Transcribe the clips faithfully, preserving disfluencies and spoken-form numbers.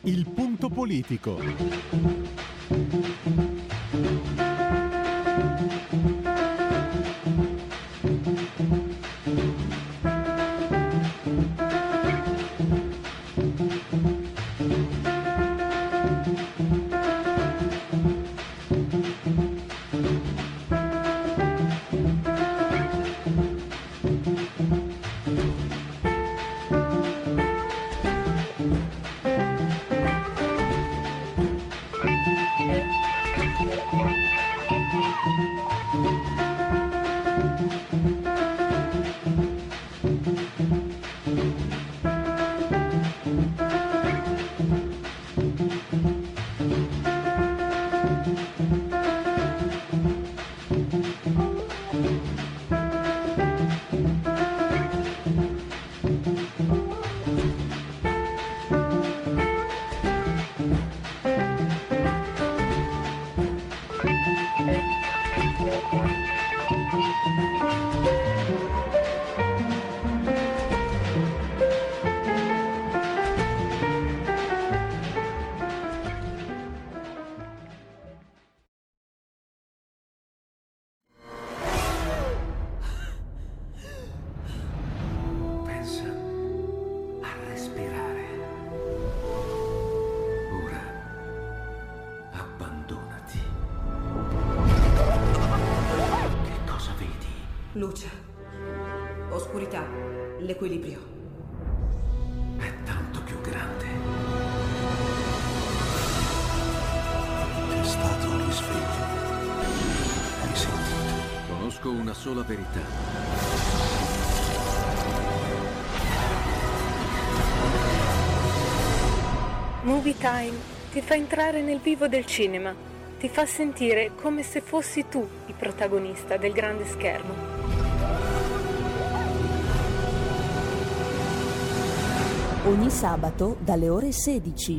Il punto politico. Luce, oscurità, l'equilibrio. È tanto più grande. È stato un risveglio. Hai sentito? Conosco una sola verità. Movie Time ti fa entrare nel vivo del cinema, ti fa sentire come se fossi tu il protagonista del grande schermo. Ogni sabato dalle ore sedici.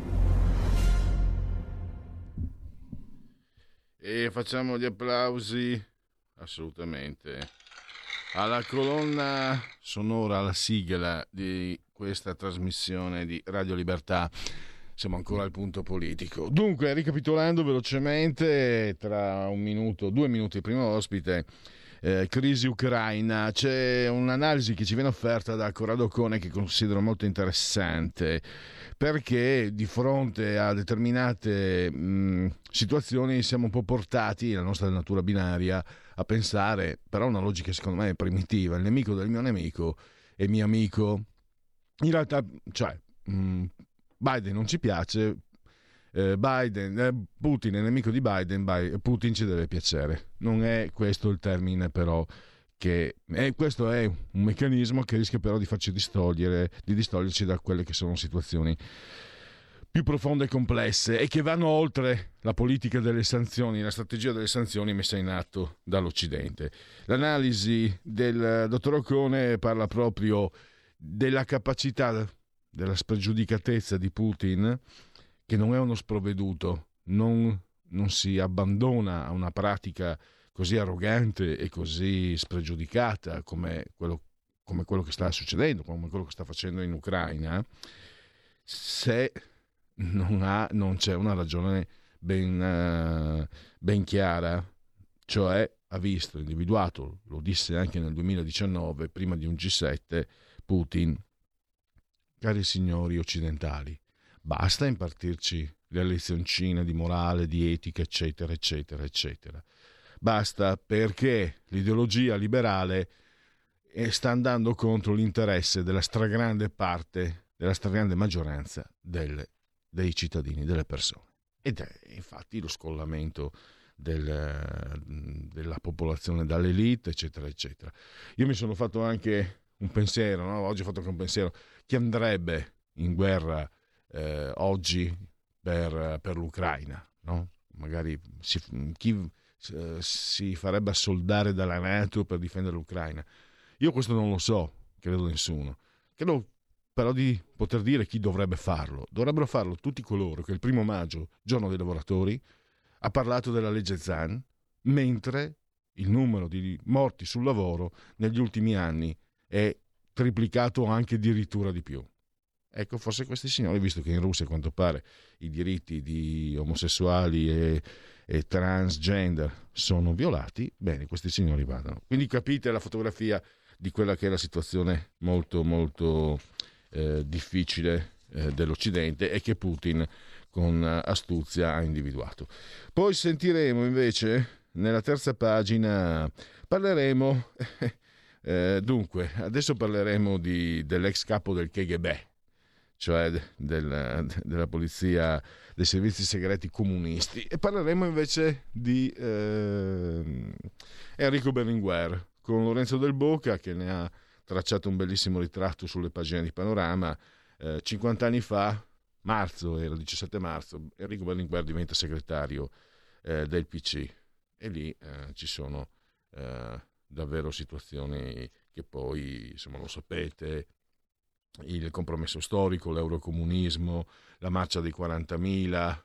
E facciamo gli applausi assolutamente alla colonna sonora, alla sigla di questa trasmissione di Radio Libertà. Siamo ancora al punto politico. Dunque, ricapitolando velocemente, tra un minuto, due minuti, il primo ospite, eh, crisi ucraina. C'è un'analisi che ci viene offerta da Corrado Cone che considero molto interessante, perché di fronte a determinate mh, situazioni siamo un po' portati, la nostra natura binaria, a pensare, però una logica secondo me primitiva, il nemico del mio nemico è mio amico. In realtà, cioè... Mh, Biden non ci piace, eh, Biden, eh, Putin è nemico di Biden, Biden, Putin ci deve piacere. Non è questo il termine, però, che eh, questo è un meccanismo che rischia però di farci distogliere, di distoglierci da quelle che sono situazioni più profonde e complesse e che vanno oltre la politica delle sanzioni, la strategia delle sanzioni messa in atto dall'Occidente. L'analisi del dottor Occone parla proprio della capacità, della spregiudicatezza di Putin, che non è uno sprovveduto, non, non si abbandona a una pratica così arrogante e così spregiudicata come quello, come quello che sta succedendo, come quello che sta facendo in Ucraina, se non, ha, non c'è una ragione ben, uh, ben chiara, cioè ha visto, individuato, lo disse anche nel duemiladiciannove, prima di un G sette, Putin: cari signori occidentali, basta impartirci le lezioncine di morale, di etica, eccetera, eccetera, eccetera. Basta, perché l'ideologia liberale sta andando contro l'interesse della stragrande parte, della stragrande maggioranza delle, dei cittadini, delle persone. Ed è infatti lo scollamento del, della popolazione dall'elite, eccetera, eccetera. Io mi sono fatto anche un pensiero, no? Oggi ho fatto anche un pensiero: chi andrebbe in guerra eh, oggi per, per l'Ucraina, no? Magari si, chi eh, si farebbe assoldare dalla NATO per difendere l'Ucraina? Io questo non lo so, credo nessuno. Credo però di poter dire chi dovrebbe farlo. Dovrebbero farlo tutti coloro che il primo maggio, giorno dei lavoratori, ha parlato della legge Zan, mentre il numero di morti sul lavoro negli ultimi anni è triplicato, anche addirittura di più. Ecco, forse questi signori, visto che in Russia a quanto pare i diritti di omosessuali e, e transgender sono violati, bene, questi signori vadano. Quindi capite la fotografia di quella che è la situazione molto molto eh, difficile eh, dell'Occidente e che Putin con astuzia ha individuato. Poi sentiremo invece nella terza pagina, parleremo eh, dunque, adesso parleremo di, dell'ex capo del K G B, cioè del, della polizia, dei servizi segreti comunisti, e parleremo invece di eh, Enrico Berlinguer con Lorenzo Del Boca, che ne ha tracciato un bellissimo ritratto sulle pagine di Panorama. eh, cinquanta anni fa, marzo, era il diciassette marzo, Enrico Berlinguer diventa segretario eh, del P C, e lì eh, ci sono eh, davvero situazioni che poi, insomma, lo sapete, il compromesso storico, l'eurocomunismo, la marcia dei quarantamila,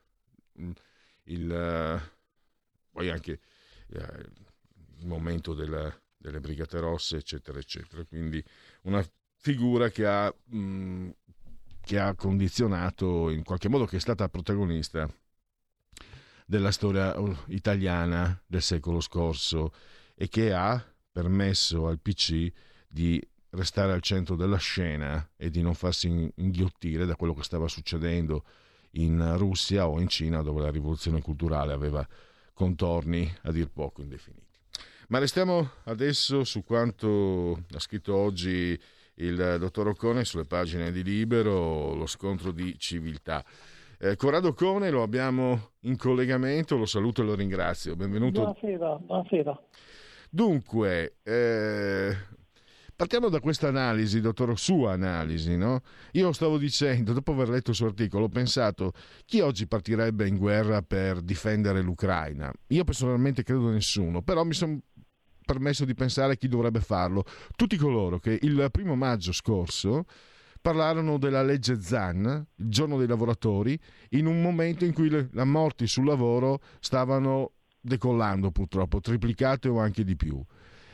il, eh, poi anche eh, il momento della, delle Brigate Rosse, eccetera, eccetera. Quindi una figura che ha, mh, che ha condizionato in qualche modo, che è stata protagonista della storia italiana del secolo scorso e che ha permesso al P C di restare al centro della scena e di non farsi inghiottire da quello che stava succedendo in Russia o in Cina, dove la rivoluzione culturale aveva contorni a dir poco indefiniti. Ma restiamo adesso su quanto ha scritto oggi il dottor Occone sulle pagine di Libero, lo scontro di civiltà. Eh, Corrado Occone lo abbiamo in collegamento, lo saluto e lo ringrazio. Benvenuto. Buonasera, buonasera. Dunque, eh, partiamo da questa analisi, dottor, sua analisi, no? Io stavo dicendo, dopo aver letto il suo articolo, ho pensato, chi oggi partirebbe in guerra per difendere l'Ucraina? Io personalmente credo nessuno, però mi sono permesso di pensare chi dovrebbe farlo. Tutti coloro che il primo maggio scorso parlarono della legge Zan, il giorno dei lavoratori, in un momento in cui le, le morti sul lavoro stavano decollando, purtroppo, triplicate o anche di più.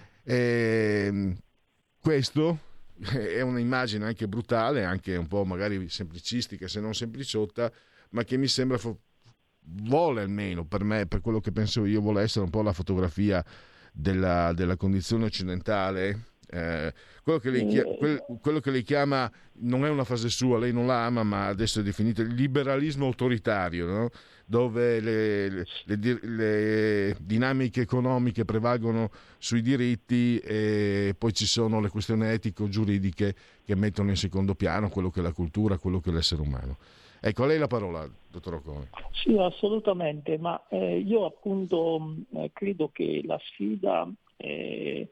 E questo è un'immagine anche brutale, anche un po' magari semplicistica, se non sempliciotta, ma che mi sembra fo- vuole, almeno per me, per quello che penso io, vuole essere un po' la fotografia della, della condizione occidentale. Eh, quello, che lei chiama, quel, quello che lei chiama, non è una frase sua, lei non la ama, ma adesso è definito il liberalismo autoritario, no? Dove le, le, le, le dinamiche economiche prevalgono sui diritti e poi ci sono le questioni etico-giuridiche che mettono in secondo piano quello che è la cultura, quello che è l'essere umano. Ecco, a lei la parola, dottor Occone. Sì, assolutamente, ma eh, io appunto eh, credo che la sfida eh,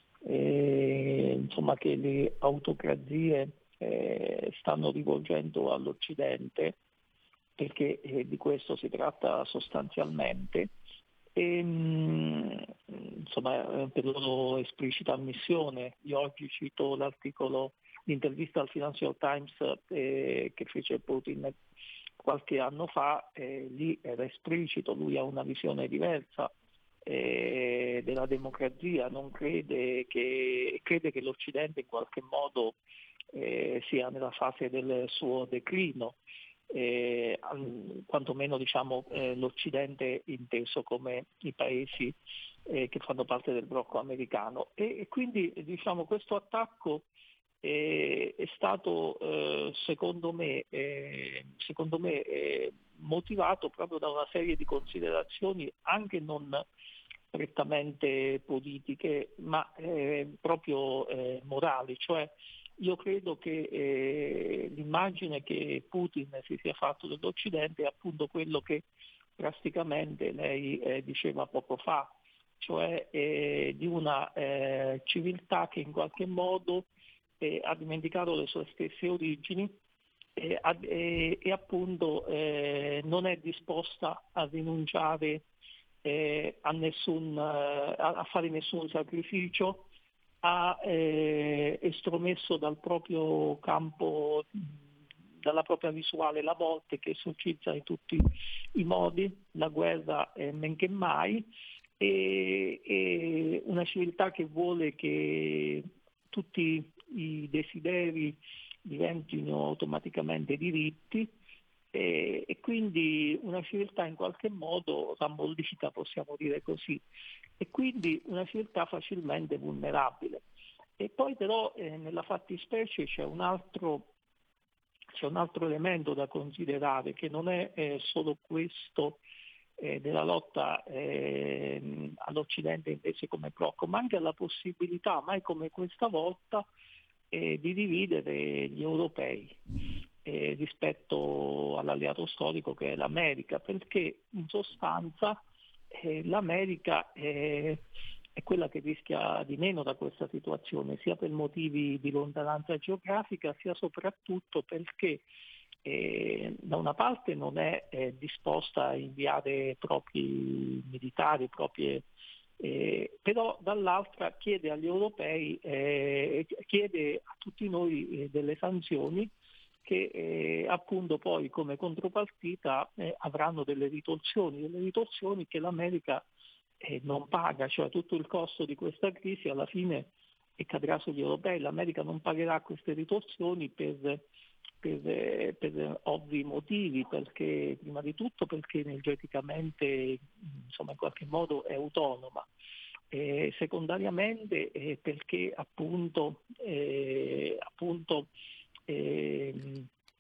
eh, insomma, che le autocrazie eh, stanno rivolgendo all'Occidente, perché eh, di questo si tratta sostanzialmente, e, mh, insomma, per loro esplicita ammissione. Io oggi cito l'articolo, l'intervista al Financial Times eh, che fece Putin qualche anno fa, eh, lì era esplicito, lui ha una visione diversa eh, della democrazia, non crede che, crede che l'Occidente in qualche modo eh, sia nella fase del suo declino. Eh, quantomeno diciamo eh, l'Occidente inteso come i paesi eh, che fanno parte del blocco americano, e, e quindi diciamo questo attacco eh, è stato eh, secondo me, eh, secondo me eh, motivato proprio da una serie di considerazioni anche non prettamente politiche, ma eh, proprio eh, morali, cioè io credo che eh, l'immagine che Putin si sia fatto dell'Occidente è appunto quello che drasticamente lei eh, diceva poco fa, cioè eh, di una eh, civiltà che in qualche modo eh, ha dimenticato le sue stesse origini e, e, e appunto eh, non è disposta a rinunciare eh, a, nessun, a fare nessun sacrificio, ha eh, estromesso dal proprio campo, dalla propria visuale, la morte che esorcizza in tutti i modi, la guerra eh, men che mai, e, e una civiltà che vuole che tutti i desideri diventino automaticamente diritti e, e quindi una civiltà in qualche modo rammollita, possiamo dire così, e quindi una civiltà facilmente vulnerabile. E poi però eh, nella fattispecie c'è un altro c'è un altro elemento da considerare, che non è eh, solo questo eh, della lotta eh, all'Occidente invece come blocco, ma anche la possibilità, mai come questa volta, eh, di dividere gli europei eh, rispetto all'alleato storico che è l'America, perché in sostanza eh, l'America è, è quella che rischia di meno da questa situazione, sia per motivi di lontananza geografica, sia soprattutto perché eh, da una parte non è eh, disposta a inviare propri militari, proprie, eh, però dall'altra chiede agli europei, eh, chiede a tutti noi eh, delle sanzioni che eh, appunto poi come contropartita eh, avranno delle ritorsioni, delle ritorsioni che l'America eh, non paga, cioè tutto il costo di questa crisi alla fine e cadrà sugli europei. L'America non pagherà queste ritorsioni per, per, per ovvi motivi, perché prima di tutto perché energeticamente insomma in qualche modo è autonoma, e secondariamente eh, perché appunto, eh, appunto eh,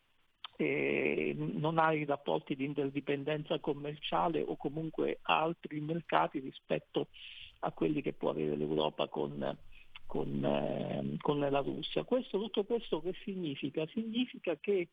eh, non ha i rapporti di interdipendenza commerciale o comunque altri mercati rispetto a quelli che può avere l'Europa con Con, eh, con la Russia. Questo, tutto questo che significa? Significa che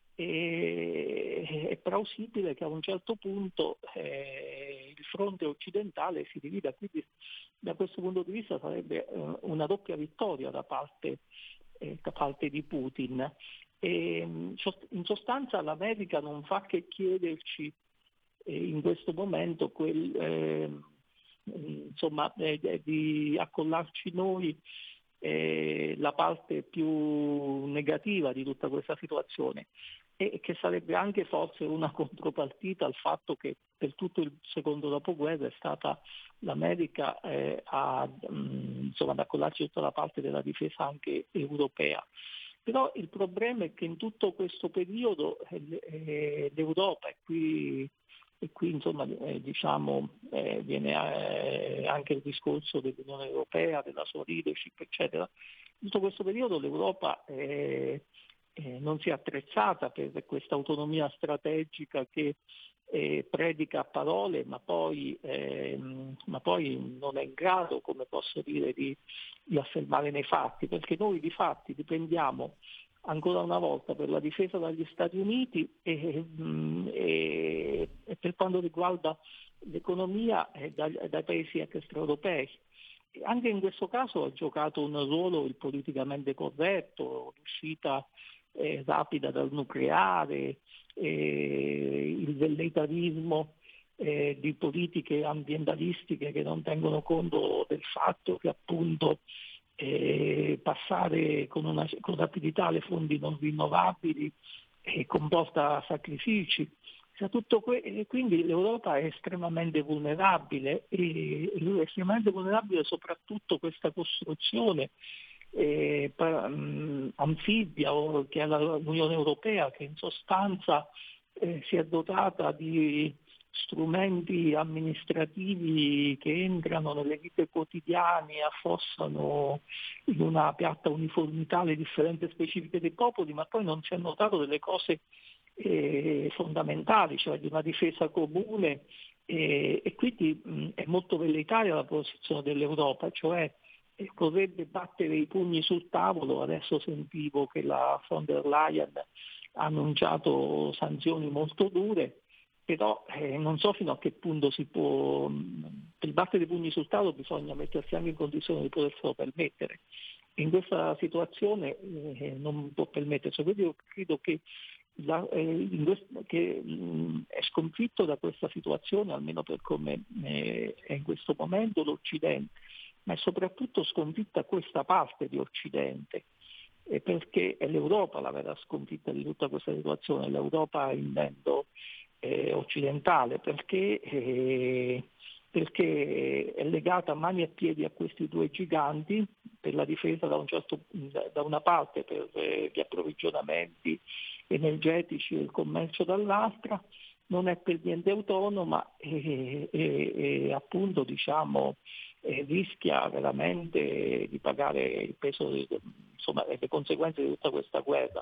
eh, è plausibile che a un certo punto eh, il fronte occidentale si divida, quindi da questo punto di vista sarebbe eh, una doppia vittoria da parte, eh, da parte di Putin. E, in sostanza l'America non fa che chiederci eh, in questo momento quel... Eh, insomma eh, di accollarci noi eh, la parte più negativa di tutta questa situazione, e che sarebbe anche forse una contropartita al fatto che per tutto il secondo dopoguerra è stata l'America eh, a, mh, insomma, ad accollarci tutta la parte della difesa anche europea. Però il problema è che in tutto questo periodo eh, l'Europa, e qui E qui insomma eh, diciamo eh, viene eh, anche il discorso dell'Unione Europea, della sua leadership, eccetera. In tutto questo periodo l'Europa eh, eh, non si è attrezzata per questa autonomia strategica che eh, predica a parole, ma poi, eh, ma poi non è in grado, come posso dire, di, di affermare nei fatti, perché noi di fatti dipendiamo ancora una volta per la difesa dagli Stati Uniti e, e, e per quanto riguarda l'economia eh, dai, dai paesi extraeuropei. Anche in questo caso ha giocato un ruolo il politicamente corretto, l'uscita eh, rapida dal nucleare, eh, il velleitarismo eh, di politiche ambientalistiche che non tengono conto del fatto che appunto Eh, passare con, una, con rapidità le fonti non rinnovabili eh, comporta sacrifici. Cioè, tutto que- e quindi l'Europa è estremamente vulnerabile e è estremamente vulnerabile soprattutto questa costruzione eh, pa- mh, anfibia o che è l'Unione Europea, che in sostanza eh, si è dotata di strumenti amministrativi che entrano nelle vite quotidiane e affossano in una piatta uniformità le differenze specifiche dei popoli, ma poi non si è notato delle cose eh, fondamentali, cioè di una difesa comune eh, e quindi mh, è molto velleitaria la posizione dell'Europa, cioè eh, vorrebbe battere i pugni sul tavolo. Adesso sentivo che la von der Leyen ha annunciato sanzioni molto dure, però eh, non so fino a che punto si può, per battere i pugni sul tavolo bisogna mettersi anche in condizione di poterselo permettere. In questa situazione eh, non può permettersi, quindi io credo che, la, eh, in questo, che mh, è sconfitto da questa situazione, almeno per come eh, è in questo momento, l'Occidente, ma è soprattutto sconfitta questa parte di Occidente, eh, perché è l'Europa la vera sconfitta di tutta questa situazione, l'Europa intendo Eh, occidentale, perché, eh, perché è legata a mani e piedi a questi due giganti, per la difesa da, un certo, da una parte, per eh, gli approvvigionamenti energetici e il commercio dall'altra, non è per niente autonoma e, e, e appunto diciamo eh, rischia veramente di pagare il peso, di, insomma, le conseguenze di tutta questa guerra.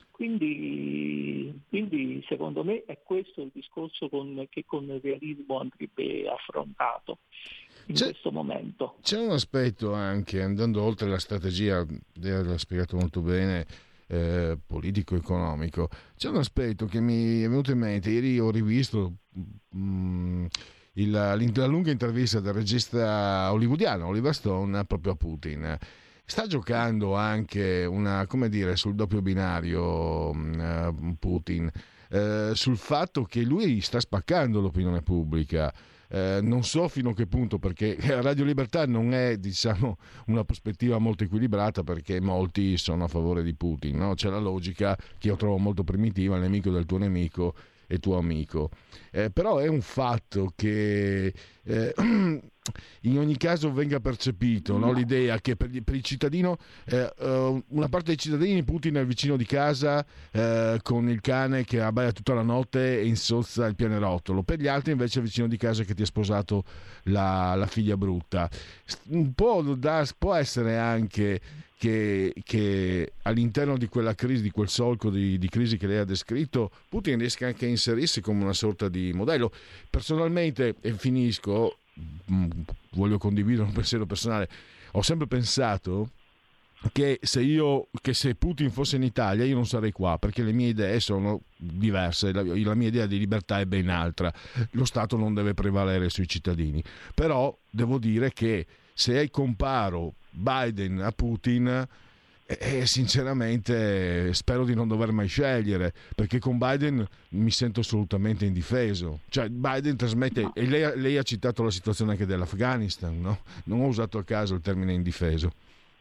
Quindi, quindi secondo me è questo il discorso con, che con il realismo andrebbe affrontato in c'è, questo momento. C'è un aspetto anche, andando oltre la strategia, l'ha spiegato molto bene, eh, politico-economico, c'è un aspetto che mi è venuto in mente. Ieri ho rivisto mh, il, la lunga intervista del regista hollywoodiano Oliver Stone proprio a Putin. Sta giocando anche una, come dire, sul doppio binario uh, Putin, uh, sul fatto che lui sta spaccando l'opinione pubblica. Uh, non so fino a che punto, perché Radio Libertà non è, diciamo, una prospettiva molto equilibrata, perché molti sono a favore di Putin, no? C'è la logica che io trovo molto primitiva: il nemico del tuo nemico è tuo amico. Eh, però è un fatto che eh, in ogni caso venga percepito, no? L'idea che per, per il cittadino, eh, uh, una parte dei cittadini, Putin è il vicino di casa eh, con il cane che abbaia tutta la notte e insozza il pianerottolo, per gli altri invece è il vicino di casa che ti ha sposato la, la figlia brutta. Può, da, può essere anche Che, che all'interno di quella crisi, di quel solco di, di crisi che lei ha descritto, Putin riesca anche a inserirsi come una sorta di modello. Personalmente, e finisco, voglio condividere un pensiero personale, ho sempre pensato che se io che se Putin fosse in Italia io non sarei qua, perché le mie idee sono diverse, la, la mia idea di libertà è ben altra. Lo Stato non deve prevalere sui cittadini, però devo dire che se comparo Biden a Putin, eh, sinceramente spero di non dover mai scegliere, perché con Biden mi sento assolutamente indifeso. Cioè Biden trasmette, e lei, lei ha citato la situazione anche dell'Afghanistan, no? Non ho usato a caso il termine indifeso.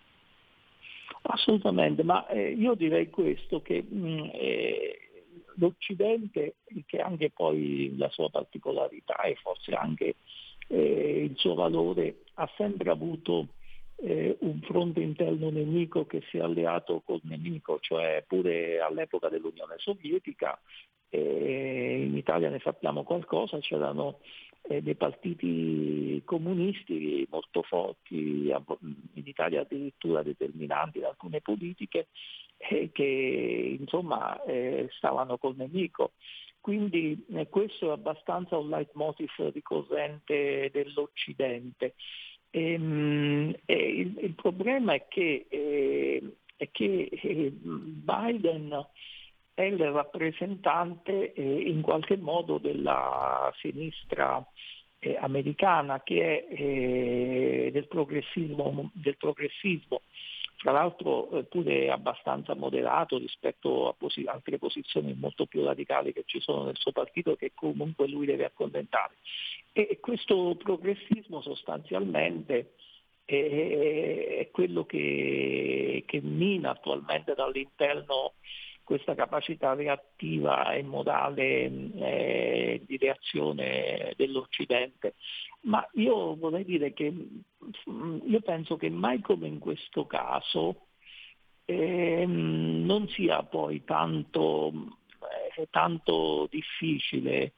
Assolutamente, ma eh, io direi questo, che mh, eh, l'Occidente, che anche poi la sua particolarità e forse anche eh, il suo valore, ha sempre avuto eh, un fronte interno nemico che si è alleato col nemico, cioè pure all'epoca dell'Unione Sovietica, eh, in Italia ne sappiamo qualcosa, c'erano eh, dei partiti comunisti molto forti, in Italia addirittura determinanti in alcune politiche, eh, che insomma eh, stavano col nemico. Quindi eh, questo è abbastanza un leitmotiv ricorrente dell'Occidente. E, mh, e il, il problema è che, eh, è che eh, Biden è il rappresentante eh, in qualche modo della sinistra eh, americana, che è eh, del progressismo, del progressismo. Tra l'altro eh, pure abbastanza moderato rispetto a posi- altre posizioni molto più radicali che ci sono nel suo partito, che comunque lui deve accontentare. E questo progressismo sostanzialmente è, è quello che, che mina attualmente dall'interno questa capacità reattiva e modale eh, di reazione dell'Occidente. Ma io vorrei dire che io penso che mai come in questo caso eh, non sia poi tanto, eh, tanto difficile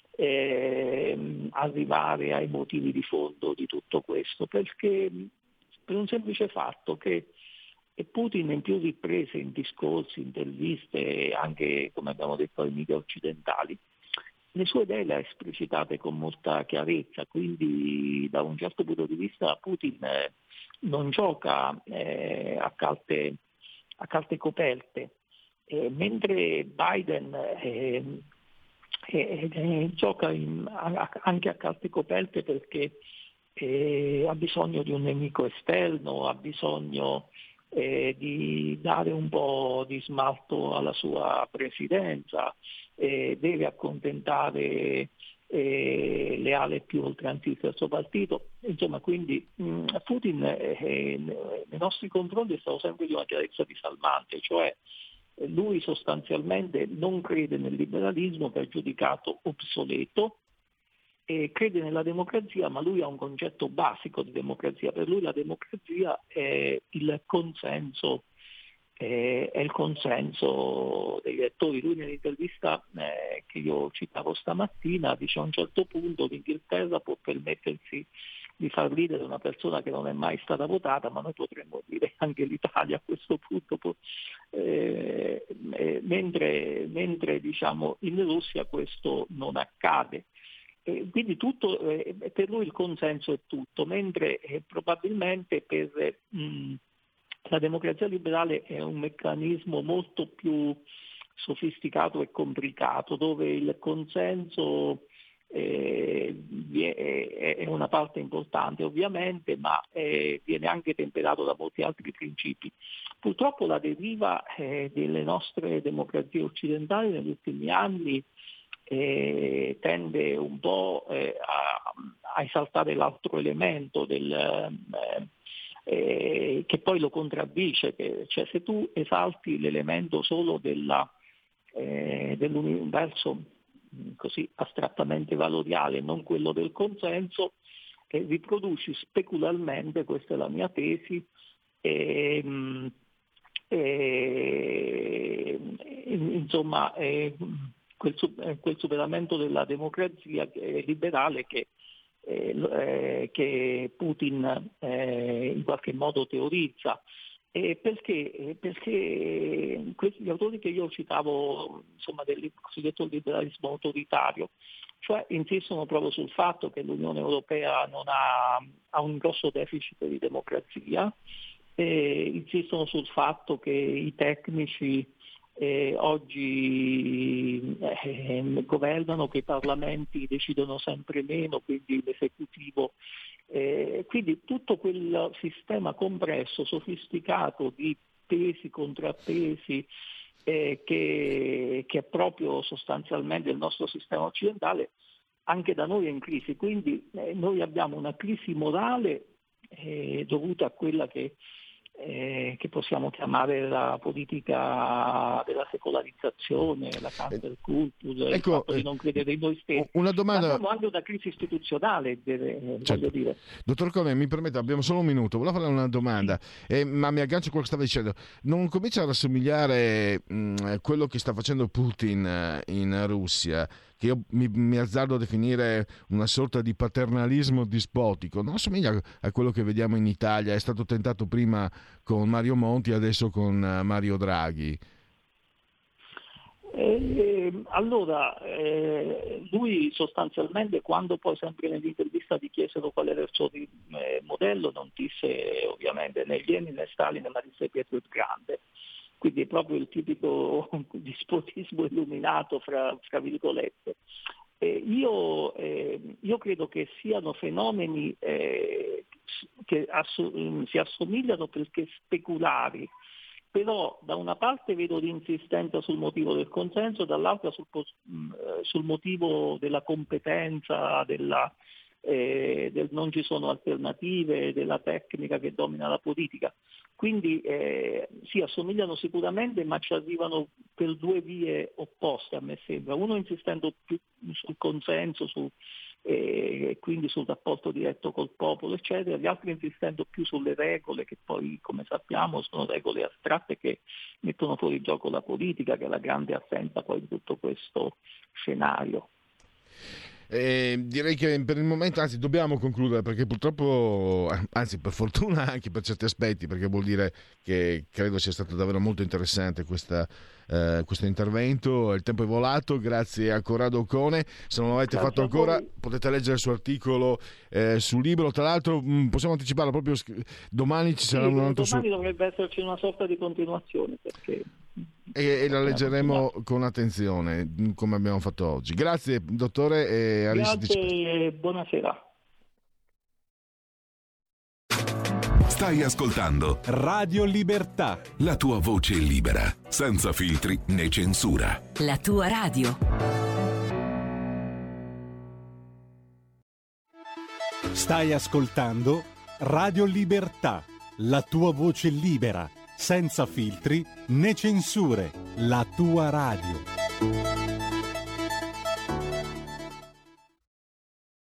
eh, arrivare ai motivi di fondo di tutto questo, perché per un semplice fatto che E Putin in più riprese, in discorsi, interviste, anche come abbiamo detto ai media occidentali, le sue idee le ha esplicitate con molta chiarezza, quindi da un certo punto di vista Putin eh, non gioca eh, a, carte, a carte coperte, eh, mentre Biden eh, eh, eh, gioca in, a, anche a carte coperte perché eh, ha bisogno di un nemico esterno, ha bisogno Eh, di dare un po' di smalto alla sua presidenza, eh, deve accontentare eh, le ale più oltranziste del suo partito. Insomma, quindi mh, Putin eh, nei nostri confronti è stato sempre di una chiarezza disarmante, cioè eh, lui sostanzialmente non crede nel liberalismo, che è giudicato obsoleto, e crede nella democrazia, ma lui ha un concetto basico di democrazia. Per lui la democrazia è il consenso, è, è il consenso degli elettori. Lui nell'intervista eh, che io citavo stamattina dice: a un certo punto l'Inghilterra può permettersi di far ridere una persona che non è mai stata votata, ma noi potremmo dire anche l'Italia a questo punto, può, eh, eh, mentre, mentre diciamo in Russia questo non accade. Eh, quindi tutto, eh, per lui il consenso è tutto, mentre eh, probabilmente per mh, la democrazia liberale è un meccanismo molto più sofisticato e complicato, dove il consenso eh, è una parte importante ovviamente, ma eh, viene anche temperato da molti altri principi. Purtroppo la deriva eh, delle nostre democrazie occidentali negli ultimi anni eh, tende un po' eh, a, a esaltare l'altro elemento del, eh, eh, che poi lo contraddice, che, cioè se tu esalti l'elemento solo della, eh, dell'universo così astrattamente valoriale, non quello del consenso, e riproduci specularmente, questa è la mia tesi, e, e, insomma e, quel, quel superamento della democrazia liberale che, eh, che Putin eh, in qualche modo teorizza. Eh, perché? Perché questi, gli autori che io citavo, insomma, del cosiddetto liberalismo autoritario, cioè insistono proprio sul fatto che l'Unione Europea non ha, ha un grosso deficit di democrazia, eh, insistono sul fatto che i tecnici eh, oggi eh, governano, che i parlamenti decidono sempre meno, quindi l'esecutivo. Eh, quindi tutto quel sistema compresso, sofisticato di pesi, contrappesi, eh, che, che è proprio sostanzialmente il nostro sistema occidentale, anche da noi è in crisi. Quindi eh, noi abbiamo una crisi morale eh, dovuta a quella che, eh, che possiamo chiamare la politica della secolarizzazione, la cancel culture, ecco, il fatto di non credere in noi stessi. Una domanda... Ma abbiamo anche una crisi istituzionale, deve, certo. voglio dire. Dottor Cone, mi permetta, abbiamo solo un minuto, volevo fare una domanda, eh, ma mi aggancio a quello che stava dicendo. Non comincia a rassomigliare mh, quello che sta facendo Putin in Russia, che io mi, mi azzardo a definire una sorta di paternalismo dispotico, non assomiglia a quello che vediamo in Italia? È stato tentato prima con Mario Monti, adesso con Mario Draghi. Eh, allora, eh, lui sostanzialmente, quando poi sempre nell'intervista ti chiesero qual era il suo eh, modello, non disse ovviamente né Lenin né Stalin, ma disse Pietro il Grande. Quindi è proprio il tipico dispotismo illuminato, fra, fra virgolette. Eh, io, eh, io credo che siano fenomeni eh, che ass- si assomigliano perché speculari, però da una parte vedo l'insistenza sul motivo del consenso, dall'altra sul, sul motivo della competenza, della, eh, del non ci sono alternative, della tecnica che domina la politica. Quindi eh, si assomigliano sicuramente, ma ci arrivano per due vie opposte, a me sembra. Uno insistendo più sul consenso, su, e quindi sul rapporto diretto col popolo, eccetera, gli altri insistendo più sulle regole, che poi, come sappiamo, sono regole astratte che mettono fuori gioco la politica, che è la grande assenza poi di tutto questo scenario. Eh, direi che per il momento, anzi dobbiamo concludere, perché purtroppo, anzi per fortuna anche per certi aspetti, perché vuol dire che credo sia stato davvero molto interessante questa, eh, questo intervento. Il tempo è volato, grazie a Corrado Cone. Se non l'avete grazie fatto ancora potete leggere il suo articolo eh, sul libro. Tra l'altro mh, possiamo anticiparlo, proprio domani ci sarà sì, un altro domani su... dovrebbe esserci una sorta di continuazione, perché e, e la leggeremo con attenzione come abbiamo fatto oggi. Grazie dottore e a grazie, buonasera. Stai ascoltando Radio Libertà, la tua voce libera, senza filtri né censura. La tua radio. Stai ascoltando Radio Libertà, la tua voce libera, senza filtri né censure, la tua radio.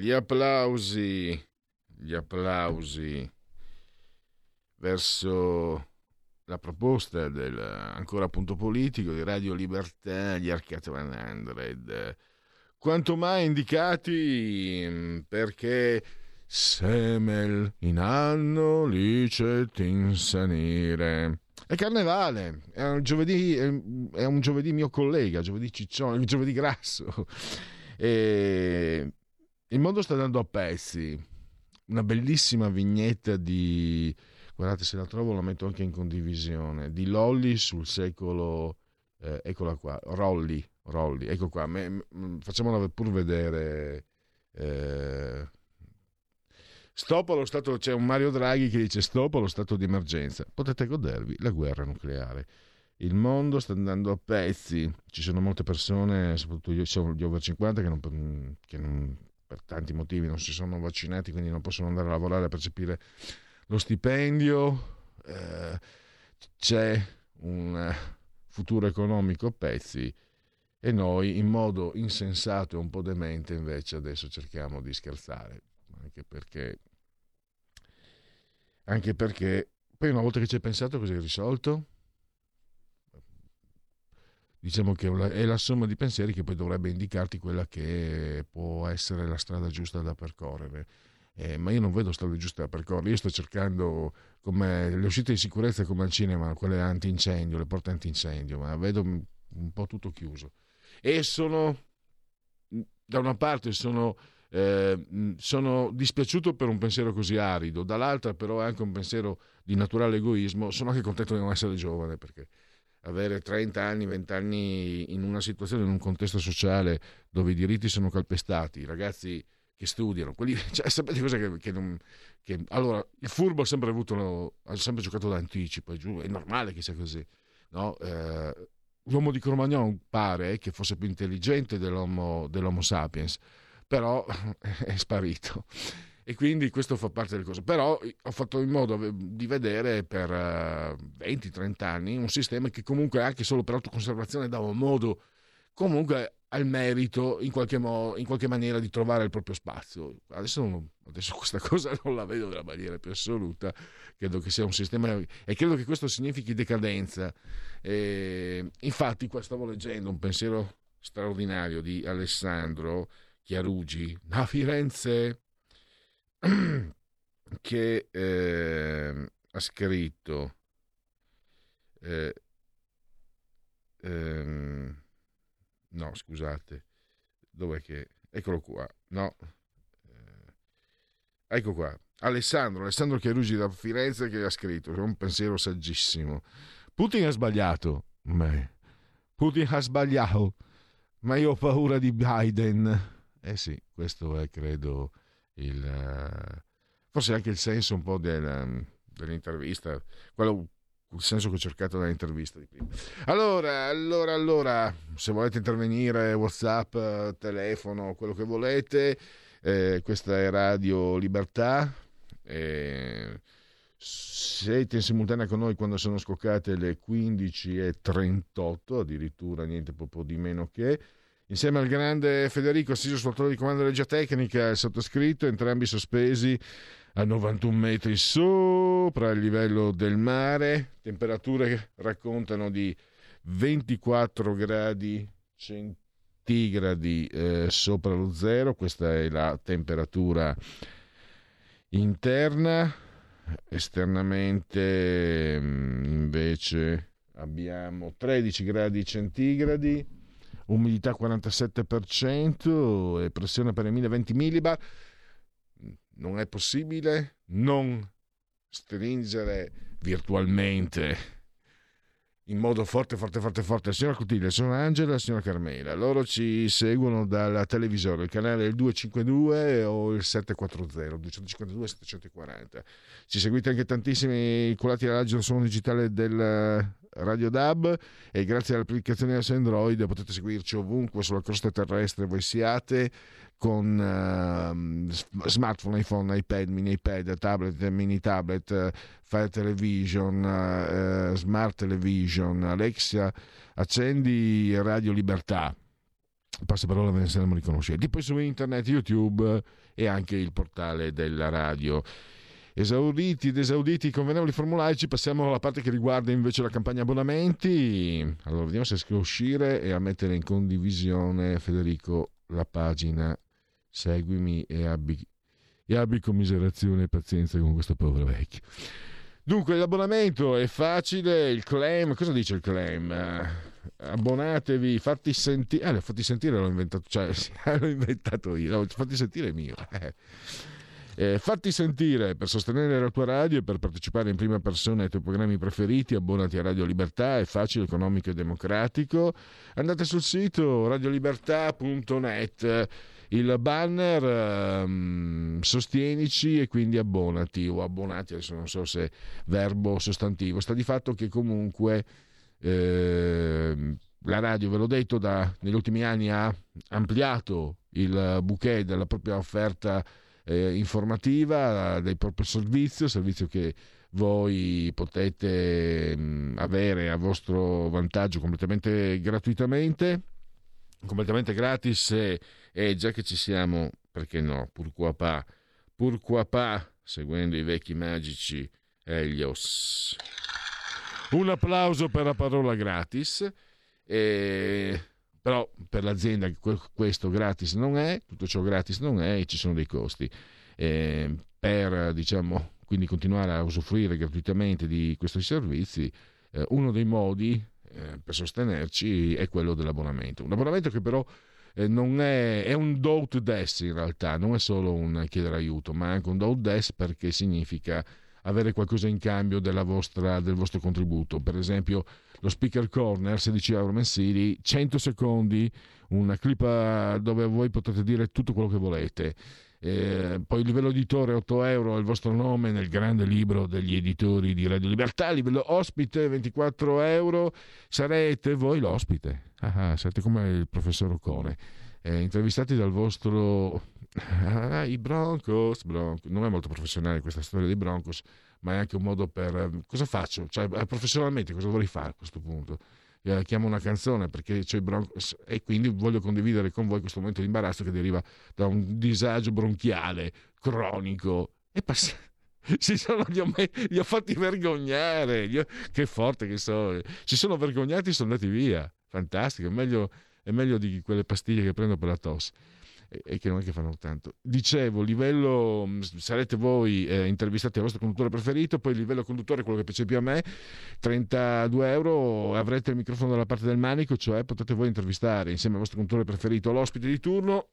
gli applausi, gli applausi verso la proposta del ancora punto politico di Radio Libertà, gli Arcade cento, quanto mai indicati perché semel in anno licet insanire. È carnevale, è un giovedì, è un giovedì mio collega, giovedì ciccione, un giovedì grasso. E il mondo sta andando a pezzi. Una bellissima vignetta di, guardate, se la trovo la metto anche in condivisione, di Lolli sul secolo, eh, eccola qua, Rolli, Rolli, ecco qua, me, me, facciamola pur vedere. Eh, Stop allo stato, c'è un Mario Draghi che dice stop allo stato di emergenza, potete godervi la guerra nucleare. Il mondo sta andando a pezzi, ci sono molte persone, soprattutto io, sono gli over cinquanta che, non, che non, per tanti motivi non si sono vaccinati, quindi non possono andare a lavorare a percepire lo stipendio, eh, c'è un futuro economico a pezzi e noi in modo insensato e un po' demente invece adesso cerchiamo di scherzare. Anche perché, anche perché poi una volta che ci hai pensato cosa hai risolto? Diciamo che è la somma di pensieri che poi dovrebbe indicarti quella che può essere la strada giusta da percorrere. Eh, ma io non vedo strade giuste da percorrere, io sto cercando come le uscite di sicurezza come al cinema, quelle antincendio, le porte antincendio, ma vedo un po' tutto chiuso. E sono, da una parte sono Eh, sono dispiaciuto per un pensiero così arido, dall'altra però è anche un pensiero di naturale egoismo. Sono anche contento di non essere giovane, perché avere trenta anni, venti anni in una situazione, in un contesto sociale dove i diritti sono calpestati, i ragazzi che studiano, quelli, cioè, sapete cosa che, che non che, allora il furbo ha sempre avuto ha sempre giocato d'anticipo, è, giù, è normale che sia così, no? Eh, l'uomo di Cro-Magnon pare che fosse più intelligente dell'homo, dell'homo sapiens, però è sparito e quindi questo fa parte delle cose. Però ho fatto in modo di vedere per venti trenta anni un sistema che comunque anche solo per autoconservazione dava modo comunque al merito in qualche, mo- in qualche maniera di trovare il proprio spazio. Adesso, non, adesso questa cosa non la vedo nella maniera più assoluta, credo che sia un sistema e credo che questo significhi decadenza. E infatti qua stavo leggendo un pensiero straordinario di Alessandro Chiarugi a Firenze che eh, ha scritto eh, ehm, no scusate dov'è che eccolo qua no eh, ecco qua Alessandro Alessandro Chiarugi da Firenze che ha scritto, è un pensiero saggissimo. Putin ha sbagliato, ma Putin ha sbagliato ma io ho paura di Biden. Eh sì, questo è credo il forse anche il senso un po' del, dell'intervista, quello, il senso che ho cercato dall'intervista di prima. Allora, allora, allora, se volete intervenire, WhatsApp, telefono, quello che volete, eh, questa è Radio Libertà. Eh, siete in simultanea con noi quando sono scoccate le quindici e trentotto, addirittura niente proprio di meno che. Insieme al grande Federico, assiso sul tavolo di comando della regia tecnica, il sottoscritto, entrambi sospesi a novantuno metri sopra il livello del mare, temperature che raccontano di ventiquattro gradi centigradi eh, sopra lo zero, questa è la temperatura interna. Esternamente invece abbiamo tredici gradi centigradi, umidità quarantasette per cento e pressione per mille venti millibar. Non è possibile non stringere virtualmente in modo forte, forte, forte, forte la signora Cotiglia, la signora Angela e la signora Carmela. Loro ci seguono dal televisore, il canale è il duecentocinquantadue o il settecentoquaranta, duecentocinquantadue settecentoquaranta. Ci seguite anche tantissimi colati all'agito suono digitale del Radio D A B e grazie all'applicazione Android potete seguirci ovunque sulla crosta terrestre voi siate, con uh, smartphone, iPhone, iPad, mini iPad, tablet, mini tablet, uh, Fire Television, uh, Smart Television, Alexa, accendi Radio Libertà, passaparola ve ne saremo riconoscenti. Poi su internet, YouTube e anche il portale della radio. Esauriti ed esauditi i convenevoli formulari, ci passiamo alla parte che riguarda invece la campagna abbonamenti. Allora vediamo se riesco a uscire e a mettere in condivisione, Federico, la pagina. Seguimi e abbi, e abbi commiserazione e pazienza con questo povero vecchio. Dunque l'abbonamento è facile, il claim, cosa dice il claim? Uh, abbonatevi, fatti sentire, eh, fatti sentire l'ho inventato, cioè l'ho inventato io, fatti sentire mio. Eh. Eh, fatti sentire per sostenere la tua radio e per partecipare in prima persona ai tuoi programmi preferiti. Abbonati a Radio Libertà, è facile, economico e democratico. Andate sul sito radiolibertà punto net, il banner um, sostienici e quindi abbonati o abbonati, adesso non so se verbo o sostantivo. Sta di fatto che comunque eh, la radio, ve l'ho detto, da, negli ultimi anni ha ampliato il bouquet della propria offerta Eh, informativa, del proprio servizio, servizio che voi potete mh, avere a vostro vantaggio completamente gratuitamente, completamente gratis, e, e già che ci siamo, perché no, pourquoi pas, pourquoi pas, seguendo i vecchi magici Helios. Un applauso per la parola gratis. E però per l'azienda questo gratis non è, tutto ciò gratis non è, e ci sono dei costi. Eh, per, diciamo, quindi continuare a usufruire gratuitamente di questi servizi, eh, uno dei modi eh, per sostenerci è quello dell'abbonamento. Un abbonamento che però eh, non è, è un do ut des in realtà, non è solo un chiedere aiuto, ma anche un do ut des, perché significa avere qualcosa in cambio della vostra, del vostro contributo. Per esempio lo Speaker Corner, sedici euro mensili, cento secondi, una clip dove voi potete dire tutto quello che volete. Eh, poi il livello editore otto euro, il vostro nome nel grande libro degli editori di Radio Libertà. Livello ospite ventiquattro euro, sarete voi l'ospite. Ah, sarete come il professor Occone, eh, intervistati dal vostro ah, i Broncos, Broncos. Non è molto professionale questa storia dei Broncos, ma è anche un modo per cosa faccio? Cioè, professionalmente cosa vorrei fare a questo punto? Eh, chiamo una canzone perché c'è i Broncos e quindi voglio condividere con voi questo momento di imbarazzo che deriva da un disagio bronchiale cronico e pass- si sono, li, ho me- li ho fatti vergognare, ho- che forte che so, si sono vergognati e sono andati via. Fantastico, è meglio, è meglio di quelle pastiglie che prendo per la tosse e che non è che fanno tanto. Dicevo, livello sarete voi eh, intervistati al vostro conduttore preferito, poi il livello conduttore, quello che piace più a me, trentadue euro, avrete il microfono dalla parte del manico, cioè potete voi intervistare insieme al vostro conduttore preferito l'ospite di turno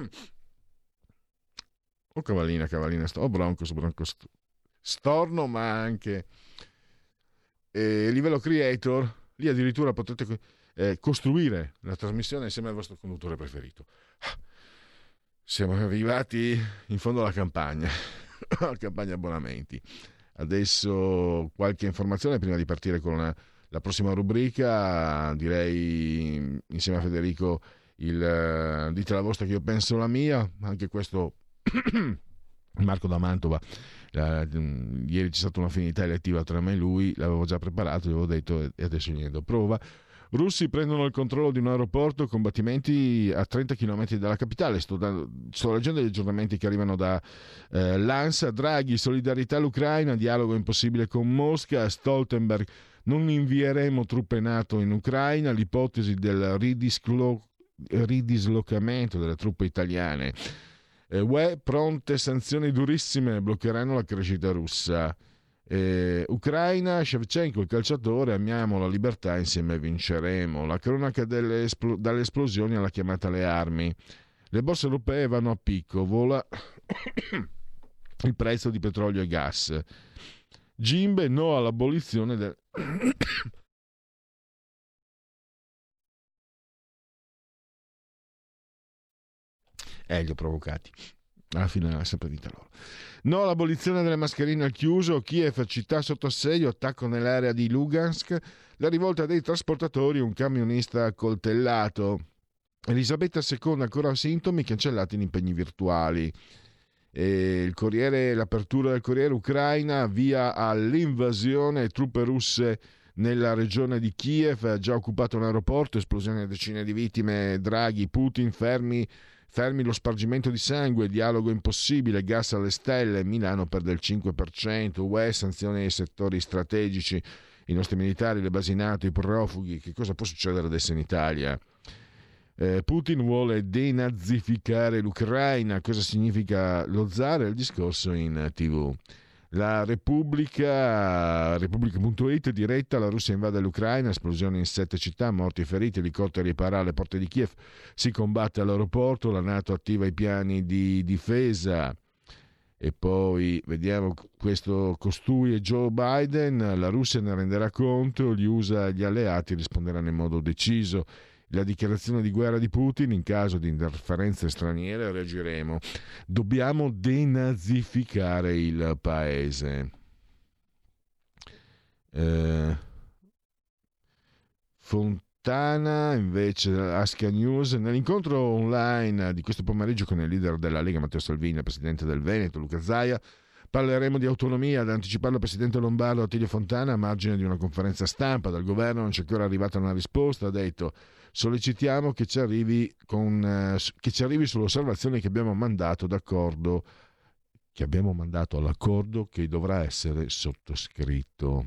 o cavallina, cavallina, o broncos, broncos storno, ma anche eh, livello creator, lì addirittura potete eh, costruire la trasmissione insieme al vostro conduttore preferito. Siamo arrivati in fondo alla campagna, alla campagna abbonamenti. Adesso qualche informazione prima di partire con la, la prossima rubrica. Direi insieme a Federico il dite la vostra che io penso la mia. Anche questo Marco da Mantova, la, ieri c'è stata un'affinità elettiva tra me e lui, l'avevo già preparato, gli avevo detto e adesso niente, prova. Russi prendono il controllo di un aeroporto, combattimenti a trenta chilometri dalla capitale. Sto, da, sto leggendo gli aggiornamenti che arrivano da eh, l'ANSA. Draghi, solidarietà all'Ucraina, dialogo impossibile con Mosca. Stoltenberg, non invieremo truppe NATO in Ucraina, l'ipotesi del ridislo, ridislocamento delle truppe italiane. Eh, U E pronte sanzioni durissime, bloccheranno la crescita russa. Eh, Ucraina, Shevchenko, il calciatore, amiamo la libertà, insieme vinceremo. La cronaca delle espl- dalle esplosioni alla chiamata alle armi. Le borse europee vanno a picco, vola il prezzo di petrolio e gas. Gimbe, no all'abolizione del eh, li ho provocati. Alla fine ha sempre vinta loro. No all'abolizione delle mascherine al chiuso. Kiev, città sotto assedio, attacco nell'area di Lugansk, la rivolta dei trasportatori, un camionista accoltellato. Elisabetta seconda ancora sintomi, cancellati in impegni virtuali. E il Corriere, l'apertura del Corriere, Ucraina, via all'invasione, truppe russe nella regione di Kiev, già occupato un aeroporto, esplosione, decine di vittime, Draghi, Putin, fermi Fermi lo spargimento di sangue, dialogo impossibile, gas alle stelle, Milano perde il cinque per cento, U E sanzioni ai settori strategici, i nostri militari, le basi NATO, i profughi, che cosa può succedere adesso in Italia? Eh, Putin vuole denazificare l'Ucraina, cosa significa lo zar? Il discorso in tivù. La Repubblica, Repubblica punto it, diretta, la Russia invade l'Ucraina, esplosioni in sette città, morti e feriti, elicotteri parà alle porte di Kiev, si combatte all'aeroporto, la NATO attiva i piani di difesa. E poi vediamo questo, costui è Joe Biden, la Russia ne renderà conto, gli U S A e gli alleati risponderanno in modo deciso. La dichiarazione di guerra di Putin: in caso di interferenze straniere reagiremo. Dobbiamo denazificare il paese. Eh, Fontana invece, Asca News, nell'incontro online di questo pomeriggio con il leader della Lega Matteo Salvini, il presidente del Veneto Luca Zaia, parleremo di autonomia. Ad anticiparlo il presidente lombardo Attilio Fontana, a margine di una conferenza stampa. Dal governo non c'è ancora arrivata una risposta, ha detto: sollecitiamo che ci arrivi con eh, che ci arrivi sulle osservazioni che abbiamo mandato d'accordo che abbiamo mandato all'accordo che dovrà essere sottoscritto.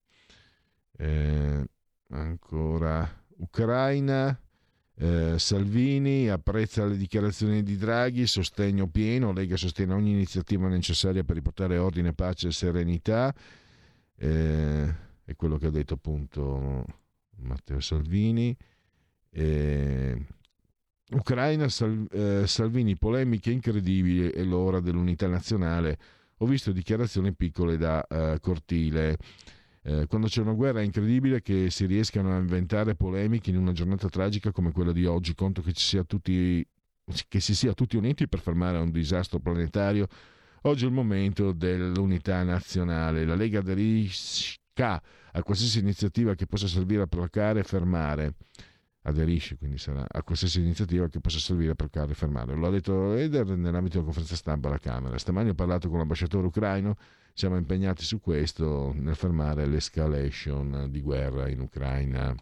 Eh, ancora Ucraina, eh, Salvini apprezza le dichiarazioni di Draghi, sostegno pieno, Lega sostiene ogni iniziativa necessaria per riportare ordine, pace e serenità. Eh, è quello che ha detto appunto Matteo Salvini. Eh, Ucraina, Sal, eh, Salvini, polemiche incredibili, è l'ora dell'unità nazionale. Ho visto dichiarazioni piccole da eh, cortile. Eh, quando c'è una guerra è incredibile che si riescano a inventare polemiche in una giornata tragica come quella di oggi. Conto che ci sia tutti, che si sia tutti uniti per fermare un disastro planetario. Oggi è il momento dell'unità nazionale. La Lega aderisca a qualsiasi iniziativa che possa servire a placare e fermare. Aderisce quindi sarà a qualsiasi iniziativa che possa servire a placare e fermare. Lo ha detto Eder nell'ambito della conferenza stampa alla Camera. Stamani ho parlato con l'ambasciatore ucraino, siamo impegnati su questo, nel fermare l'escalation di guerra in Ucraina.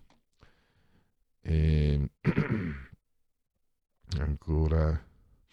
E... ancora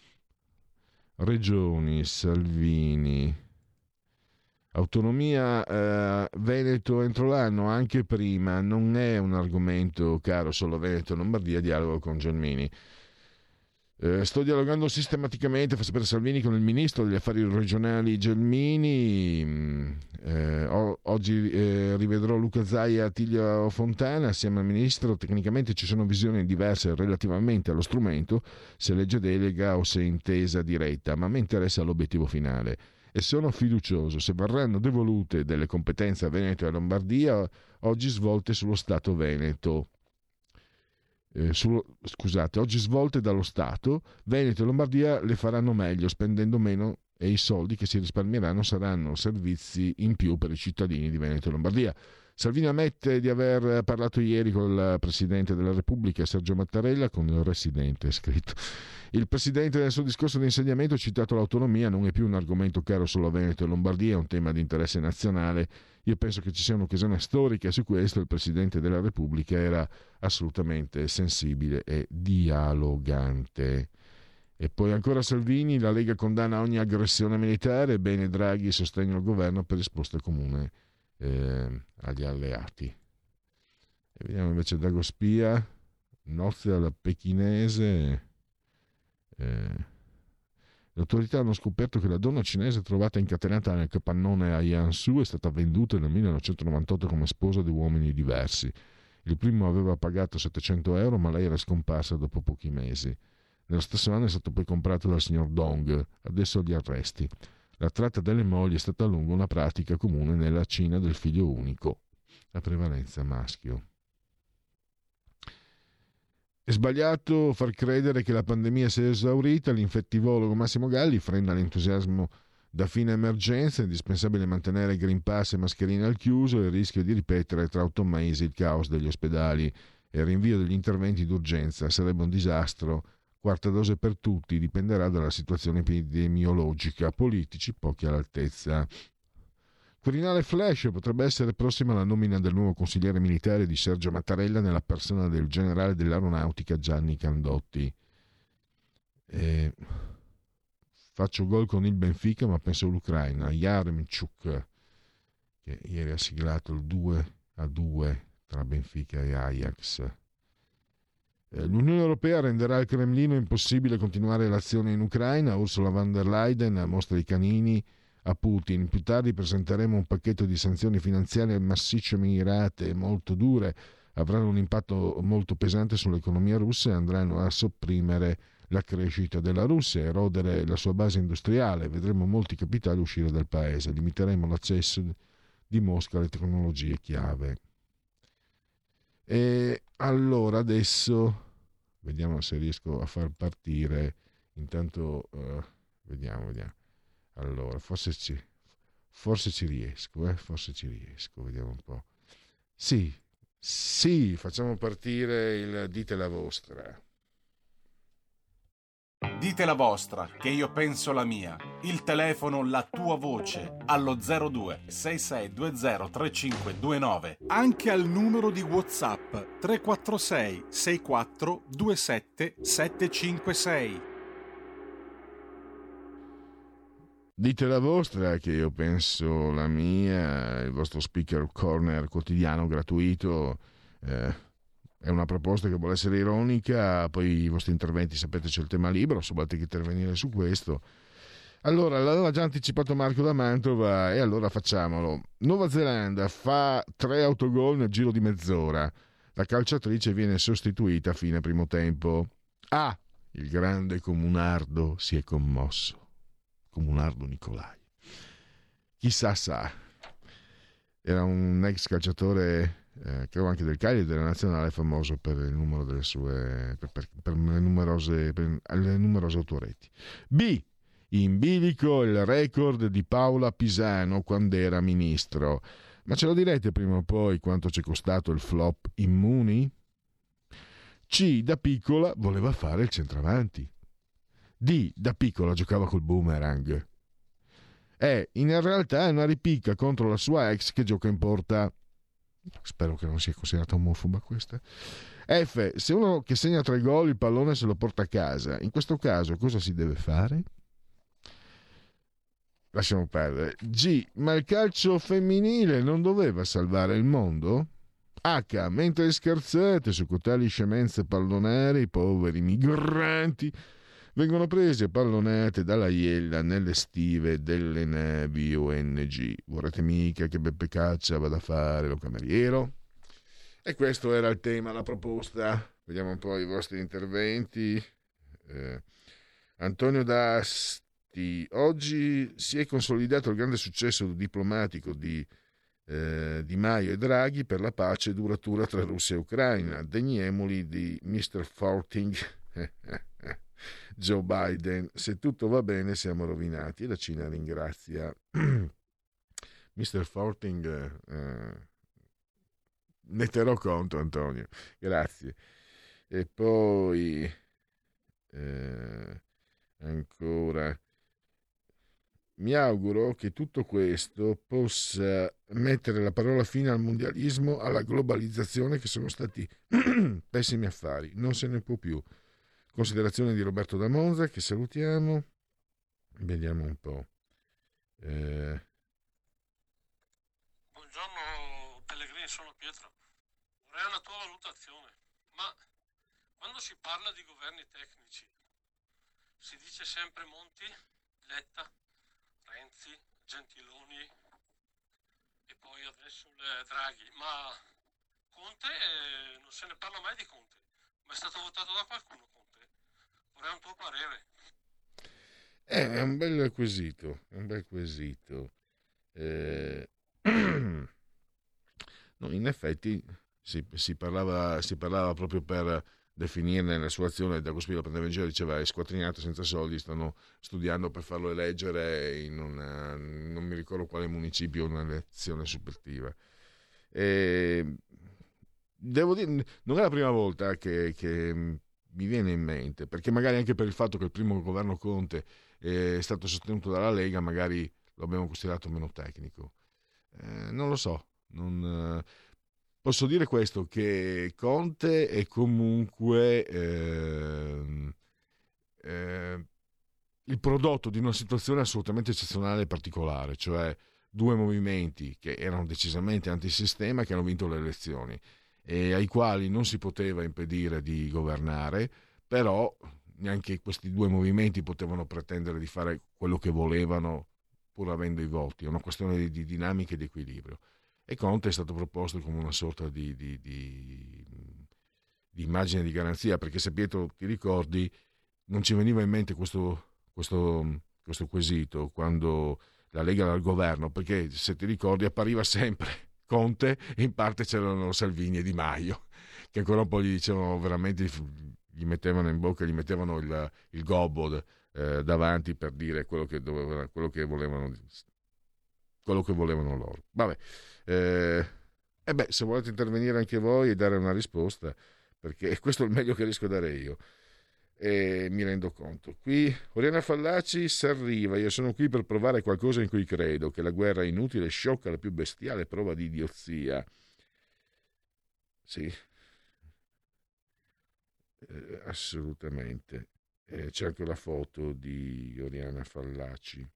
Regioni, Salvini, autonomia, eh, Veneto entro l'anno, anche prima, non è un argomento caro solo Veneto e Lombardia, dialogo con Gelmini. Eh, sto dialogando sistematicamente, fa sapere Salvini, con il ministro degli affari regionali Gelmini. Eh, o, oggi eh, rivedrò Luca Zaia e Attilio Fontana assieme al ministro. Tecnicamente ci sono visioni diverse relativamente allo strumento, se legge delega o se intesa diretta, ma mi interessa l'obiettivo finale. E sono fiducioso, se verranno devolute delle competenze a Veneto e a Lombardia, oggi svolte sullo Stato Veneto, eh, sullo, scusate, oggi svolte dallo Stato, Veneto e Lombardia le faranno meglio, spendendo meno, e i soldi che si risparmieranno saranno servizi in più per i cittadini di Veneto e Lombardia. Salvini ammette di aver parlato ieri con il Presidente della Repubblica, Sergio Mattarella, con il residente scritto. Il Presidente nel suo discorso di insediamento ha citato l'autonomia, non è più un argomento caro solo a Veneto e Lombardia, è un tema di interesse nazionale. Io penso che ci sia un'occasione storica e su questo il Presidente della Repubblica era assolutamente sensibile e dialogante. E poi ancora Salvini, la Lega condanna ogni aggressione militare, bene Draghi sostegna il governo per risposta comune eh, agli alleati. E vediamo invece Dagospia, nozze alla pechinese. Eh, le autorità hanno scoperto che la donna cinese trovata incatenata nel capannone a Jiangsu è stata venduta nel millenovecentonovantotto come sposa di uomini diversi. Il primo aveva pagato settecento euro, ma lei era scomparsa dopo pochi mesi. Nello stesso anno è stato poi comprato dal signor Dong, adesso agli arresti. La tratta delle mogli è stata a lungo una pratica comune nella Cina del figlio unico, a prevalenza maschio. È sbagliato far credere che la pandemia sia esaurita. L'infettivologo Massimo Galli frena l'entusiasmo da fine emergenza. È indispensabile mantenere Green Pass e mascherine al chiuso e il rischio di ripetere tra otto mesi il caos degli ospedali e il rinvio degli interventi d'urgenza sarebbe un disastro. Quarta dose per tutti, dipenderà dalla situazione epidemiologica, politici pochi all'altezza. Quirinale flash, potrebbe essere prossima la nomina del nuovo consigliere militare di Sergio Mattarella nella persona del generale dell'aeronautica Gianni Candotti. E faccio gol con il Benfica, ma penso all'Ucraina. Yaremchuk, che ieri ha siglato il due a due tra Benfica e Ajax. L'Unione Europea renderà al Cremlino impossibile continuare l'azione in Ucraina. Ursula von der Leyen mostra i canini a Putin. Più tardi presenteremo un pacchetto di sanzioni finanziarie massicce, mirate e molto dure. Avranno un impatto molto pesante sull'economia russa e andranno a sopprimere la crescita della Russia, erodere la sua base industriale. Vedremo molti capitali uscire dal paese. Limiteremo l'accesso di Mosca alle tecnologie chiave. E allora adesso vediamo se riesco a far partire. Intanto uh, vediamo, vediamo. Allora, forse ci, forse ci riesco, eh? Forse ci riesco, vediamo un po'. Sì, sì, facciamo partire il dite la vostra. Dite la vostra, che io penso la mia. Il telefono, la tua voce, allo zero due sei sei due zero tre cinque due nove. Anche al numero di WhatsApp tre quattro sei sei quattro due sette sette cinque sei. Dite la vostra, che io penso la mia, il vostro speaker corner quotidiano gratuito. Eh, è una proposta che vuole essere ironica, poi i vostri interventi, sapete, c'è il tema libero, se volete intervenire su questo. Allora, l'aveva già anticipato Marco da Mantova e allora facciamolo. Nuova Zelanda fa tre autogol nel giro di mezz'ora. La calciatrice viene sostituita a fine primo tempo. Ah, il grande Comunardo si è commosso. Comunardo Nicolai. Chissà sa. Era un ex calciatore, eh, credo anche del Cagliari, della nazionale, famoso per il numero delle sue, per, per, per le numerose, per le numerose autoreti. B. In bilico il record di Paola Pisano quando era ministro. Ma ce lo direte prima o poi quanto ci è costato il flop Immuni? C. Da piccola voleva fare il centravanti. D. Da piccola giocava col boomerang. E. In realtà è una ripicca contro la sua ex che gioca in porta. Spero che non sia considerata omofoba questa. F. Se uno che segna tre gol il pallone se lo porta a casa. In questo caso cosa si deve fare? Lasciamo perdere. G. Ma il calcio femminile non doveva salvare il mondo? H. Mentre scherzate su cotali scemenze pallonare, i poveri migranti vengono presi a pallonate dalla iella nelle stive delle navi O N G. Vorrete mica che Beppe Caccia vada a fare lo cameriero? E questo era il tema, la proposta. Vediamo un po' i vostri interventi. Eh, Antonio D'Asti. Oggi si è consolidato il grande successo diplomatico di eh, Di Maio e Draghi per la pace duratura tra Russia e Ucraina. Degniemoli di mister Forting. Joe Biden, se tutto va bene siamo rovinati, e la Cina ringrazia mister Forting. Eh, ne terrò conto, Antonio, grazie. E poi eh, ancora mi auguro che tutto questo possa mettere la parola fine al mondialismo, alla globalizzazione, che sono stati pessimi affari, non se ne può più. Considerazione di Roberto da Monza, che salutiamo. Vediamo un po'. Eh... Buongiorno Pellegrini, sono Pietro. Vorrei una tua valutazione. Ma quando si parla di governi tecnici, si dice sempre Monti, Letta, Renzi, Gentiloni e poi adesso le Draghi. Ma Conte, eh, non se ne parla mai di Conte. Ma è stato votato da qualcuno Conte? Vorrei un tuo parere. Eh, è un bel quesito, è un bel quesito. Eh... no, in effetti si, si, parlava, si parlava proprio per definirne la sua azione. D'Agostino prendeva in giro, diceva: è squattrinato senza soldi, stanno studiando per farlo eleggere in una, non mi ricordo quale municipio, un'elezione suppletiva. E devo dire, non è la prima volta che, che mi viene in mente, perché magari anche per il fatto che il primo governo Conte è stato sostenuto dalla Lega, magari lo abbiamo considerato meno tecnico. Eh, non lo so, non, eh, posso dire questo, che Conte è comunque eh, eh, il prodotto di una situazione assolutamente eccezionale e particolare, cioè due movimenti che erano decisamente antisistema, che hanno vinto le elezioni e ai quali non si poteva impedire di governare, però neanche questi due movimenti potevano pretendere di fare quello che volevano pur avendo i voti. È una questione di, di dinamica e di equilibrio. E Conte è stato proposto come una sorta di, di, di, di immagine di garanzia, perché se Pietro ti ricordi non ci veniva in mente questo, questo, questo quesito quando la Lega era al governo, perché se ti ricordi appariva sempre Conte e in parte c'erano Salvini e Di Maio, che ancora un po' gli dicevano veramente, gli mettevano in bocca, gli mettevano il, il gobbo eh, davanti per dire quello che dovevano, quello che volevano, quello che volevano loro. Vabbè, eh, e beh, se volete intervenire anche voi e dare una risposta, perché questo è il meglio che riesco a dare io. E mi rendo conto. Qui Oriana Fallaci si arriva, io sono qui per provare qualcosa in cui credo, che la guerra è inutile, sciocca, la più bestiale prova di idiozia. Sì, eh, assolutamente. Eh, c'è anche la foto di Oriana Fallaci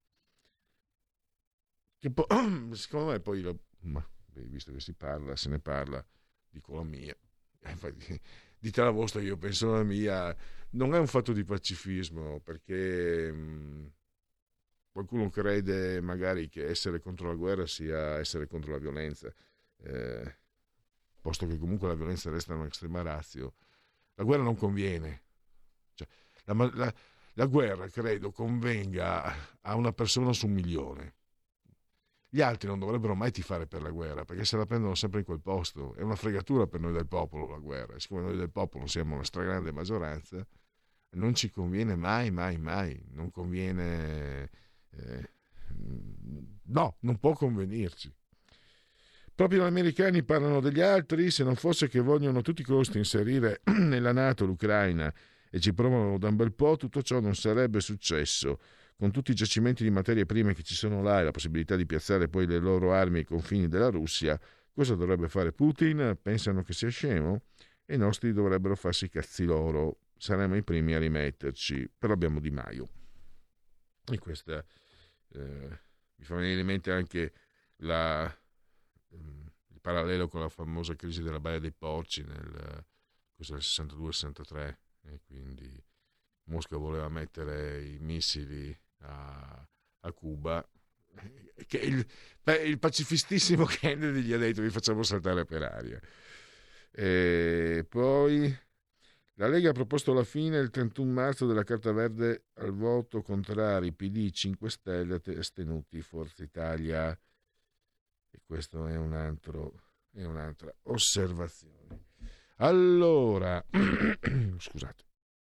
che poi, secondo me poi lo, ma, visto che si parla, se ne parla, dico la mia, eh, dite la vostra, io penso la mia. Non è un fatto di pacifismo, perché mh, qualcuno crede magari che essere contro la guerra sia essere contro la violenza, eh, posto che comunque la violenza resta un'estrema ratio. La guerra non conviene, cioè, la, la, la guerra credo convenga a una persona su un milione. Gli altri non dovrebbero mai tifare per la guerra, perché se la prendono sempre in quel posto. È una fregatura per noi del popolo la guerra. E siccome noi del popolo siamo una stragrande maggioranza, non ci conviene mai, mai, mai. Non conviene... Eh, no, non può convenirci. Proprio gli americani parlano degli altri, se non fosse che vogliono a tutti i costi inserire nella NATO l'Ucraina e ci provano da un bel po', tutto ciò non sarebbe successo. Con tutti i giacimenti di materie prime che ci sono là e la possibilità di piazzare poi le loro armi ai confini della Russia, cosa dovrebbe fare Putin? Pensano che sia scemo? E i nostri dovrebbero farsi i cazzi loro. Saremo i primi a rimetterci, però abbiamo Di Maio. E questa eh, mi fa venire in mente anche la, il parallelo con la famosa crisi della Baia dei Porci nel, nel sessantadue sessantatré, e quindi Mosca voleva mettere i missili a, a Cuba, che il, il pacifistissimo Kennedy gli ha detto: vi facciamo saltare per aria. E poi la Lega ha proposto la fine il trentuno marzo della carta verde al voto contrari P D, cinque Stelle, astenuti Forza Italia, e questo è un altro, è un'altra osservazione. Allora scusate.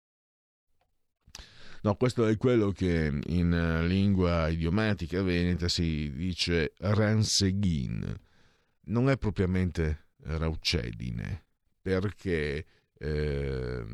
No, questo è quello che in lingua idiomatica veneta si dice ranseghin. Non è propriamente raucedine, perché eh,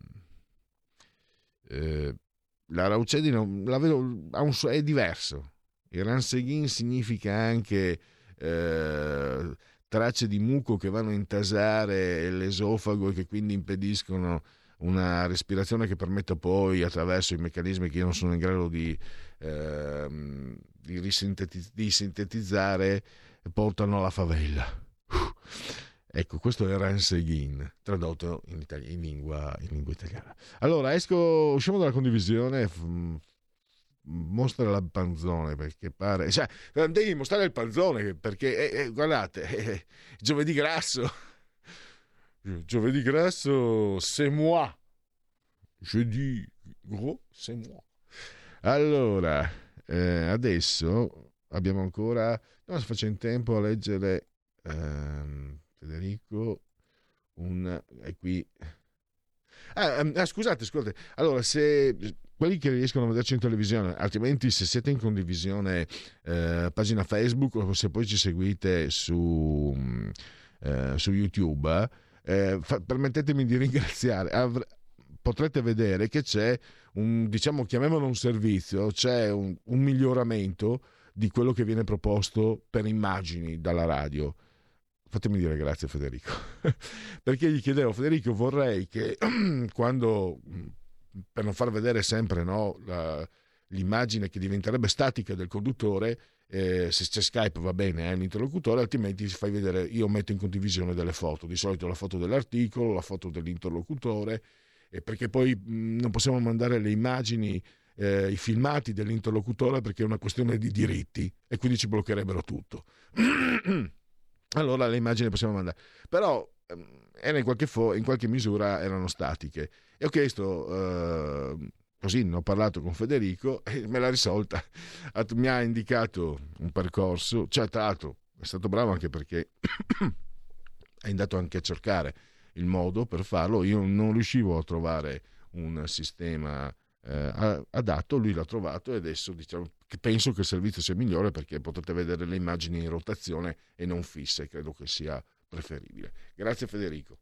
eh, la raucedine la vedo, ha un, è diverso. Il ranseghin significa anche eh, tracce di muco che vanno a intasare l'esofago e che quindi impediscono una respirazione che permetta poi, attraverso i meccanismi che io non sono in grado di, eh, di, risintetiz- di sintetizzare, portano alla favela. Uh. Ecco, questo è ranseghin, tradotto in, itali- in, lingua, in lingua italiana. Allora, esco, usciamo dalla condivisione, f- mostra il panzone, perché pare... Cioè, devi mostrare il panzone, perché, eh, eh, guardate, eh, giovedì grasso. Giovedì grasso, c'est moi. Jeudi gros, c'est moi. Allora, eh, adesso abbiamo ancora... No, si faccia in tempo a leggere ehm, Federico, un... è qui... Ah, ah, scusate, scusate. Allora, se... quelli che riescono a vederci in televisione, altrimenti se siete in condivisione eh, pagina Facebook, o se poi ci seguite su, eh, su YouTube... Eh, fa, permettetemi di ringraziare. Avr- potrete vedere che c'è un, diciamo, chiamiamolo un servizio, c'è un, un miglioramento di quello che viene proposto per immagini dalla radio. Fatemi dire grazie Federico perché gli chiedevo: Federico, vorrei che quando per non far vedere sempre, no, la, l'immagine che diventerebbe statica del conduttore, eh, se c'è Skype va bene, è un interlocutore, altrimenti si fai vedere, io metto in condivisione delle foto, di solito la foto dell'articolo, la foto dell'interlocutore, eh, perché poi mh, non possiamo mandare le immagini, eh, i filmati dell'interlocutore, perché è una questione di diritti e quindi ci bloccherebbero tutto. Allora le immagini le possiamo mandare, però era in qualche, fo- in qualche misura erano statiche, e ho chiesto, eh, così ne ho parlato con Federico e me l'ha risolta. Mi ha indicato un percorso, cioè tra l'altro è stato bravo anche perché è andato anche a cercare il modo per farlo. Io non riuscivo a trovare un sistema eh, adatto, lui l'ha trovato, e adesso diciamo che penso che il servizio sia migliore, perché potete vedere le immagini in rotazione e non fisse, credo che sia preferibile. Grazie Federico.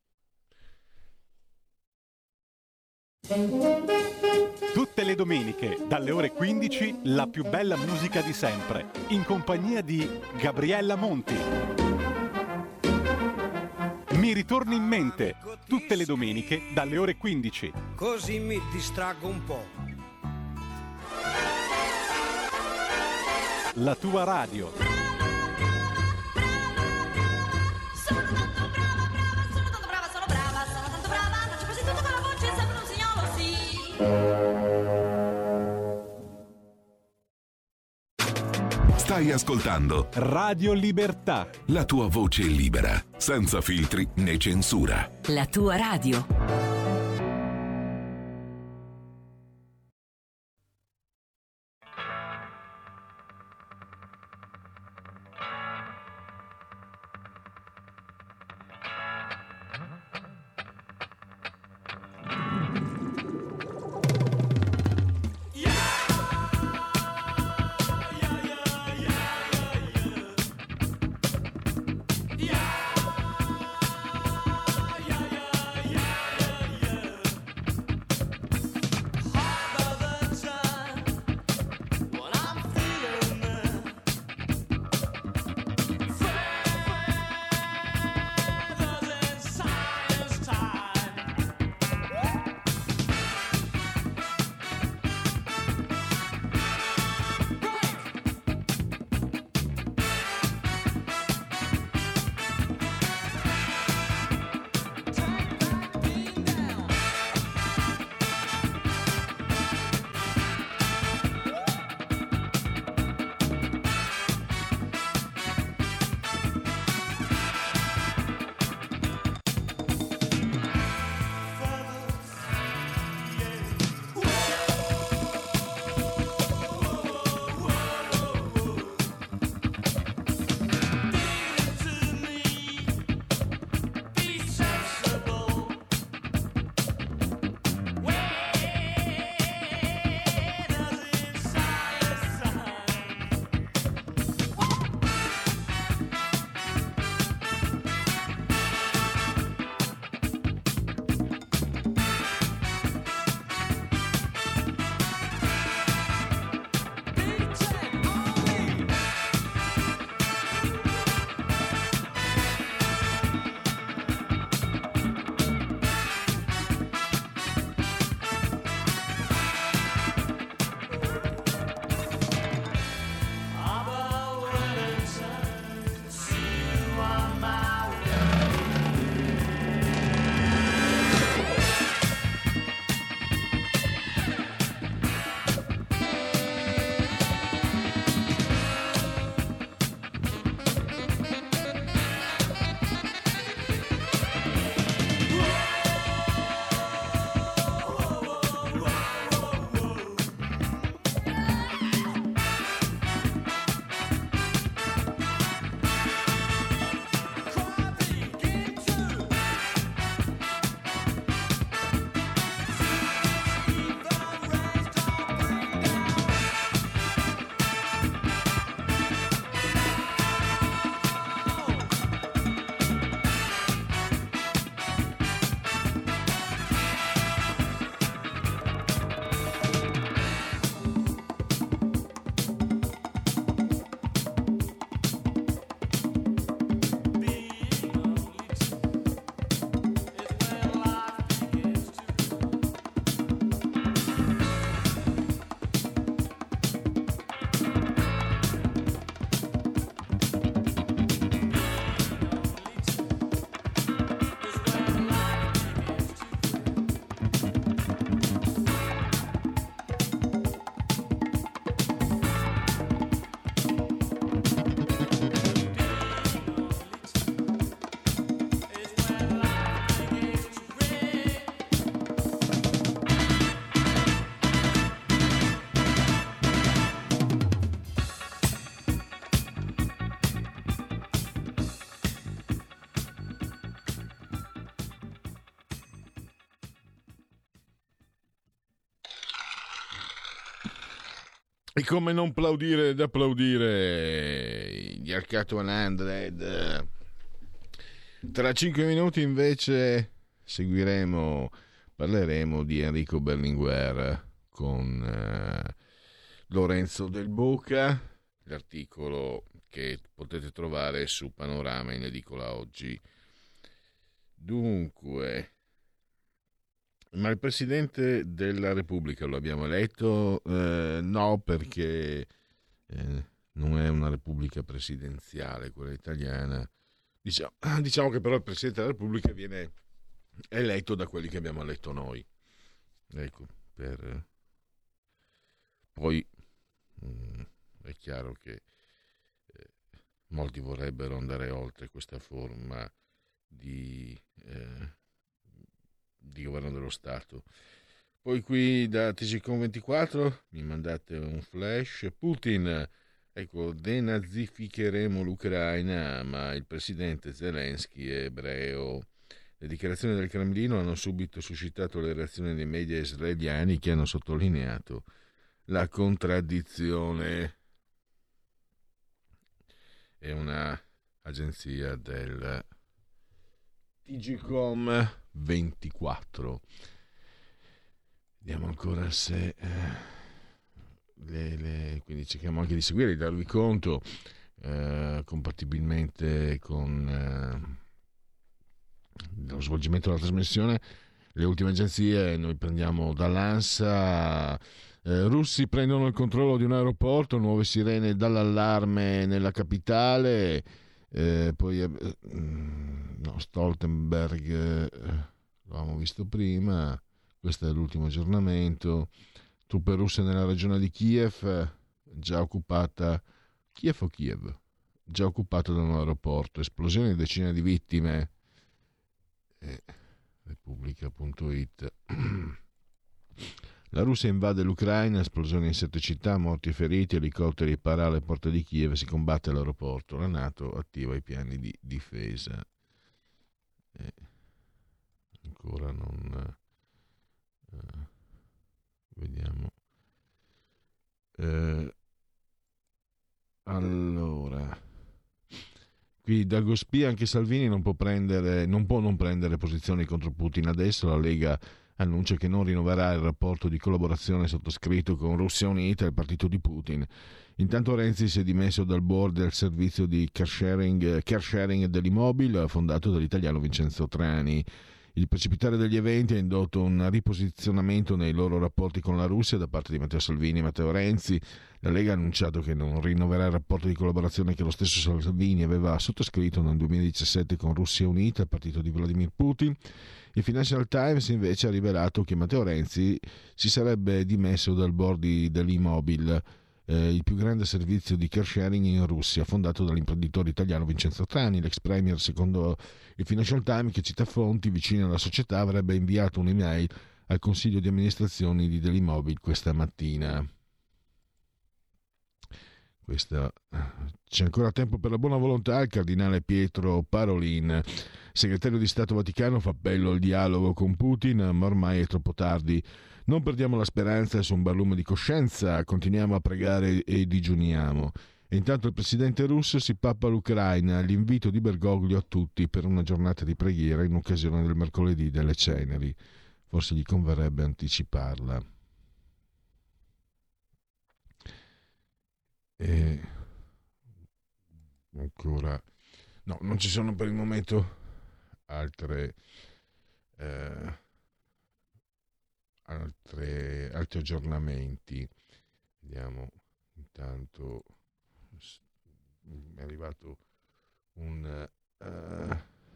Tutte le domeniche dalle ore quindici la più bella musica di sempre, in compagnia di Gabriella Monti. Mi ritorni in mente, tutte le domeniche dalle ore quindici. Così mi distraggo un po'. La tua radio. Sono tanto brava, brava, sono tanto brava, sono brava, sono tanto brava, faccio quasi tutto con la voce, sembra un signolo, sì. Stai ascoltando Radio Libertà, la tua voce libera, senza filtri né censura. La tua radio. E come non plaudire ed applaudire gli Arcade cento. Tra cinque minuti invece seguiremo, parleremo di Enrico Berlinguer con eh, Lorenzo Del Boca, l'articolo che potete trovare su Panorama in edicola oggi. Dunque, ma il Presidente della Repubblica lo abbiamo eletto? Eh, no, perché eh, non è una Repubblica presidenziale quella italiana. Diciamo, diciamo che però il Presidente della Repubblica viene eletto da quelli che abbiamo eletto noi. Ecco, per... poi mh, è chiaro che eh, molti vorrebbero andare oltre questa forma di... Eh, di governo dello Stato. Poi qui da T G Com ventiquattro mi mandate un flash. Putin, ecco, denazificheremo l'Ucraina, ma il presidente Zelensky è ebreo. Le dichiarazioni del Cremlino hanno subito suscitato le reazioni dei media israeliani, che hanno sottolineato la contraddizione. È una agenzia del T G Com ventiquattro. Vediamo ancora se eh, le, le, quindi cerchiamo anche di seguire, di darvi conto eh, compatibilmente con eh, lo svolgimento della trasmissione. Le ultime agenzie noi prendiamo dall'ANSA. eh, russi prendono il controllo di un aeroporto, nuove sirene dall'allarme nella capitale. Eh, poi eh, no, Stoltenberg eh, l'avevamo visto prima, questo è l'ultimo aggiornamento. Truppe russe nella regione di Kiev, già occupata Kiev o Kiev già occupato da un aeroporto, esplosioni e decine di vittime. eh, Repubblica punto it. La Russia invade l'Ucraina, esplosioni in sette città, morti e feriti, elicotteri para alle porte di Kiev, si combatte all'aeroporto, la NATO attiva i piani di difesa. E ancora non... Uh, vediamo. Uh, allora... Qui da Gospia anche Salvini non può prendere, non può non prendere posizioni contro Putin. Adesso la Lega annuncia che non rinnoverà il rapporto di collaborazione sottoscritto con Russia Unita e il partito di Putin. Intanto Renzi si è dimesso dal board del servizio di car sharing, car sharing dell'Immobil fondato dall'italiano Vincenzo Trani. Il precipitare degli eventi ha indotto un riposizionamento nei loro rapporti con la Russia da parte di Matteo Salvini e Matteo Renzi. La Lega ha annunciato che non rinnoverà il rapporto di collaborazione che lo stesso Salvini aveva sottoscritto nel duemiladiciassette con Russia Unita, il partito di Vladimir Putin. Il Financial Times invece ha rivelato che Matteo Renzi si sarebbe dimesso dal board dell'Immobil, eh, il più grande servizio di car sharing in Russia, fondato dall'imprenditore italiano Vincenzo Trani. L'ex premier, secondo il Financial Times, che cita fonti vicine alla società, avrebbe inviato un'email al consiglio di amministrazione di dell'Immobil questa mattina. Questa... C'è ancora tempo per la buona volontà. Il cardinale Pietro Parolin, segretario di Stato Vaticano, fa appello al dialogo con Putin, ma ormai è troppo tardi. Non perdiamo la speranza su un barlume di coscienza, continuiamo a pregare e digiuniamo. E intanto il presidente russo si pappa l'Ucraina, l'invito di Bergoglio a tutti per una giornata di preghiera in occasione del mercoledì delle ceneri. Forse gli converrebbe anticiparla. E ancora no, non ci sono per il momento altre eh, altre altri aggiornamenti. Vediamo, intanto è arrivato un uh,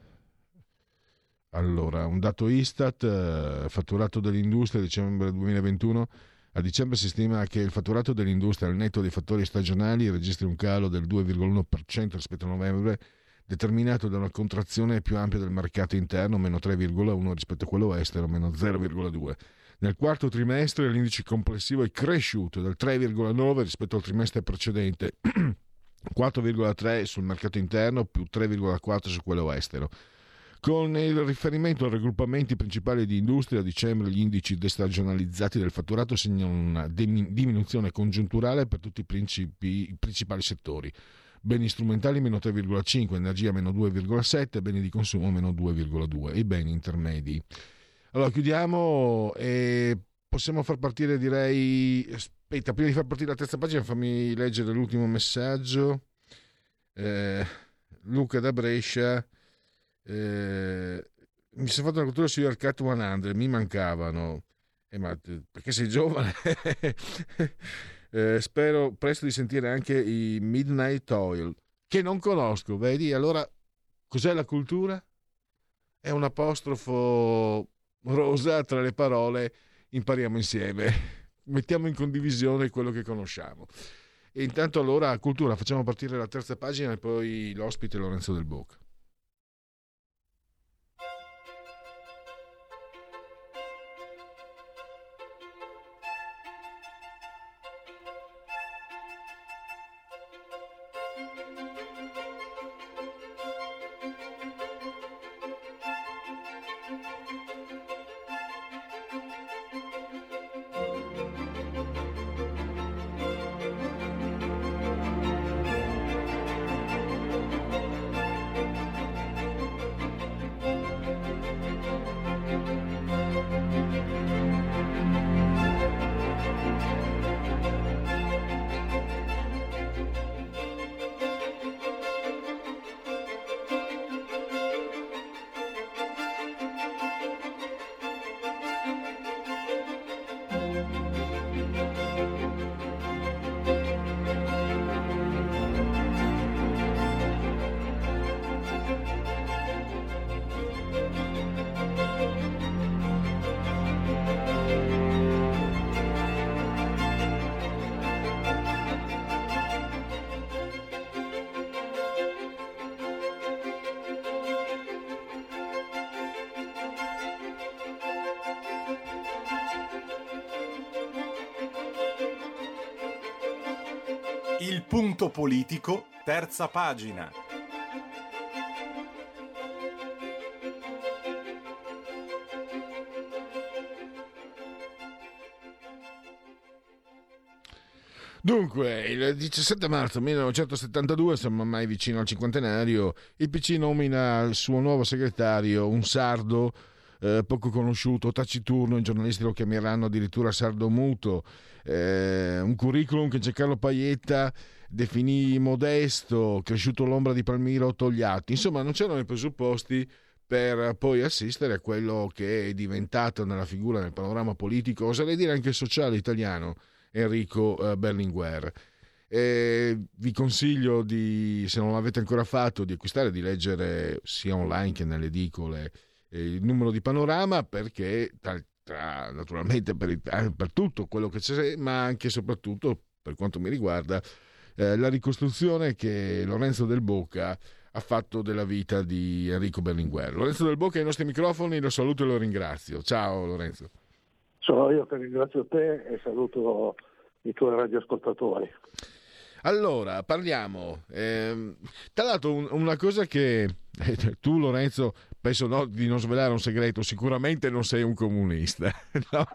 allora un dato Istat, uh, fatturato dell'industria dicembre duemilaventuno. A dicembre si stima che il fatturato dell'industria al netto dei fattori stagionali registri un calo del due virgola uno per cento rispetto a novembre, determinato da una contrazione più ampia del mercato interno, meno tre virgola uno rispetto a quello estero, meno zero virgola due. Nel quarto trimestre l'indice complessivo è cresciuto del tre virgola nove rispetto al trimestre precedente, quattro virgola tre sul mercato interno, più tre virgola quattro su quello estero. Con il riferimento ai raggruppamenti principali di industria, a dicembre gli indici destagionalizzati del fatturato segnano una diminuzione congiunturale per tutti i, principi, i principali settori. Beni strumentali meno tre virgola cinque, energia meno due virgola sette, beni di consumo meno due virgola due e i beni intermedi. Allora chiudiamo e possiamo far partire, direi, aspetta, prima di far partire la terza pagina fammi leggere l'ultimo messaggio. Eh, Luca da Brescia. Eh, mi sono fatto una cultura sugli Arcat cento, mi mancavano. Eh, ma perché sei giovane? eh, spero presto di sentire anche i Midnight Oil, che non conosco, vedi? Allora, cos'è la cultura? È un apostrofo rosa tra le parole, impariamo insieme, mettiamo in condivisione quello che conosciamo. E intanto allora, cultura, facciamo partire la terza pagina e poi l'ospite Lorenzo Del Boca. Il punto politico, terza pagina. Dunque, il diciassette marzo millenovecentosettantadue, siamo ormai vicino al cinquantenario, il P C nomina al suo nuovo segretario un sardo eh, poco conosciuto, taciturno, i giornalisti lo chiameranno addirittura sardomuto, eh, un curriculum che Giancarlo Paietta definì modesto, cresciuto all'ombra di Palmiro Togliatti. Insomma, non c'erano i presupposti per poi assistere a quello che è diventato nella figura, nel panorama politico, oserei dire anche sociale italiano, Enrico Berlinguer. E vi consiglio di, se non l'avete ancora fatto, di acquistare, di leggere sia online che nelle edicole il numero di Panorama, perché tra, tra, naturalmente per, il, per tutto quello che c'è, ma anche e soprattutto per quanto mi riguarda eh, la ricostruzione che Lorenzo Del Boca ha fatto della vita di Enrico Berlinguer. Lorenzo Del Boca ai nostri microfoni, lo saluto e lo ringrazio. Ciao Lorenzo. Sono io che ringrazio te e saluto i tuoi radioascoltatori. Allora, parliamo. Eh, tra l'altro un, una cosa che eh, tu Lorenzo, penso no, di non svelare un segreto, sicuramente non sei un comunista. No,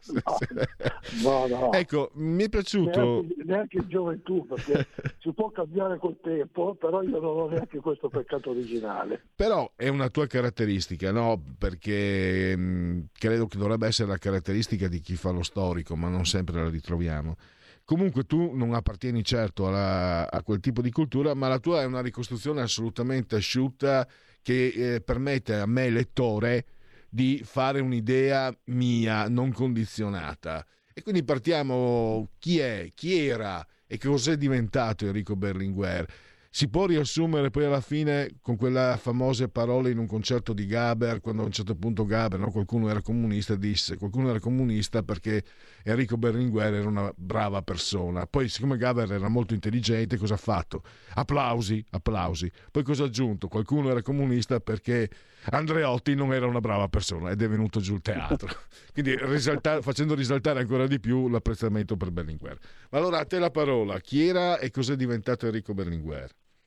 no, no. Ecco, mi è piaciuto... Neanche, neanche in gioventù, perché si può cambiare col tempo, però io non ho neanche questo peccato originale. Però è una tua caratteristica, no? Perché mh, credo che dovrebbe essere la caratteristica di chi fa lo storico, ma non sempre la ritroviamo. Comunque tu non appartieni certo alla, a quel tipo di cultura, ma la tua è una ricostruzione assolutamente asciutta che eh, permette a me, lettore, di fare un'idea mia, non condizionata. E quindi partiamo, chi è, chi era e che cos'è diventato Enrico Berlinguer? Si può riassumere poi alla fine con quella famosa parola in un concerto di Gaber, quando a un certo punto Gaber, no, qualcuno era comunista, disse qualcuno era comunista perché Enrico Berlinguer era una brava persona. Poi siccome Gaber era molto intelligente, cosa ha fatto? Applausi, applausi. Poi cosa ha aggiunto? Qualcuno era comunista perché Andreotti non era una brava persona ed è venuto giù il teatro. Quindi risalta- facendo risaltare ancora di più l'apprezzamento per Berlinguer. Ma allora a te la parola, chi era e cos'è diventato Enrico Berlinguer?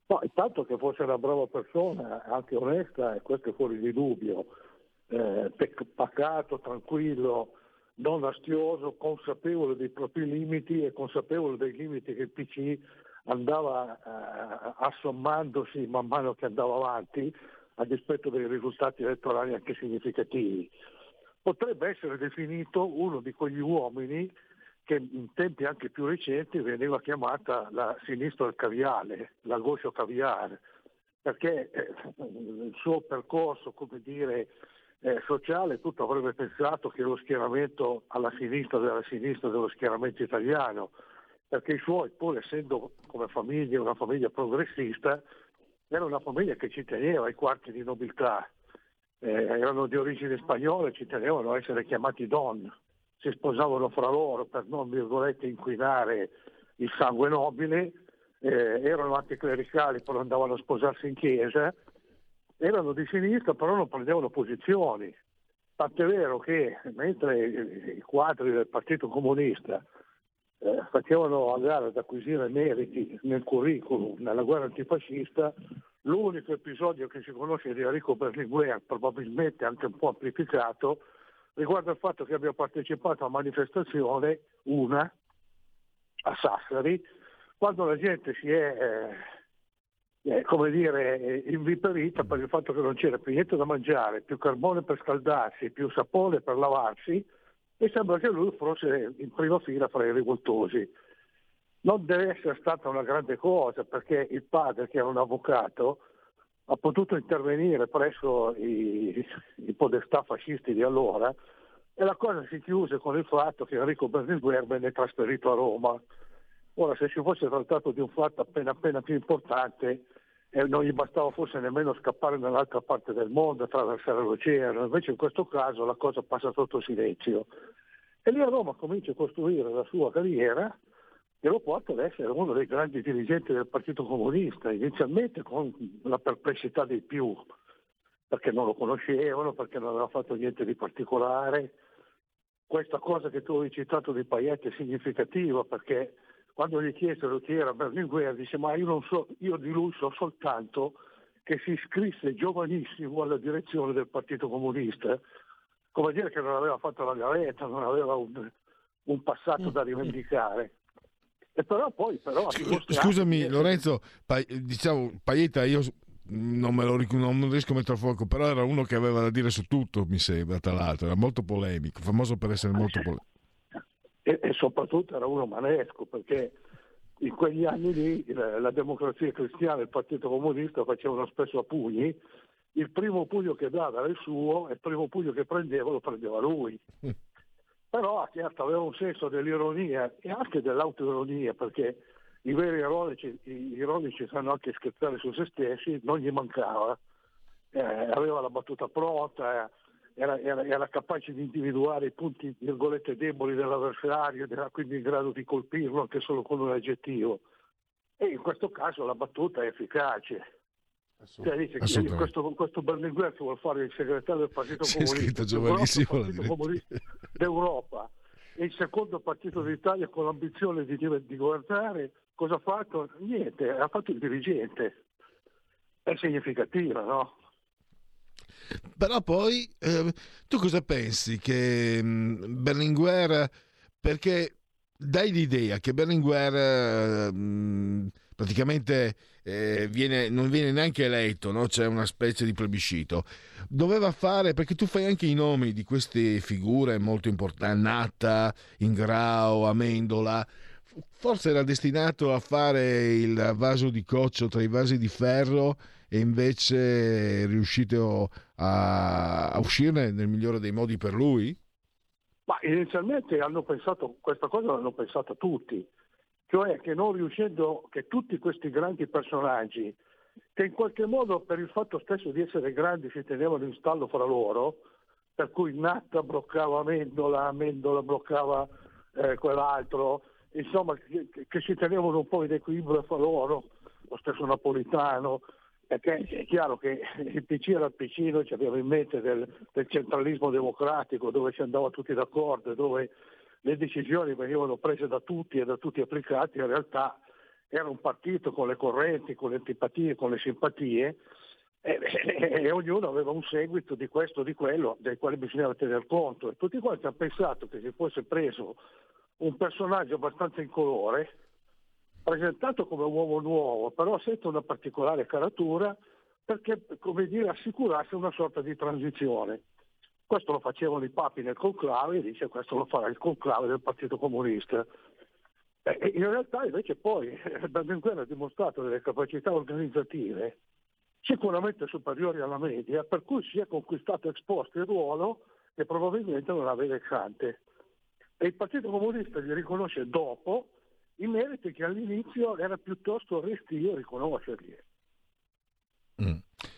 No, intanto che fosse una brava persona, anche onesta, e questo è fuori di dubbio, eh, pec- pacato, tranquillo, non astioso, consapevole dei propri limiti e consapevole dei limiti che il P C andava eh, assommandosi man mano che andava avanti, a dispetto dei risultati elettorali anche significativi. Potrebbe essere definito uno di quegli uomini che in tempi anche più recenti veniva chiamata la sinistra del caviale, la gauche caviale, perché eh, il suo percorso, come dire, eh, sociale, tutto avrebbe pensato che lo schieramento alla sinistra della sinistra dello schieramento italiano, perché i suoi, pur essendo come famiglia una famiglia progressista, era una famiglia che ci teneva ai quarti di nobiltà, eh, erano di origine spagnola e ci tenevano a essere chiamati don, si sposavano fra loro per non, virgolette, inquinare il sangue nobile, eh, erano anticlericali però andavano a sposarsi in chiesa, erano di sinistra però non prendevano posizioni, tant'è vero che mentre i quadri del Partito Comunista Eh, facevano a gara ad acquisire meriti nel curriculum nella guerra antifascista, l'unico episodio che si conosce di Enrico Berlinguer, probabilmente anche un po' amplificato, riguarda il fatto che abbia partecipato a una manifestazione, una, a Sassari, quando la gente si è, eh, eh, come dire, inviperita per il fatto che non c'era più niente da mangiare, più carbone per scaldarsi, più sapone per lavarsi, e sembra che lui fosse in prima fila fra i rivoltosi. Non deve essere stata una grande cosa, perché il padre, che era un avvocato, ha potuto intervenire presso i, i podestà fascisti di allora, e la cosa si chiuse con il fatto che Enrico Berlinguer venne trasferito a Roma. Ora, se si fosse trattato di un fatto appena appena più importante, eh, non gli bastava forse nemmeno scappare nell'altra parte del mondo, attraversare l'oceano, invece in questo caso la cosa passa sotto silenzio. E lì a Roma comincia a costruire la sua carriera e lo porta ad essere uno dei grandi dirigenti del Partito Comunista, inizialmente con la perplessità dei più, perché non lo conoscevano, perché non aveva fatto niente di particolare. Questa cosa che tu hai citato di Pajette è significativa, perché quando gli chiesero chi era Berlinguer, dice: ma io non so, io di lui so soltanto che si iscrisse giovanissimo alla direzione del Partito Comunista, come dire che non aveva fatto la gavetta, non aveva un, un passato da rivendicare. E però poi però ha dimostrato. Scusami che... Lorenzo, pa- diciamo Pajetta, io non me lo ric- non riesco a mettere a fuoco, però era uno che aveva da dire su tutto, mi sembra, tra l'altro, era molto polemico, famoso per essere molto polemico. E, e soprattutto era uno manesco, perché in quegli anni lì la, la Democrazia Cristiana e il Partito Comunista facevano spesso a pugni, il primo pugno che dava era il suo e il primo pugno che prendeva lo prendeva lui. Mm. Però certo aveva un senso dell'ironia e anche dell'autoironia, perché i veri ironici, i ironici sanno anche scherzare su se stessi, non gli mancava, eh, aveva la battuta pronta, era, era, era capace di individuare i punti virgolette deboli dell'avversario ed era quindi in grado di colpirlo anche solo con un aggettivo, e in questo caso la battuta è efficace. Cioè, dice che questo, questo Berlinguer che vuole fare il segretario del Partito C'è Comunista, giovanissimo, Partito Comunista d'Europa e il secondo partito d'Italia con l'ambizione di, di governare, cosa ha fatto? Niente, ha fatto il dirigente. È significativa, no? Però poi eh, tu cosa pensi che mh, Berlinguer, perché dai l'idea che Berlinguer mh, praticamente eh, viene, non viene neanche eletto, no? C'è una specie di plebiscito, doveva fare, perché tu fai anche i nomi di queste figure molto importanti, Natta, Ingrao, Amendola, forse era destinato a fare il vaso di coccio tra i vasi di ferro e invece è riuscito a, a uscirne nel migliore dei modi per lui? Ma inizialmente hanno pensato, questa cosa l'hanno pensata tutti, cioè che non riuscendo, che tutti questi grandi personaggi, che in qualche modo per il fatto stesso di essere grandi si tenevano in stallo fra loro, per cui Natta bloccava Amendola, Amendola bloccava eh, quell'altro, insomma che, che si tenevano un po' in equilibrio fra loro, lo stesso Napolitano, perché è chiaro che il P C era il P C, noi ci abbiamo in mente del, del centralismo democratico, dove si andava tutti d'accordo, dove le decisioni venivano prese da tutti e da tutti applicate. In realtà era un partito con le correnti, con le antipatie, con le simpatie, e, e, e ognuno aveva un seguito di questo o di quello dai quali bisognava tener conto, e tutti quanti hanno pensato che si fosse preso un personaggio abbastanza incolore, presentato come uomo nuovo, però senza una particolare caratura, perché, come dire, assicurasse una sorta di transizione. Questo lo facevano i papi nel conclave, e dice questo lo farà il conclave del Partito Comunista. E in realtà invece poi Berlinguer ha dimostrato delle capacità organizzative sicuramente superiori alla media, per cui si è conquistato ex post il ruolo che probabilmente non aveva ex ante. E il Partito Comunista gli riconosce dopo i meriti che all'inizio era piuttosto restio a riconoscergli. Mm.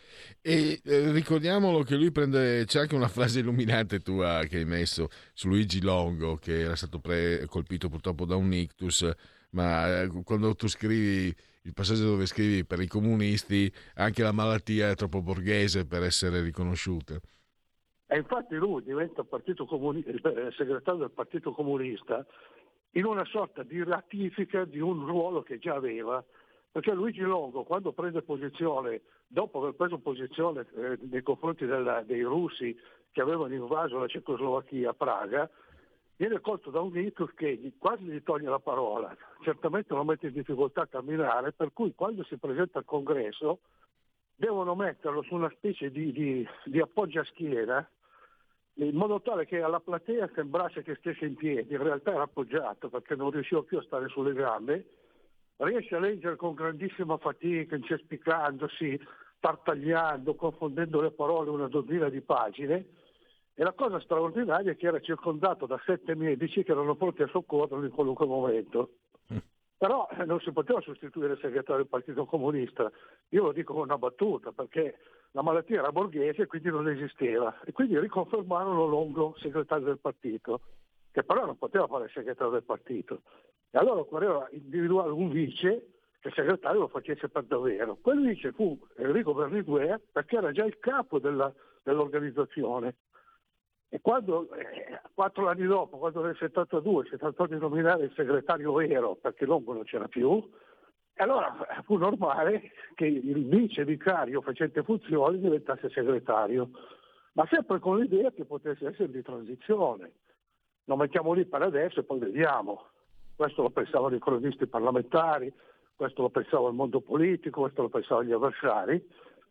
E eh, ricordiamolo che lui prende, c'è anche una frase illuminante tua che hai messo su Luigi Longo, che era stato pre- colpito purtroppo da un ictus, ma eh, quando tu scrivi il passaggio dove scrivi per i comunisti anche la malattia è troppo borghese per essere riconosciuta. E infatti lui diventa partito comuni- il segretario del Partito Comunista in una sorta di ratifica di un ruolo che già aveva, perché Luigi Longo, quando prende posizione, dopo aver preso posizione eh, nei confronti della, dei russi che avevano invaso la Cecoslovacchia a Praga, viene colto da un ictus che gli, quasi gli toglie la parola, certamente lo mette in difficoltà a camminare, per cui quando si presenta al congresso devono metterlo su una specie di, di, di appoggiaschiena, in modo tale che alla platea sembrasse che stesse in piedi, in realtà era appoggiato perché non riusciva più a stare sulle gambe, riesce a leggere con grandissima fatica, incespicandosi, tartagliando, confondendo le parole una dozzina di pagine, e la cosa straordinaria è che era circondato da sette medici che erano pronti a soccorrerlo in qualunque momento. Però eh, non si poteva sostituire il segretario del Partito Comunista, io lo dico con una battuta, perché la malattia era borghese e quindi non esisteva, e quindi riconfermarono Longo segretario del partito, che però non poteva fare il segretario del partito, e allora occorreva individuare un vice che il segretario lo facesse per davvero. Quel vice fu Enrico Berlinguer, perché era già il capo della, dell'organizzazione. E quando, eh, quattro anni dopo, quando nel settantadue si trattò di nominare il segretario vero, perché Longo non c'era più, e allora fu normale che il vice vicario facente funzioni diventasse segretario, ma sempre con l'idea che potesse essere di transizione. Lo mettiamo lì per adesso e poi vediamo. Questo lo pensavano i cronisti parlamentari, questo lo pensava il mondo politico, questo lo pensavano gli avversari,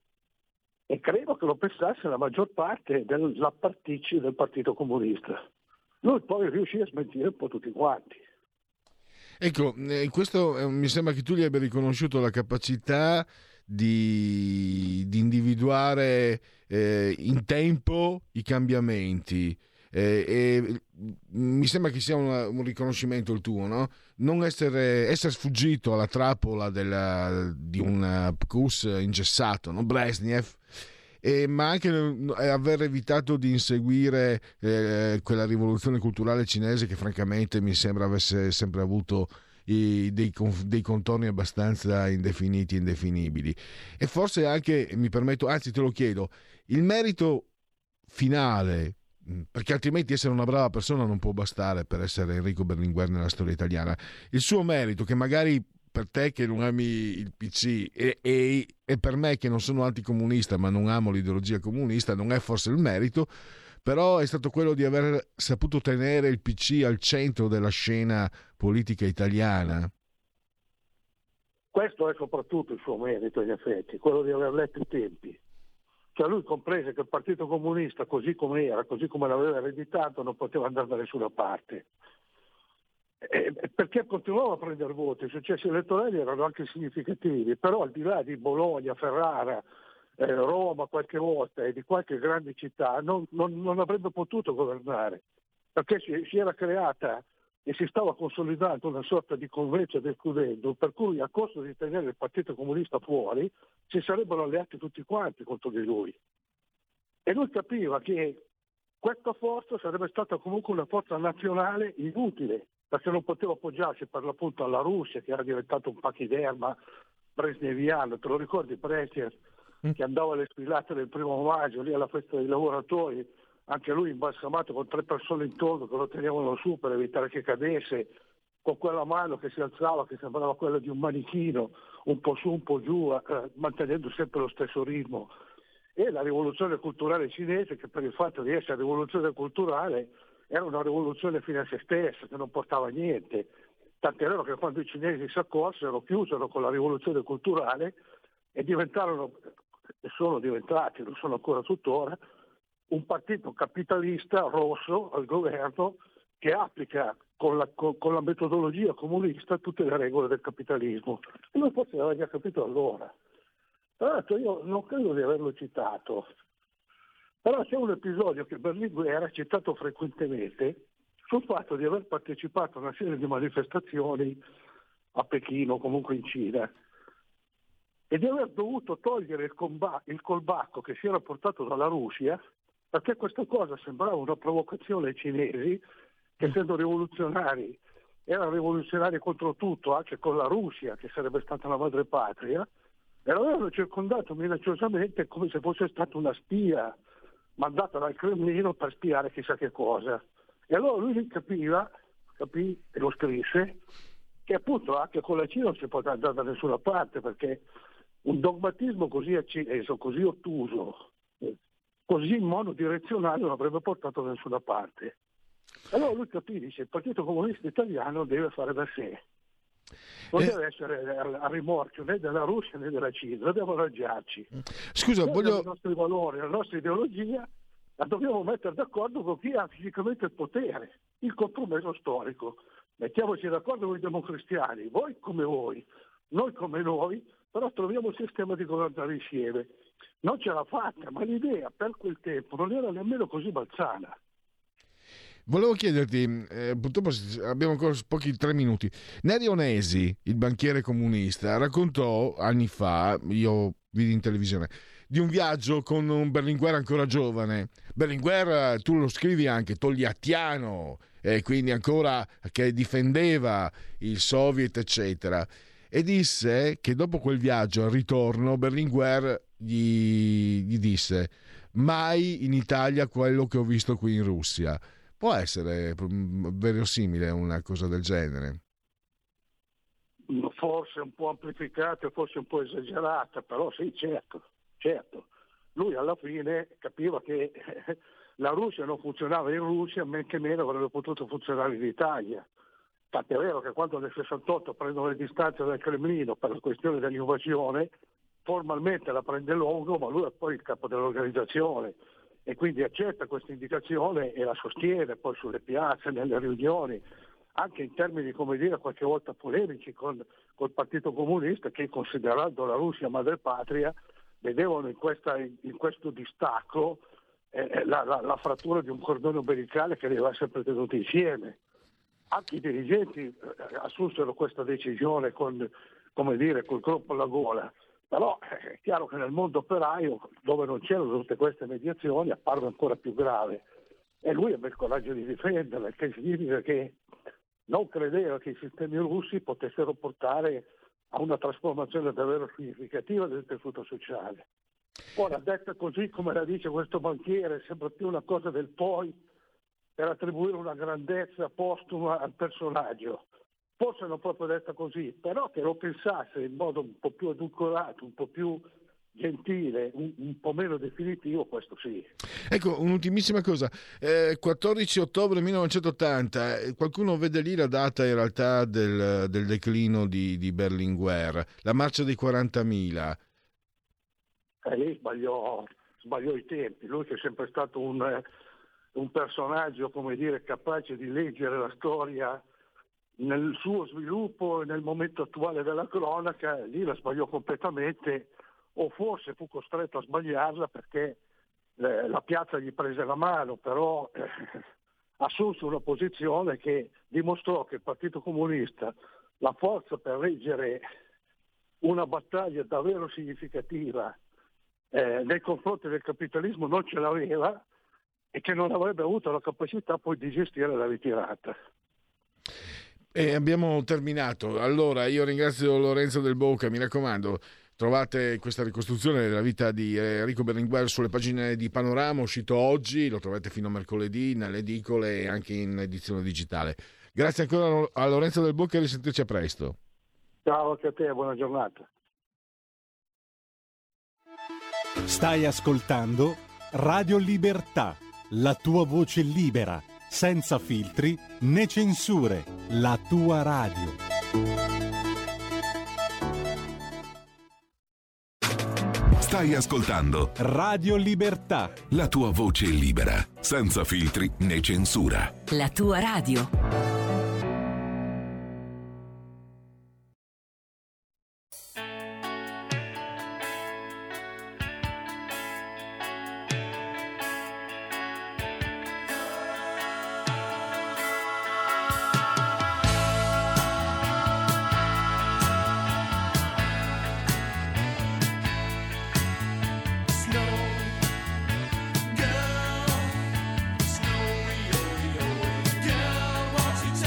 e credo che lo pensasse la maggior parte dell'apparticci del Partito Comunista. Lui poi riuscì a smentire un po' tutti quanti. Ecco, eh, questo eh, mi sembra che tu gli abbia riconosciuto la capacità di, di individuare eh, in tempo i cambiamenti. Eh, e mi sembra che sia una, un riconoscimento il tuo, no? Non essere, essere sfuggito alla trappola della, di un P Q S ingessato, no? Brezhnev, eh, ma anche aver evitato di inseguire eh, quella rivoluzione culturale cinese che francamente mi sembra avesse sempre avuto i, dei, dei contorni abbastanza indefiniti e indefinibili. E forse anche, mi permetto, anzi te lo chiedo, il merito finale, perché altrimenti essere una brava persona non può bastare per essere Enrico Berlinguer nella storia italiana, il suo merito, che magari per te che non ami il P C e, e, e per me che non sono anticomunista ma non amo l'ideologia comunista, non è forse il merito, però è stato quello di aver saputo tenere il P C al centro della scena politica italiana. Questo è soprattutto il suo merito, in effetti, quello di aver letto i tempi. Cioè lui comprese che il Partito Comunista, così come era, così come l'aveva ereditato, non poteva andare da nessuna parte. E perché continuava a prendere voti, i successi elettorali erano anche significativi, però al di là di Bologna, Ferrara, eh, Roma qualche volta e di qualche grande città, non, non, non avrebbe potuto governare, perché si, si era creata e si stava consolidando una sorta di convegno del Scudetto, per cui a costo di tenere il Partito Comunista fuori si sarebbero alleati tutti quanti contro di lui. E lui capiva che questa forza sarebbe stata comunque una forza nazionale inutile, perché non poteva appoggiarsi per l'appunto alla Russia, che era diventato un pachiderma brezhneviano. Te lo ricordi Brezhnev, che andava alle sfilate del primo maggio lì alla festa dei lavoratori, anche lui imbalsamato con tre persone intorno che lo tenevano su per evitare che cadesse, con quella mano che si alzava, che sembrava quella di un manichino, un po' su, un po' giù, eh, mantenendo sempre lo stesso ritmo. E la rivoluzione culturale cinese, che per il fatto di essere rivoluzione culturale era una rivoluzione fine a se stessa, che non portava a niente. Tant'è vero che quando i cinesi si accorsero, chiusero con la rivoluzione culturale e diventarono, e sono diventati, lo sono ancora tuttora, un partito capitalista rosso al governo che applica con la, con, con la metodologia comunista tutte le regole del capitalismo. E lui forse l'aveva già capito allora. Tra l'altro io non credo di averlo citato, però c'è un episodio che Berlinguer ha citato frequentemente sul fatto di aver partecipato a una serie di manifestazioni a Pechino, comunque in Cina, e di aver dovuto togliere il, comba- il colbacco che si era portato dalla Russia, perché questa cosa sembrava una provocazione ai cinesi, che essendo rivoluzionari, erano rivoluzionari contro tutto, anche con la Russia, che sarebbe stata la madrepatria, e l'avevano circondato minacciosamente come se fosse stata una spia mandata dal Cremlino per spiare chissà che cosa. E allora lui capiva, capì e lo scrisse, che appunto anche con la Cina non si può andare da nessuna parte, perché un dogmatismo così acceso, così ottuso, così monodirezionale non avrebbe portato da nessuna parte. Allora lui capì, dice, il Partito Comunista Italiano deve fare da sé. Non eh. deve essere a rimorchio né della Russia né della Cina, dobbiamo arrangiarci. Scusa, noi voglio... i nostri valori, la nostra ideologia la dobbiamo mettere d'accordo con chi ha fisicamente il potere, il compromesso storico. Mettiamoci d'accordo con i democristiani, voi come voi, noi come noi, però troviamo il sistema di governare insieme. Non ce l'ha fatta, ma l'idea per quel tempo non era nemmeno così balzana. Volevo chiederti, eh, purtroppo abbiamo ancora pochi tre minuti. Neri Onesi, il banchiere comunista, raccontò anni fa, io vidi in televisione, di un viaggio con un Berlinguer ancora giovane. Berlinguer, tu lo scrivi anche, togliattiano, e quindi ancora che difendeva il Soviet, eccetera. E disse che dopo quel viaggio, al ritorno, Berlinguer gli, gli disse: mai in Italia quello che ho visto qui in Russia. Può essere verosimile una cosa del genere? Forse un po' amplificata, forse un po' esagerata, però sì, certo, certo. Lui alla fine capiva che la Russia non funzionava in Russia, men che meno avrebbe potuto funzionare in Italia. Tant'è vero che quando nel sessantotto prendono le distanze dal Cremlino per la questione dell'invasione, formalmente la prende Longo, ma lui è poi il capo dell'organizzazione. E quindi accetta questa indicazione e la sostiene poi sulle piazze, nelle riunioni, anche in termini, come dire, qualche volta polemici con col Partito Comunista, che considerando la Russia madrepatria vedevano in, questa, in questo distacco eh, la, la, la frattura di un cordone ombelicale che deve essere sempre tenuto insieme. Anche i dirigenti eh, assunsero questa decisione con, come dire, col colpo alla gola. Però è chiaro che nel mondo operaio, dove non c'erano tutte queste mediazioni, apparve ancora più grave. E lui ebbe il coraggio di difenderla, il che significa che non credeva che i sistemi russi potessero portare a una trasformazione davvero significativa del tessuto sociale. Ora, detta così come la dice questo banchiere, sembra più una cosa del poi per attribuire una grandezza postuma al personaggio. Forse non proprio detta così, però che lo pensasse in modo un po' più edulcorato, un po' più gentile, un, un po' meno definitivo, questo sì. Ecco, un'ultimissima cosa, eh, quattordici ottobre millenovecentottanta, qualcuno vede lì la data in realtà del, del declino di, di Berlinguer, la marcia dei quarantamila. E lì sbagliò, sbagliò i tempi, lui che è sempre stato un, un personaggio, come dire, capace di leggere la storia nel suo sviluppo e nel momento attuale della cronaca, lì la sbagliò completamente, o forse fu costretto a sbagliarla perché eh, la piazza gli prese la mano, però eh, assunse una posizione che dimostrò che il Partito Comunista la forza per reggere una battaglia davvero significativa eh, nei confronti del capitalismo non ce l'aveva e che non avrebbe avuto la capacità poi di gestire la ritirata. E abbiamo terminato. Allora io ringrazio Lorenzo Del Boca, mi raccomando, trovate questa ricostruzione della vita di Enrico Berlinguer sulle pagine di Panorama, uscito oggi, lo trovate fino a mercoledì nelle edicole e anche in edizione digitale. Grazie ancora a Lorenzo Del Bocca e risentirci a presto. Ciao anche a te, buona giornata. Stai ascoltando Radio Libertà, la tua voce libera, senza filtri né censure, la tua radio. Stai ascoltando Radio Libertà, la tua voce libera, senza filtri né censura. La tua radio. Girl, won't you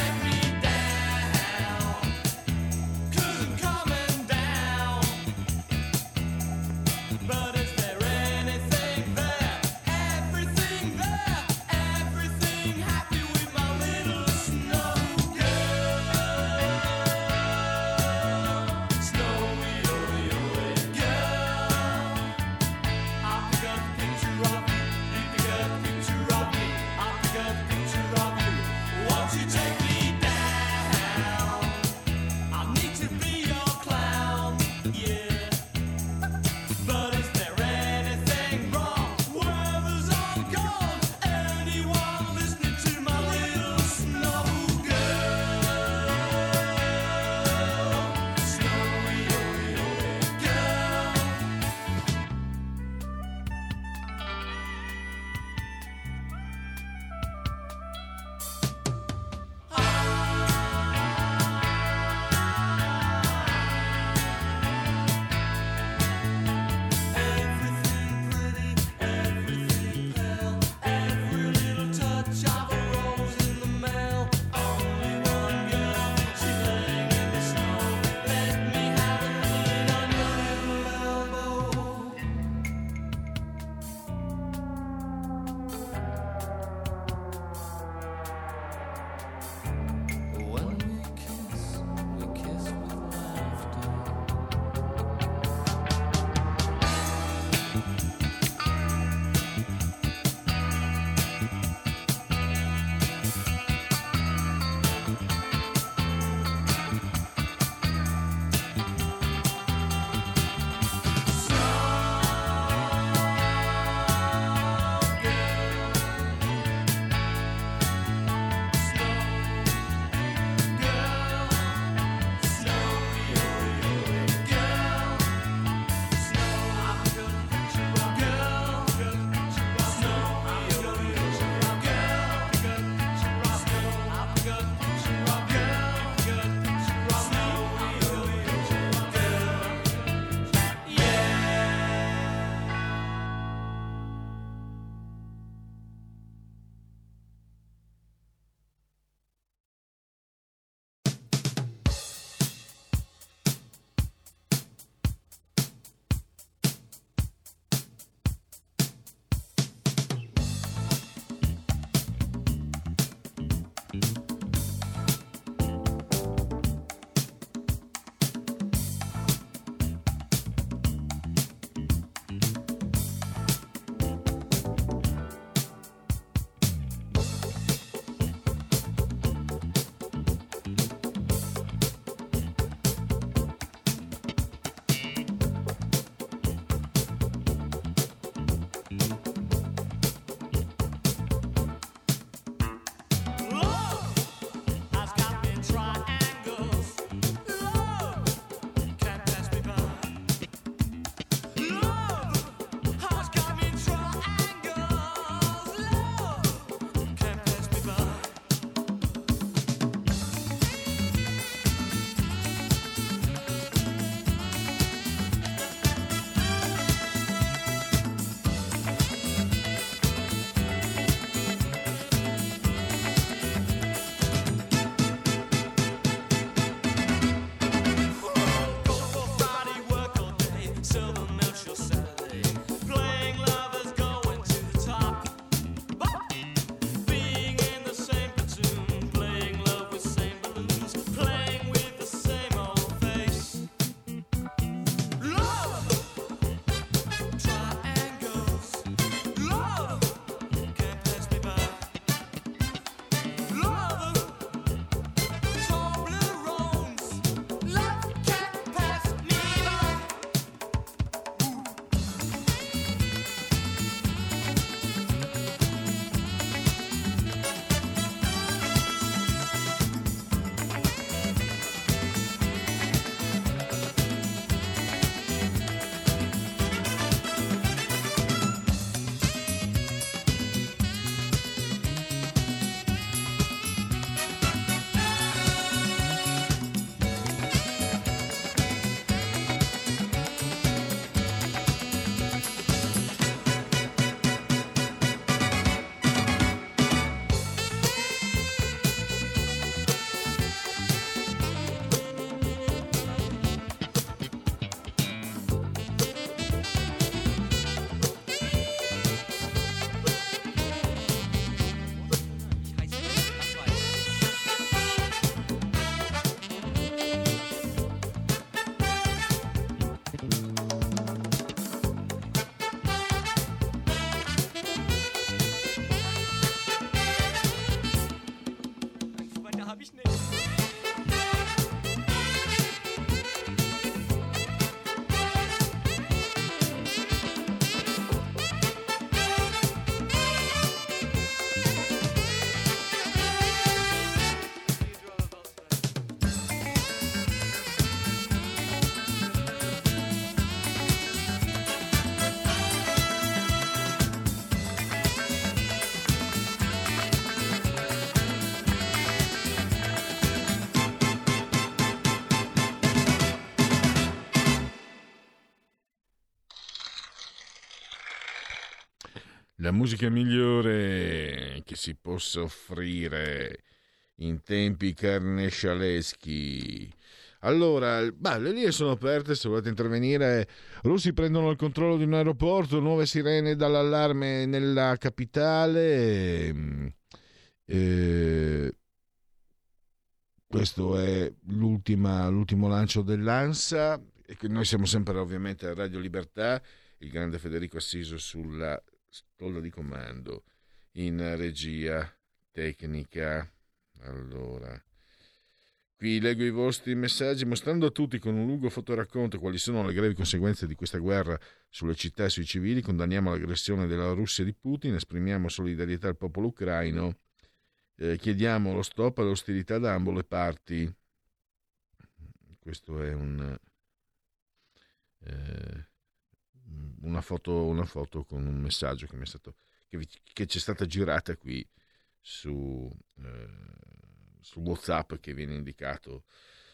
ich nicht. La musica migliore che si possa offrire in tempi carnescialeschi. Allora, bah, le linee sono aperte, se volete intervenire. Russi prendono il controllo di un aeroporto, nuove sirene dall'allarme nella capitale. Eh, questo è l'ultima, l'ultimo lancio dell'ANSA. E noi siamo sempre ovviamente a Radio Libertà, il grande Federico Assiso sulla stolla di comando, in regia tecnica. Allora, qui leggo i vostri messaggi, mostrando a tutti con un lungo fotoracconto quali sono le gravi conseguenze di questa guerra sulle città e sui civili. Condanniamo l'aggressione della Russia di Putin, esprimiamo solidarietà al popolo ucraino, eh, chiediamo lo stop alle ostilità da ambo le parti. Questo è un eh, una foto, una foto con un messaggio che mi è stato che, vi, che c'è stata girata qui su eh, su WhatsApp, che viene indicato.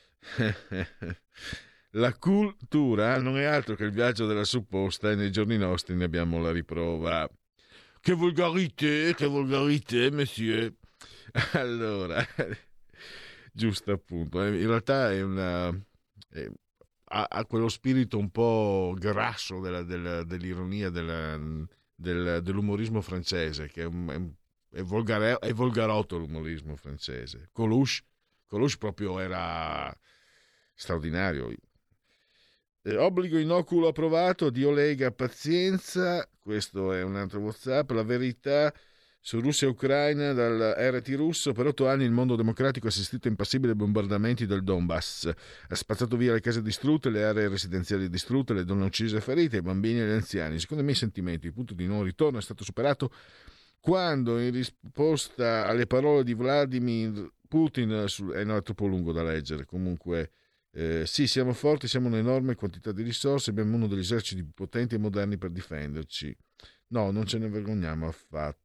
La cultura non è altro che il viaggio della supposta, e nei giorni nostri ne abbiamo la riprova. Che volgarité, che volgarité, monsieur. Allora, giusto appunto, in realtà è una è, ha, ha quello spirito un po' grasso della, della, dell'ironia, della, del, dell'umorismo francese, che è, un, è, volgare, è volgarotto l'umorismo francese. Coluche, Coluche proprio era straordinario. Eh, obbligo inoculo approvato, Dio lega pazienza. Questo è un altro WhatsApp. La verità su Russia e Ucraina dal R T russo. Per otto anni il mondo democratico ha assistito a impassibili bombardamenti del Donbass, ha spazzato via le case distrutte, le aree residenziali distrutte, le donne uccise e ferite, i bambini e gli anziani. Secondo i miei sentimenti il punto di non ritorno è stato superato quando, in risposta alle parole di Vladimir Putin, su, eh no, è troppo lungo da leggere, comunque eh, sì, siamo forti, siamo un'enorme quantità di risorse, abbiamo uno degli eserciti più potenti e moderni per difenderci. No, non ce ne vergogniamo affatto.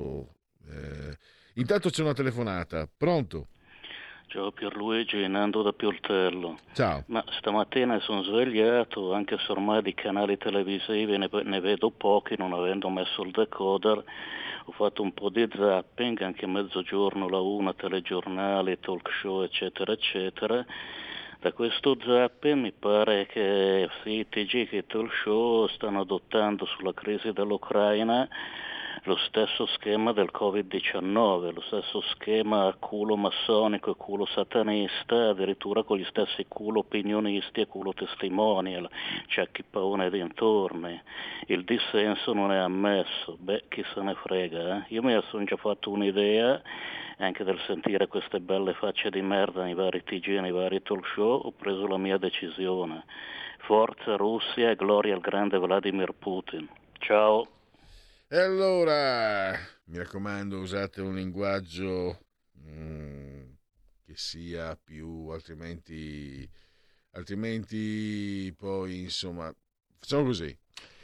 Eh, intanto c'è una telefonata. Pronto? Ciao Pierluigi, Nando da Pioltello. Ciao. Ma stamattina sono svegliato, anche se ormai di canali televisivi ne, ne vedo pochi, non avendo messo il decoder. Ho fatto un po' di zapping, anche a mezzogiorno la una, telegiornali, talk show eccetera eccetera. Da questo zapping mi pare che sia i T G che i talk show stanno adottando sulla crisi dell'Ucraina lo stesso schema del covid diciannove, lo stesso schema culo massonico e culo satanista, addirittura con gli stessi culo opinionisti e culo testimonial, c'è chi paone dintorni. Il dissenso non è ammesso, beh, chi se ne frega, eh? Io mi sono già fatto un'idea, anche del sentire queste belle facce di merda nei vari T G e nei vari talk show, ho preso la mia decisione. Forza Russia e gloria al grande Vladimir Putin. Ciao. E allora, mi raccomando, usate un linguaggio mm, che sia più, altrimenti, altrimenti poi, insomma, facciamo così.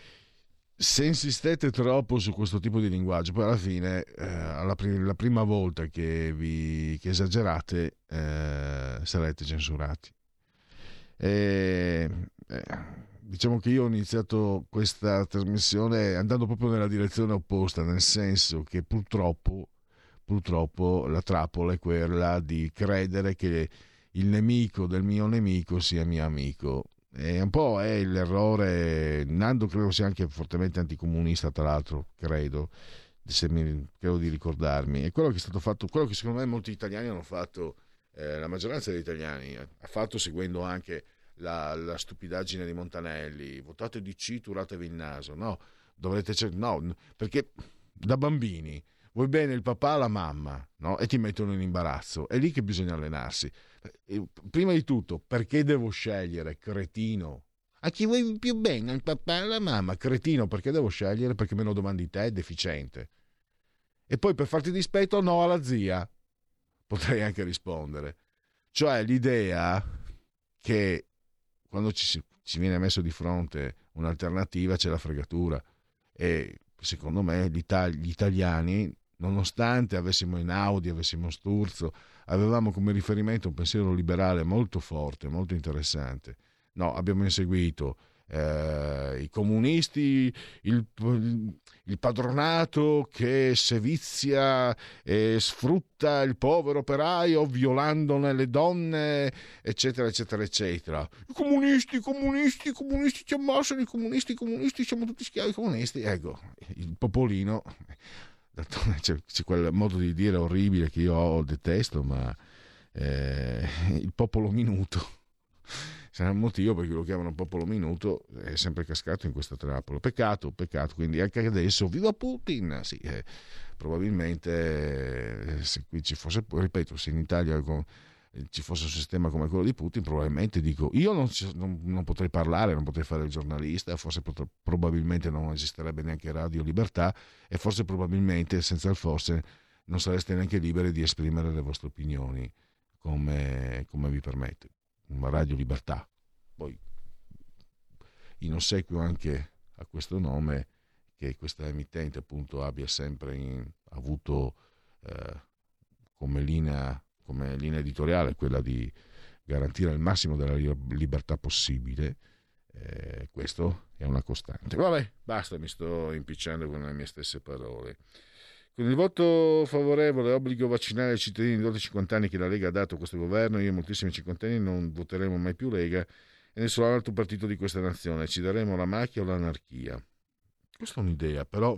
Se insistete troppo su questo tipo di linguaggio, poi alla fine, eh, alla prim- la prima volta che vi che esagerate, eh, sarete censurati. E, eh, diciamo che io ho iniziato questa trasmissione andando proprio nella direzione opposta, nel senso che purtroppo, purtroppo la trappola è quella di credere che il nemico del mio nemico sia mio amico. E un po' è l'errore. Nando credo sia anche fortemente anticomunista, tra l'altro, credo, se mi, credo di ricordarmi. E quello che è stato fatto, quello che secondo me molti italiani hanno fatto, eh, la maggioranza degli italiani ha fatto, seguendo anche La, la stupidaggine di Montanelli: votate D C, turatevi il naso. No, dovrete cer- no, perché da bambini vuoi bene il papà, la mamma, no? E ti mettono in imbarazzo. È lì che bisogna allenarsi. Prima di tutto, perché devo scegliere, cretino? A chi vuoi più bene, al papà e alla mamma? Cretino, perché devo scegliere? Perché me lo domandi te, è deficiente. E poi per farti dispetto, no alla zia. Potrei anche rispondere. Cioè l'idea che quando ci, si, ci viene messo di fronte un'alternativa c'è la fregatura. E secondo me gli italiani, nonostante avessimo Einaudi, avessimo Sturzo, avevamo come riferimento un pensiero liberale molto forte, molto interessante. No, abbiamo inseguito eh, i comunisti, il, il padronato che sevizia e sfrutta il povero operaio violandone le donne, eccetera, eccetera, eccetera. I comunisti, i comunisti, i comunisti ci ammassano, i comunisti, i comunisti, siamo tutti schiavi comunisti. Ecco, il popolino, c'è, c'è quel modo di dire orribile che io detesto, ma eh, il popolo minuto. Sarà un motivo perché lo chiamano popolo minuto, è sempre cascato in questa trappola. Peccato, peccato. Quindi anche adesso, viva Putin! Sì, eh, probabilmente eh, se qui ci fosse, ripeto, se in Italia con, eh, ci fosse un sistema come quello di Putin, probabilmente dico, io non, non, non potrei parlare, non potrei fare il giornalista, forse potrei, probabilmente non esisterebbe neanche Radio Libertà e forse probabilmente, senza il forse, non sareste neanche liberi di esprimere le vostre opinioni come, come vi permette. Una Radio Libertà. Poi in ossequio anche a questo nome, che questa emittente appunto abbia sempre in, avuto eh, come linea come linea editoriale quella di garantire il massimo della libertà possibile, eh, questo è una costante. Vabbè, basta, mi sto impicciando con le mie stesse parole. Con il voto favorevole obbligo vaccinale ai cittadini di oltre cinquanta anni che la Lega ha dato a questo governo, io e moltissimi cinquantenni non voteremo mai più Lega e nessun altro partito di questa nazione, ci daremo la macchia o l'anarchia. Questa è un'idea, però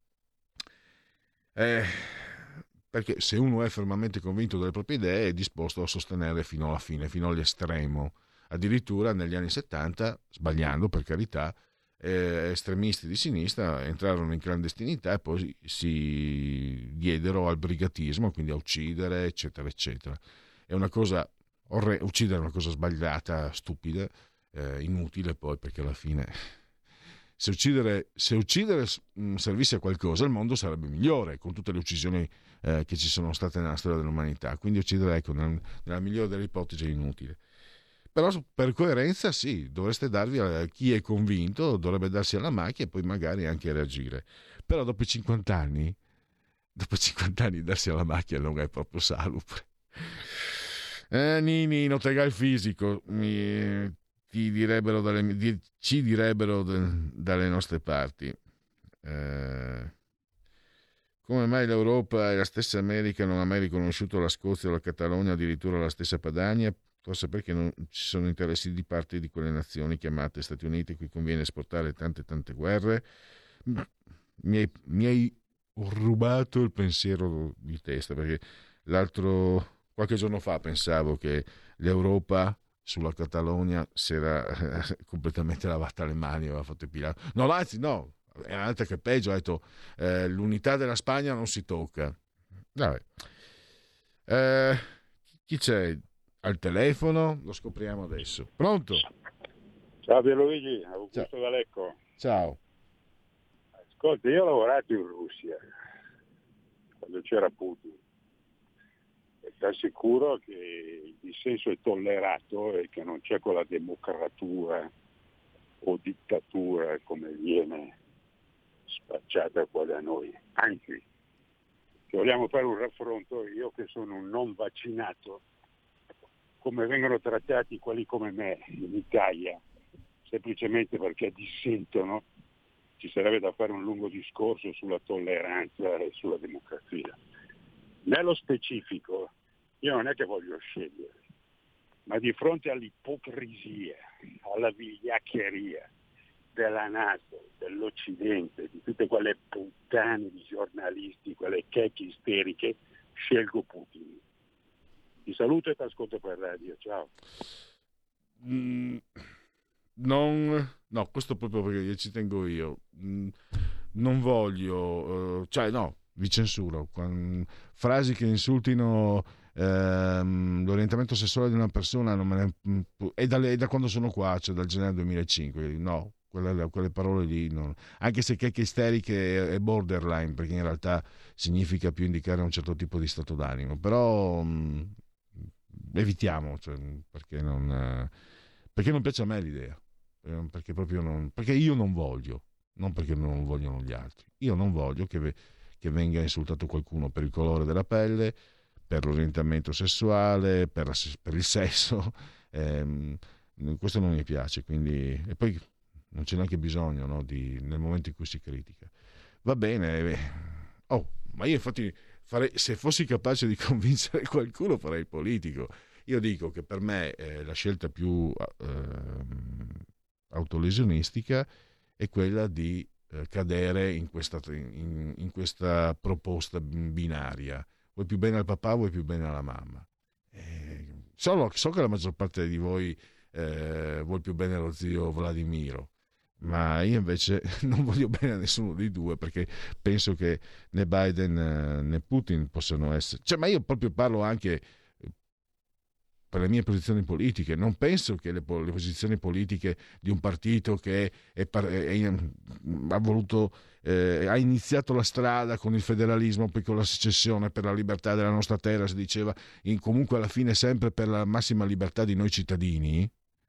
eh, perché se uno è fermamente convinto delle proprie idee è disposto a sostenerle fino alla fine, fino all'estremo. Addirittura negli anni settanta, sbagliando per carità, Eh, estremisti di sinistra entrarono in clandestinità e poi si diedero al brigatismo, quindi a uccidere, eccetera, eccetera. È una cosa, orre- uccidere è una cosa sbagliata, stupida, eh, inutile poi, perché alla fine se uccidere, se uccidere mh, servisse a qualcosa il mondo sarebbe migliore, con tutte le uccisioni eh, che ci sono state nella storia dell'umanità. Quindi uccidere, ecco, nel, nella migliore delle ipotesi è inutile. Però per coerenza sì, dovreste darvi a chi è convinto, dovrebbe darsi alla macchia e poi magari anche reagire. Però dopo cinquanta anni, dopo cinquanta anni darsi alla macchia non è proprio salubre. Eh, Nini, non tega il fisico, mi, ti direbbero dalle, di, ci direbbero de, dalle nostre parti. Eh, come mai l'Europa e la stessa America non ha mai riconosciuto la Scozia o la Catalogna, addirittura la stessa Padania? Forse perché non ci sono interessi di parte di quelle nazioni chiamate Stati Uniti a cui conviene esportare tante tante guerre. Mi hai, mi hai rubato il pensiero di testa, perché l'altro qualche giorno fa pensavo che l'Europa sulla Catalogna si era eh, completamente lavata le mani, aveva fatto il pilato. No, anzi no, è un'altra che peggio, ha detto eh, l'unità della Spagna non si tocca. Vabbè. Eh, chi c'è al telefono? Lo scopriamo adesso. Pronto? Ciao Pierluigi, Augusto Ciao. D'Alecco. Ciao. Ascolta, io ho lavorato in Russia quando c'era Putin e ti assicuro che il dissenso è tollerato e che non c'è quella democratura o dittatura come viene spacciata qua da noi. Anzi, se vogliamo fare un raffronto, io che sono un non vaccinato, come vengono trattati quelli come me in Italia, semplicemente perché dissentono, ci sarebbe da fare un lungo discorso sulla tolleranza e sulla democrazia. Nello specifico, io non è che voglio scegliere, ma di fronte all'ipocrisia, alla vigliaccheria della NATO, dell'Occidente, di tutte quelle puttane di giornalisti, quelle checche isteriche, scelgo Putin. Ti saluto e ti ascolto per radio, ciao. Mm, non, no, questo proprio perché ci tengo io. Mm, non voglio, uh, cioè no, vi censuro. Quando, frasi che insultino ehm, l'orientamento sessuale di una persona non me ne, è, da, è da quando sono qua, cioè dal gennaio duemilacinque, no, quelle, quelle parole lì non, anche se che isteriche è borderline, perché in realtà significa più indicare un certo tipo di stato d'animo, però mh, evitiamo, cioè, perché non perché non piace a me l'idea, perché proprio non, perché io non voglio, non perché non vogliono gli altri, io non voglio che, che venga insultato qualcuno per il colore della pelle, per l'orientamento sessuale, per, per il sesso, ehm, questo non mi piace, quindi, e poi non c'è neanche bisogno, no, di, nel momento in cui si critica. Va bene, oh, ma io infatti farei, se fossi capace di convincere qualcuno farei il politico. Io dico che per me eh, la scelta più eh, autolesionistica è quella di eh, cadere in questa, in, in questa proposta binaria. Vuoi più bene al papà, vuoi più bene alla mamma. Eh, so, so che la maggior parte di voi eh, vuol più bene allo zio Vladimiro, ma io invece non voglio bene a nessuno dei due, perché penso che né Biden né Putin possano essere, cioè, ma io proprio parlo anche per le mie posizioni politiche. Non penso che le, le posizioni politiche di un partito che è, è, è, ha voluto eh, ha iniziato la strada con il federalismo, poi con la secessione per la libertà della nostra terra, si diceva in, comunque alla fine sempre per la massima libertà di noi cittadini.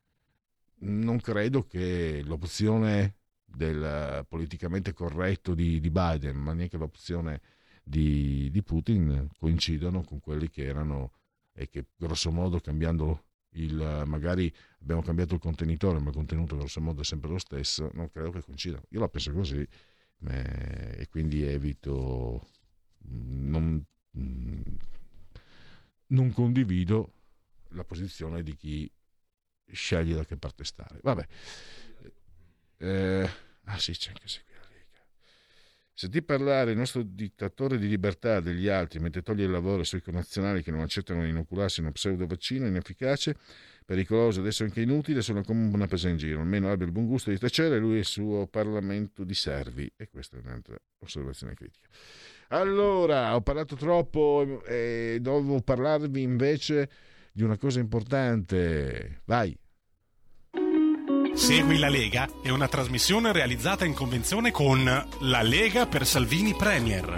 Non credo che l'opzione del politicamente corretto di, di Biden, ma neanche l'opzione di, di Putin coincidano con quelli che erano, e che grosso modo, cambiando il, magari abbiamo cambiato il contenitore, ma il contenuto grosso modo è sempre lo stesso, non credo che coincidano. Io la penso così, eh, e quindi evito, non, non condivido la posizione di chi sceglie da che parte stare. Vabbè, eh, ah sì, c'è anche Segui la Lega. Sentì parlare il nostro dittatore di libertà degli altri mentre toglie il lavoro ai suoi connazionali che non accettano di inocularsi uno pseudo vaccino inefficace, pericoloso, adesso anche inutile, sono come una presa in giro. Almeno abbia il buon gusto di tacere lui e il suo Parlamento di servi. E questa è un'altra osservazione critica. Allora, ho parlato troppo e devo parlarvi invece di una cosa importante. Vai. Segui la Lega è una trasmissione realizzata in convenzione con La Lega per Salvini Premier.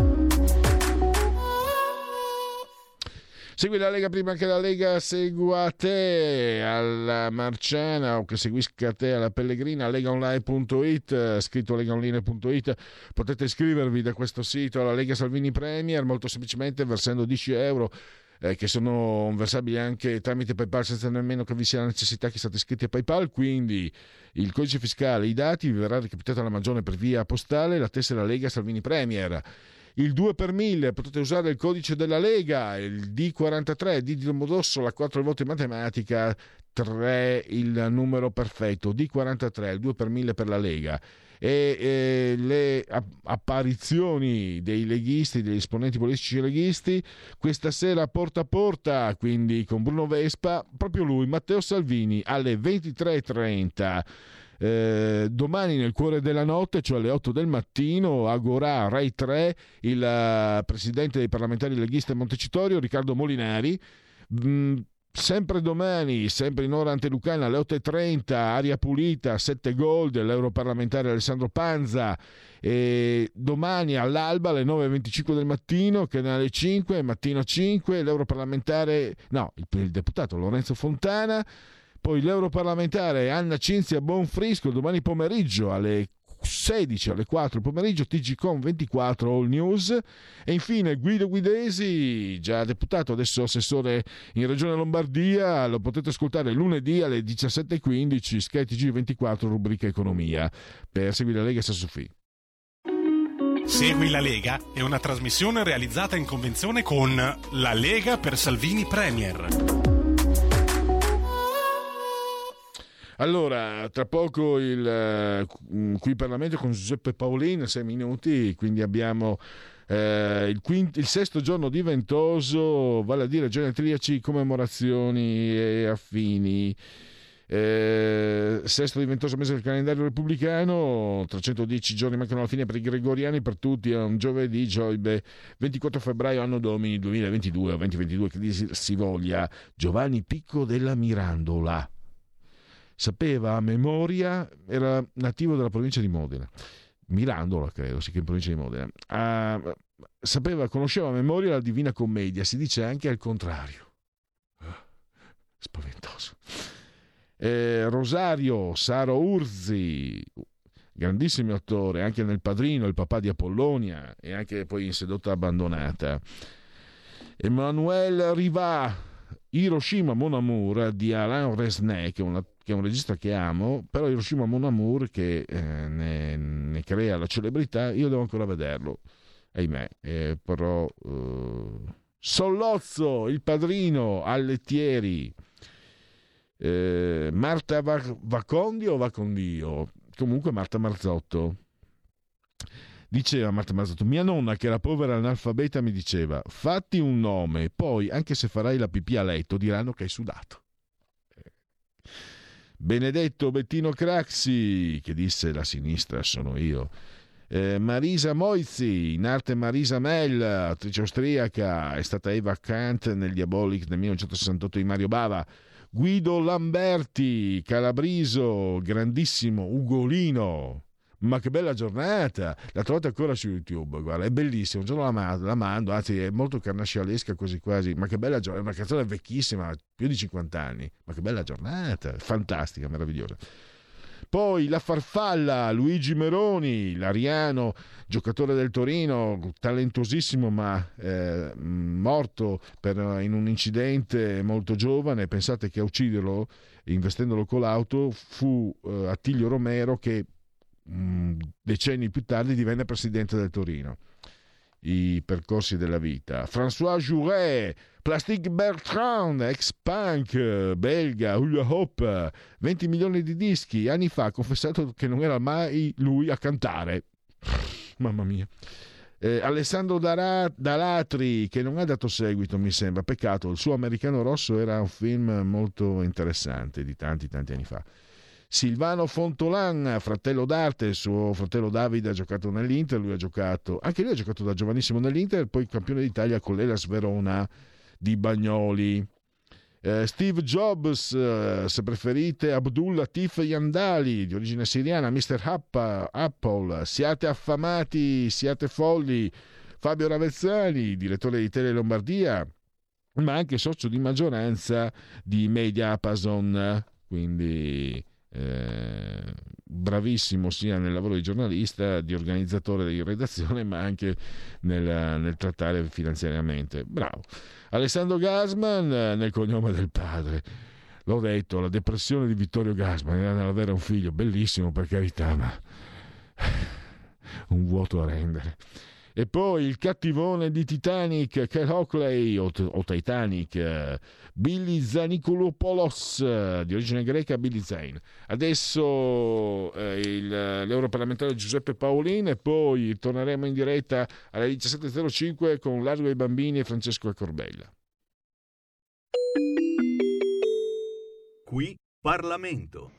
Segui la Lega prima che la Lega segua te, alla Marciana, o che seguisca te alla Pellegrina. legaonline punto it, scritto legaonline punto it. Potete iscrivervi da questo sito alla Lega Salvini Premier molto semplicemente versando dieci euro, Eh, che sono versabili anche tramite PayPal senza nemmeno che vi sia la necessità che siate iscritti a PayPal. Quindi il codice fiscale, i dati, vi verrà recapitato alla Magione per via postale la tessera Lega Salvini Premier. Il due per mille potete usare il codice della Lega, il D quarantatré, D di Domodossola, quattro volte matematica, tre il numero perfetto, D quarantatré, il due per mille per la Lega. E eh, le apparizioni dei leghisti, degli esponenti politici leghisti questa sera porta a porta, quindi con Bruno Vespa, proprio lui, Matteo Salvini, alle ventitré e trenta. Eh, domani nel cuore della notte, cioè alle otto del mattino, Agorà Rai tre, il uh, presidente dei parlamentari leghisti a Montecitorio, Riccardo Molinari. Mm, sempre domani, sempre in ora antelucana, alle otto e trenta, Aria Pulita, sette gol dell'europarlamentare Alessandro Panza. E domani all'alba alle nove e venticinque del mattino, canale cinque, mattino cinque, l'europarlamentare, no, il, il deputato Lorenzo Fontana. Poi l'europarlamentare Anna Cinzia Bonfrisco domani pomeriggio alle sedici, alle quattro pomeriggio, T G Com ventiquattro All News. E infine Guido Guidesi, già deputato, adesso assessore in Regione Lombardia, lo potete ascoltare lunedì alle diciassette e quindici, Sky T G ventiquattro, rubrica Economia. Per seguire la Lega Sassufi. Segui la Lega è una trasmissione realizzata in convenzione con La Lega per Salvini Premier. Allora, tra poco il uh, qui in Parlamento con Giuseppe Paolin, sei minuti, quindi abbiamo eh, il, quinto, il sesto giorno di Ventoso, vale a dire genetriaci, commemorazioni e affini. Eh, sesto di ventoso mese del calendario repubblicano, trecentodieci giorni mancano alla fine per i gregoriani, per tutti è un giovedì, Giobbe, ventiquattro febbraio anno domini duemilaventidue o duemilaventidue, che dir si voglia. Giovanni Picco della Mirandola sapeva a memoria, era nativo della provincia di Modena, Mirandola credo, sì, che in provincia di Modena, ah, sapeva, conosceva a memoria la Divina Commedia, si dice anche al contrario. Ah, spaventoso. Eh, Rosario Saro Urzi, grandissimo attore, anche nel Padrino, il papà di Apollonia e anche poi in Sedotta abbandonata. Emmanuel Riva, Hiroshima Mon Amour di Alain Resnais, che è, una, che è un regista che amo, però Hiroshima Mon Amour che eh, ne, ne crea la celebrità, io devo ancora vederlo, ahimè, eh, però eh, Sollozzo, Il Padrino, Allettieri, Eh, Marta Vacondio o Vacondio, comunque Marta Marzotto. Diceva Marta Marzotto: mia nonna, che era povera analfabeta, mi diceva: fatti un nome, poi anche se farai la pipì a letto diranno che hai sudato. Benedetto Bettino Craxi, che disse la sinistra sono io. eh, Marisa Moizzi, in arte Marisa Mell, attrice austriaca, è stata Eva Kant nel Diabolic del millenovecentosessantotto di Mario Bava. Guido Lamberti, Calabriso, grandissimo Ugolino. Ma che bella giornata, la trovate ancora su YouTube, guarda, è bellissimo, un giorno la mando, la mando, anzi è molto carnascialesca quasi quasi, ma che bella giornata, è una canzone vecchissima, più di cinquanta anni, ma che bella giornata, fantastica, meravigliosa. Poi La Farfalla, Luigi Meroni, l'ariano, giocatore del Torino, talentosissimo ma eh, morto per, in un incidente molto giovane. Pensate che a ucciderlo, investendolo con l'auto, fu eh, Attilio Romero, che mh, decenni più tardi divenne presidente del Torino. I percorsi della vita. François Jouret, Plastic Bertrand, ex-punk belga, hula hoop, venti milioni di dischi. Anni fa ha confessato che non era mai lui a cantare. Mamma mia. Eh, Alessandro Dara- Dalatri, che non ha dato seguito, mi sembra, peccato. Il suo Americano Rosso era un film molto interessante di tanti tanti anni fa. Silvano Fontolan, fratello d'arte, il suo fratello Davide ha giocato nell'Inter, lui ha giocato, anche lui ha giocato da giovanissimo nell'Inter, poi campione d'Italia con l'Hellas Verona di Bagnoli. Eh, Steve Jobs, eh, se preferite, Abdul Latif Yandali, di origine siriana, mister Appa, Apple, siate affamati, siate folli, Fabio Ravezzani, direttore di Tele Lombardia, ma anche socio di maggioranza di Media Pason, quindi Eh, bravissimo sia nel lavoro di giornalista, di organizzatore di redazione, ma anche nel, nel trattare finanziariamente. Bravo. Alessandro Gasman, nel cognome del padre. L'ho detto, la depressione di Vittorio Gasman era nell'avere un figlio, bellissimo per carità, ma un vuoto a rendere. E poi il cattivone di Titanic, Cal Hockley, o, o Titanic, Billy Zanikolopoulos, di origine greca, Billy Zane. Adesso eh, il, l'europarlamentare Giuseppe Paolin, e poi torneremo in diretta alle diciassette e zero cinque con Largo ai Bambini e Francesco Corbella. Qui Parlamento.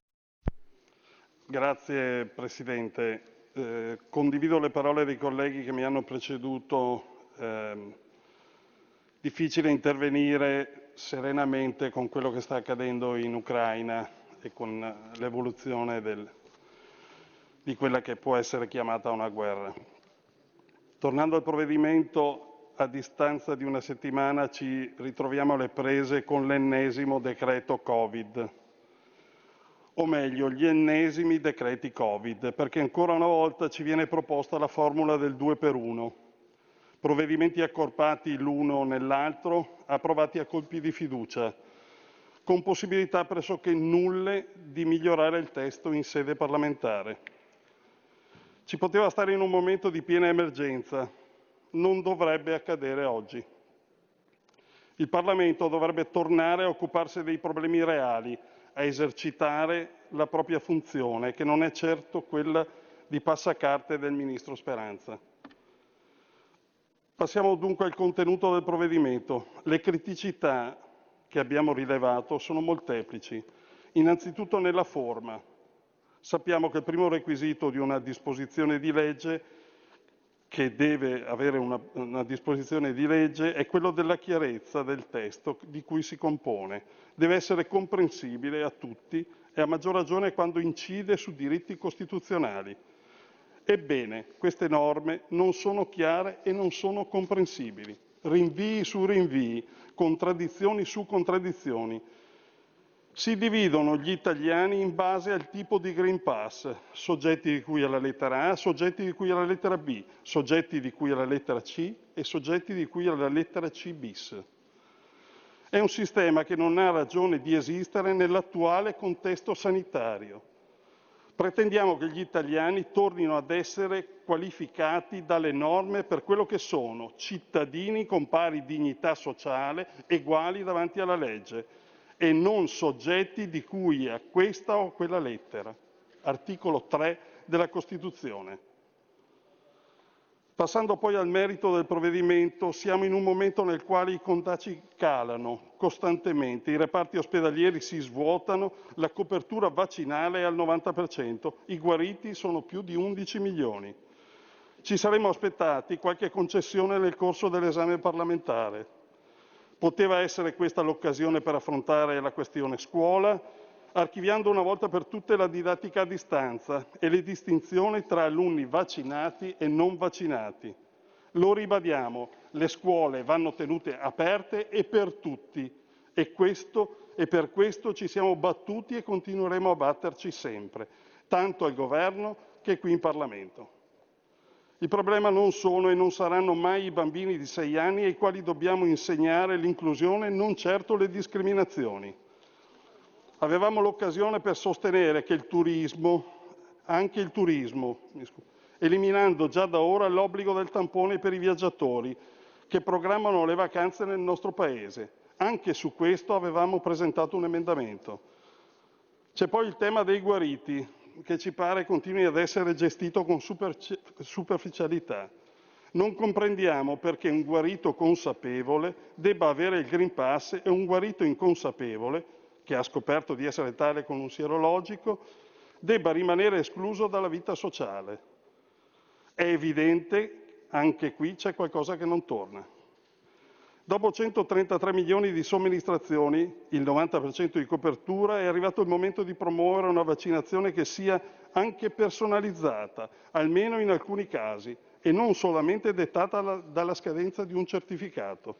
Grazie Presidente. Eh, condivido le parole dei colleghi che mi hanno preceduto. Eh, difficile intervenire serenamente con quello che sta accadendo in Ucraina e con l'evoluzione del, di quella che può essere chiamata una guerra. Tornando al provvedimento, a distanza di una settimana ci ritroviamo alle prese con l'ennesimo decreto Covid. O meglio, gli ennesimi decreti Covid, perché ancora una volta ci viene proposta la formula del due per uno. Provvedimenti accorpati l'uno nell'altro, approvati a colpi di fiducia, con possibilità pressoché nulle di migliorare il testo in sede parlamentare. Ci poteva stare in un momento di piena emergenza, non dovrebbe accadere oggi. Il Parlamento dovrebbe tornare a occuparsi dei problemi reali, a esercitare la propria funzione, che non è certo quella di passacarte del Ministro Speranza. Passiamo dunque al contenuto del provvedimento. Le criticità che abbiamo rilevato sono molteplici. Innanzitutto nella forma. Sappiamo che il primo requisito di una disposizione di legge, che deve avere una, una disposizione di legge, è quello della chiarezza del testo di cui si compone. Deve essere comprensibile a tutti e a maggior ragione quando incide su diritti costituzionali. Ebbene, queste norme non sono chiare e non sono comprensibili. Rinvii su rinvii, contraddizioni su contraddizioni. Si dividono gli italiani in base al tipo di Green Pass, soggetti di cui alla lettera A, soggetti di cui alla lettera B, soggetti di cui alla lettera C e soggetti di cui alla lettera C bis. È un sistema che non ha ragione di esistere nell'attuale contesto sanitario. Pretendiamo che gli italiani tornino ad essere qualificati dalle norme per quello che sono, cittadini con pari dignità sociale, eguali davanti alla legge, e non soggetti di cui a questa o quella lettera. Articolo tre della Costituzione. Passando poi al merito del provvedimento, siamo in un momento nel quale i contagi calano costantemente, i reparti ospedalieri si svuotano, la copertura vaccinale è al novanta per cento, i guariti sono più di undici milioni. Ci saremmo aspettati qualche concessione nel corso dell'esame parlamentare. Poteva essere questa l'occasione per affrontare la questione scuola, archiviando una volta per tutte la didattica a distanza e le distinzioni tra alunni vaccinati e non vaccinati. Lo ribadiamo, le scuole vanno tenute aperte e per tutti e, questo, e per questo ci siamo battuti e continueremo a batterci sempre, tanto al governo che qui in Parlamento. Il problema non sono e non saranno mai i bambini di sei anni ai quali dobbiamo insegnare l'inclusione, non certo le discriminazioni. Avevamo l'occasione per sostenere che il turismo, anche il turismo, eliminando già da ora l'obbligo del tampone per i viaggiatori che programmano le vacanze nel nostro Paese. Anche su questo avevamo presentato un emendamento. C'è poi il tema dei guariti, che ci pare continui ad essere gestito con super, superficialità. Non comprendiamo perché un guarito consapevole debba avere il Green Pass e un guarito inconsapevole, che ha scoperto di essere tale con un sierologico, debba rimanere escluso dalla vita sociale. È evidente, anche qui c'è qualcosa che non torna. Dopo centotrentatré milioni di somministrazioni, il novanta per cento di copertura, è arrivato il momento di promuovere una vaccinazione che sia anche personalizzata, almeno in alcuni casi, e non solamente dettata dalla scadenza di un certificato.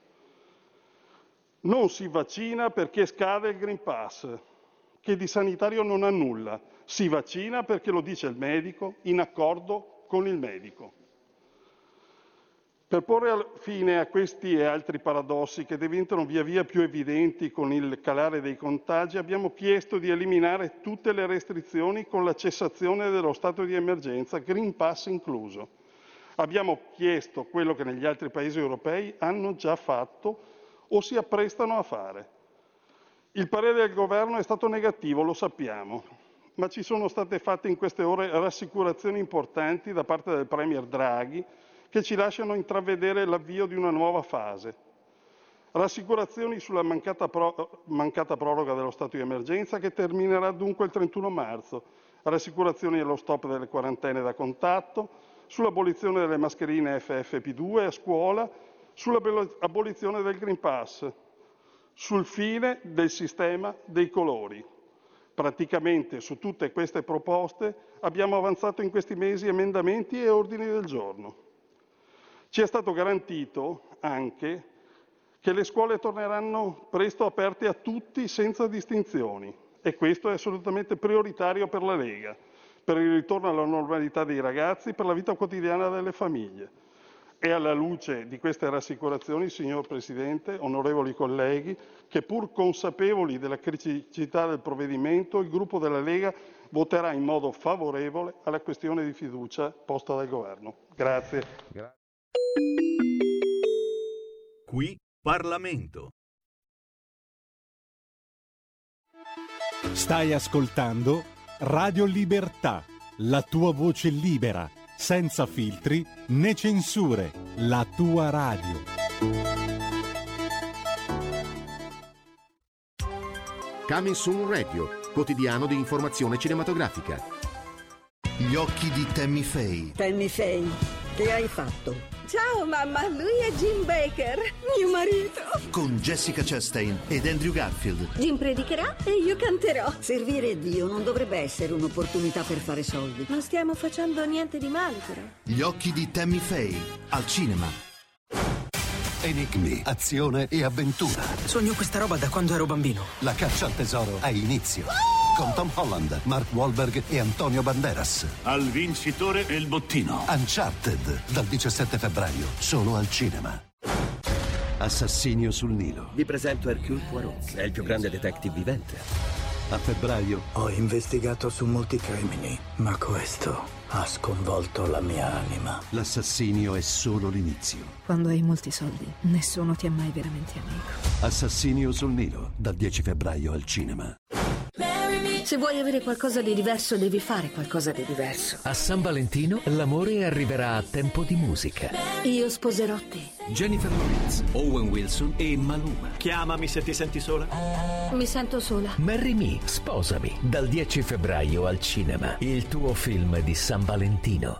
Non si vaccina perché scade il Green Pass, che di sanitario non ha nulla. Si vaccina perché lo dice il medico, in accordo con il medico. Per porre fine a questi e altri paradossi che diventano via via più evidenti con il calare dei contagi, abbiamo chiesto di eliminare tutte le restrizioni con la cessazione dello stato di emergenza, Green Pass incluso. Abbiamo chiesto quello che negli altri paesi europei hanno già fatto o si apprestano a fare. Il parere del governo è stato negativo, lo sappiamo, ma ci sono state fatte in queste ore rassicurazioni importanti da parte del Premier Draghi che ci lasciano intravedere l'avvio di una nuova fase. Rassicurazioni sulla mancata, pro- mancata proroga dello stato di emergenza che terminerà dunque il trentuno marzo, rassicurazioni allo stop delle quarantene da contatto, sull'abolizione delle mascherine F F P due a scuola, sull'abolizione del Green Pass, sul fine del sistema dei colori. Praticamente su tutte queste proposte abbiamo avanzato in questi mesi emendamenti e ordini del giorno. Ci è stato garantito anche che le scuole torneranno presto aperte a tutti senza distinzioni e questo è assolutamente prioritario per la Lega, per il ritorno alla normalità dei ragazzi, per la vita quotidiana delle famiglie. E alla luce di queste rassicurazioni, signor Presidente, onorevoli colleghi, che pur consapevoli della criticità del provvedimento, il gruppo della Lega voterà in modo favorevole alla questione di fiducia posta dal Governo. Grazie. Qui Parlamento. Stai ascoltando Radio Libertà, la tua voce libera, senza filtri né censure, la tua radio. Coming Soon Radio, quotidiano di informazione cinematografica. Gli occhi di Tammy Faye. Tammy Faye, che hai fatto? Ciao mamma, lui è Jim Baker, mio marito. Con Jessica Chastain ed Andrew Garfield. Jim predicherà e io canterò. Servire Dio non dovrebbe essere un'opportunità per fare soldi. Non stiamo facendo niente di male, però. Gli occhi di Tammy Faye, al cinema. Enigmi, azione e avventura. Sogno questa roba da quando ero bambino. La caccia al tesoro ha inizio. Con Tom Holland, Mark Wahlberg e Antonio Banderas. Al vincitore il bottino. Uncharted, dal diciassette febbraio, solo al cinema. Assassinio sul Nilo. Vi presento Hercule Poirot, è il più grande detective vivente. A febbraio. Ho investigato su molti crimini, ma questo ha sconvolto la mia anima. L'assassinio è solo l'inizio. Quando hai molti soldi, nessuno ti è mai veramente amico. Assassinio sul Nilo, dal dieci febbraio al cinema. Se vuoi avere qualcosa di diverso, devi fare qualcosa di diverso. A San Valentino l'amore arriverà a tempo di musica. Io sposerò te. Jennifer Lawrence, Owen Wilson e Maluma. Chiamami se ti senti sola. Mi sento sola. Marry Me, sposami, dal dieci febbraio al cinema. Il tuo film di San Valentino.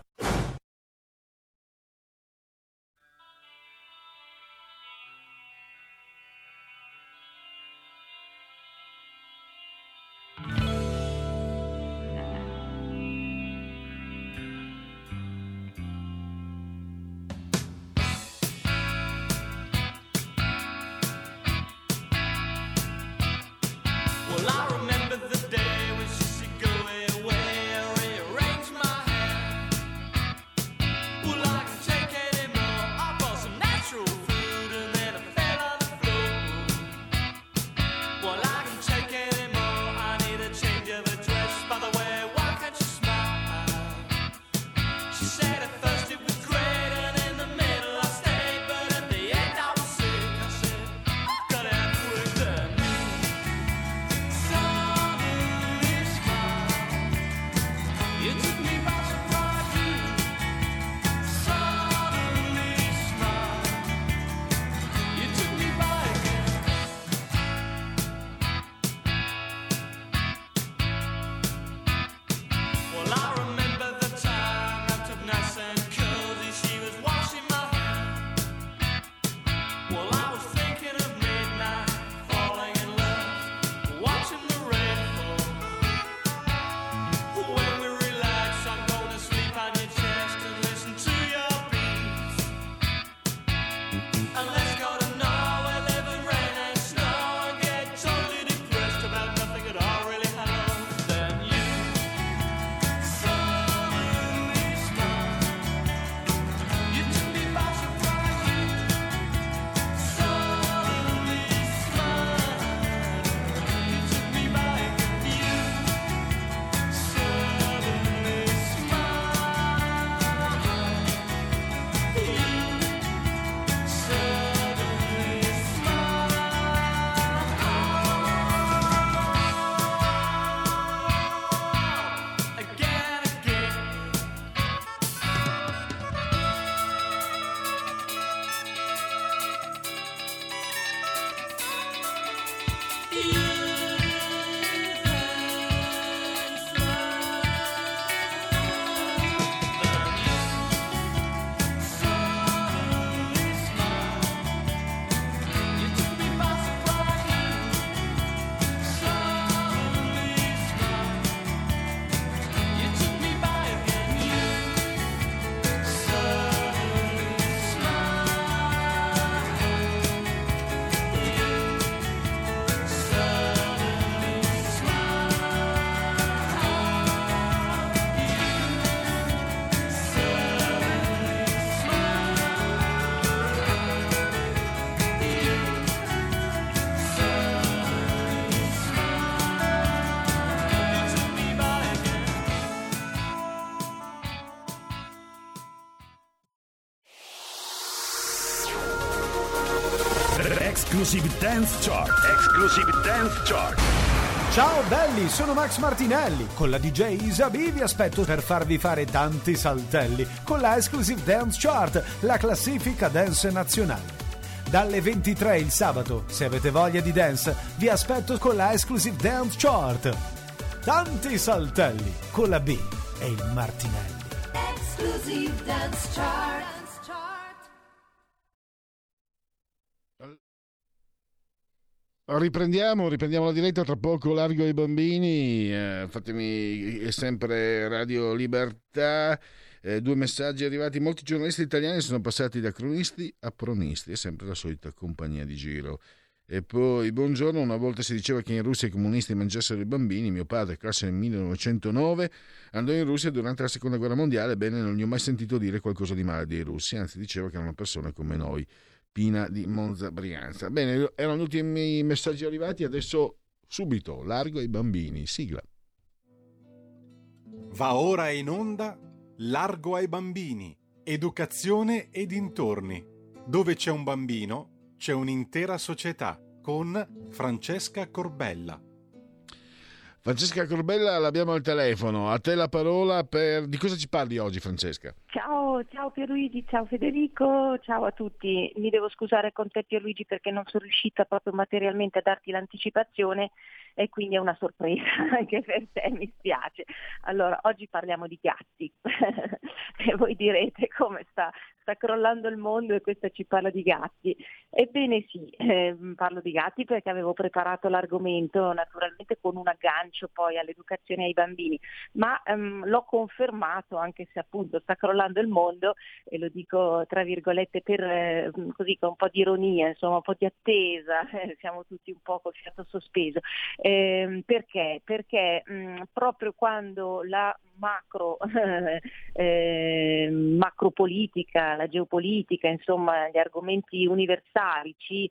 Exclusive Dance Chart. Exclusive Dance Chart. Ciao belli, sono Max Martinelli. Con la D J Isa B vi aspetto per farvi fare tanti saltelli con la Exclusive Dance Chart, la classifica dance nazionale. Dalle ventitré il sabato, se avete voglia di dance, vi aspetto con la Exclusive Dance Chart. tanti saltelli. Con la B e il Martinelli. Exclusive Dance Chart. Riprendiamo, riprendiamo la diretta tra poco. Largo ai bambini, eh, fatemi, è sempre Radio Libertà. Eh, due messaggi arrivati. Molti giornalisti italiani sono passati da cronisti a pronisti, è sempre la solita compagnia di giro. E poi, buongiorno, una volta si diceva che in Russia i comunisti mangiassero i bambini. Mio padre, classe nel millenovecentonove, andò in Russia durante la seconda guerra mondiale. Bene, non gli ho mai sentito dire qualcosa di male dei russi, anzi diceva che erano persone come noi. Pina di Monza Brianza. Bene, erano gli ultimi messaggi arrivati, adesso subito Largo ai bambini, sigla. Va ora in onda Largo ai bambini, educazione e dintorni. Dove c'è un bambino c'è un'intera società, con Francesca Corbella. Francesca Corbella, l'abbiamo al telefono, a te la parola per... Di cosa ci parli oggi, Francesca? Ciao, ciao Pierluigi, ciao Federico, ciao a tutti. Mi devo scusare con te Pierluigi perché non sono riuscita proprio materialmente a darti l'anticipazione e quindi è una sorpresa anche per te, mi spiace. Allora, oggi parliamo di gatti e voi direte come sta, sta crollando il mondo e questa ci parla di gatti. Ebbene sì, eh, parlo di gatti perché avevo preparato l'argomento naturalmente con un aggancio poi all'educazione ai bambini, ma ehm, l'ho confermato anche se appunto sta crollando il mondo, e lo dico tra virgolette per eh, così con un po' di ironia, insomma un po' di attesa, eh, siamo tutti un po' col fiato sospeso. Eh, perché? Perché mh, proprio quando la macro eh, macropolitica, la geopolitica, insomma gli argomenti universali ci,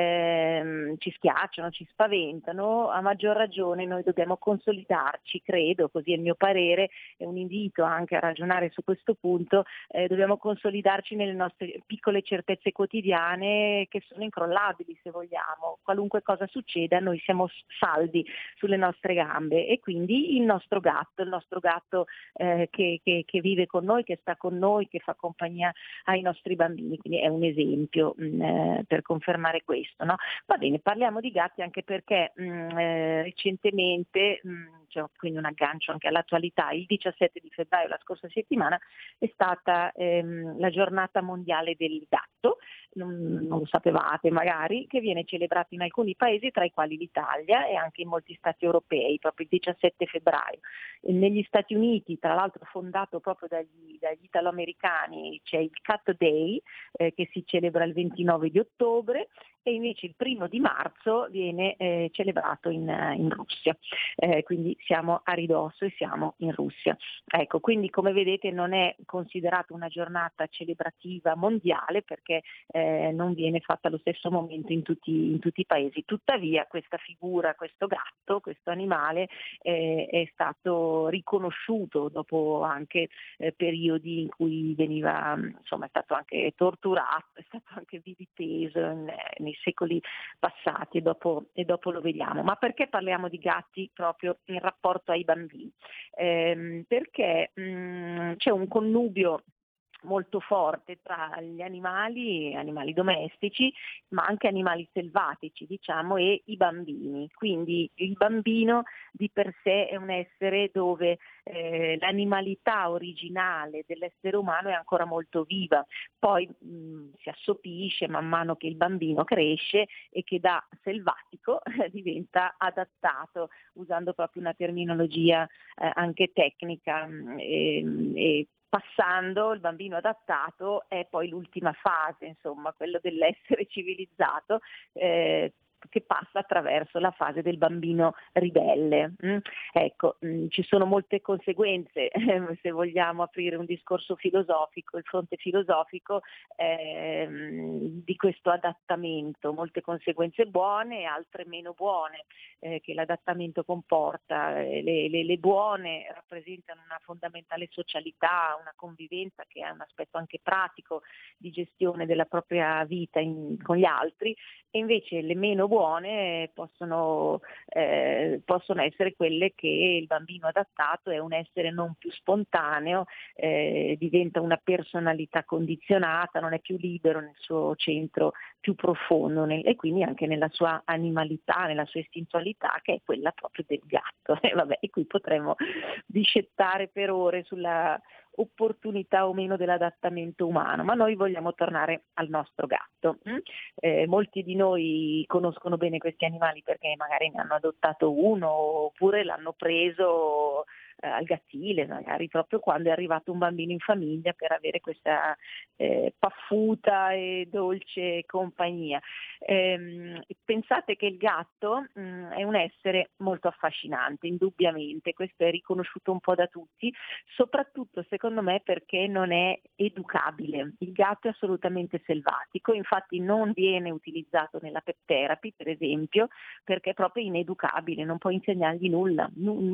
eh, ci schiacciano, ci spaventano, a maggior ragione noi dobbiamo consolidarci, credo, così è il mio parere, è un invito anche a ragionare su questo punto, eh, dobbiamo consolidarci nelle nostre piccole certezze quotidiane che sono incrollabili se vogliamo, qualunque cosa succeda noi siamo saldi sulle nostre gambe e quindi il nostro gatto, il nostro gatto Eh, che, che, che vive con noi, che sta con noi, che fa compagnia ai nostri bambini, quindi è un esempio mh, eh, per confermare questo, no? Va bene, parliamo di gatti anche perché mh, eh, recentemente, mh, cioè, quindi un aggancio anche all'attualità, il diciassette di febbraio, la scorsa settimana, è stata ehm, la giornata mondiale del gatto, non, non lo sapevate magari, che viene celebrata in alcuni paesi, tra i quali l'Italia e anche in molti stati europei, proprio il diciassette febbraio. E negli Stati Uniti, tra l'altro fondato proprio dagli, dagli italoamericani, c'è il Cat Day eh, che si celebra il ventinove di ottobre e invece il primo di marzo viene eh, celebrato in, in Russia, eh, quindi siamo a ridosso e siamo in Russia. Ecco, quindi come vedete non è considerata una giornata celebrativa mondiale perché eh, non viene fatta allo stesso momento in tutti, in tutti i paesi. Tuttavia questa figura, questo gatto, questo animale eh, è stato riconosciuto dopo anche eh, periodi in cui veniva, insomma, è stato anche torturato, è stato anche vilipeso in, nei secoli passati e dopo, e dopo lo vediamo. Ma perché parliamo di gatti proprio in rapporto ai bambini? Eh, perché mh, c'è un connubio molto forte tra gli animali, animali domestici, ma anche animali selvatici, diciamo, e i bambini. Quindi il bambino di per sé è un essere dove eh, l'animalità originale dell'essere umano è ancora molto viva. Poi mh, si assopisce man mano che il bambino cresce e che da selvatico eh, diventa adattato, usando proprio una terminologia eh, anche tecnica mh, e, e passando il bambino adattato è poi l'ultima fase, insomma, quello dell'essere civilizzato, eh, che passa attraverso la fase del bambino ribelle. Mm? Ecco, mh, ci sono molte conseguenze, eh, se vogliamo aprire un discorso filosofico, il fronte filosofico eh, di questo adattamento, molte conseguenze buone e altre meno buone eh, che l'adattamento comporta. Le, le, le buone rappresentano una fondamentale socialità, una convivenza che è un aspetto anche pratico di gestione della propria vita in, con gli altri, e invece le meno buone buone possono, eh, possono essere quelle che il bambino adattato è un essere non più spontaneo, eh, diventa una personalità condizionata, non è più libero nel suo centro più profondo nel, e quindi anche nella sua animalità, nella sua istintualità, che è quella proprio del gatto. E vabbè, e qui potremmo discettare per ore sulla opportunità o meno dell'adattamento umano, ma noi vogliamo tornare al nostro gatto. Eh, molti di noi conoscono bene questi animali perché magari ne hanno adottato uno oppure l'hanno preso eh, al gattile, magari proprio quando è arrivato un bambino in famiglia per avere questa eh, paffuta e dolce compagnia. Eh, pensate che il gatto mh, è un essere molto affascinante, indubbiamente, questo è riconosciuto un po' da tutti, soprattutto secondo me perché non è educabile. Il gatto è assolutamente selvatico, infatti non viene utilizzato nella pet therapy, per esempio, perché è proprio ineducabile, non puoi insegnargli nulla.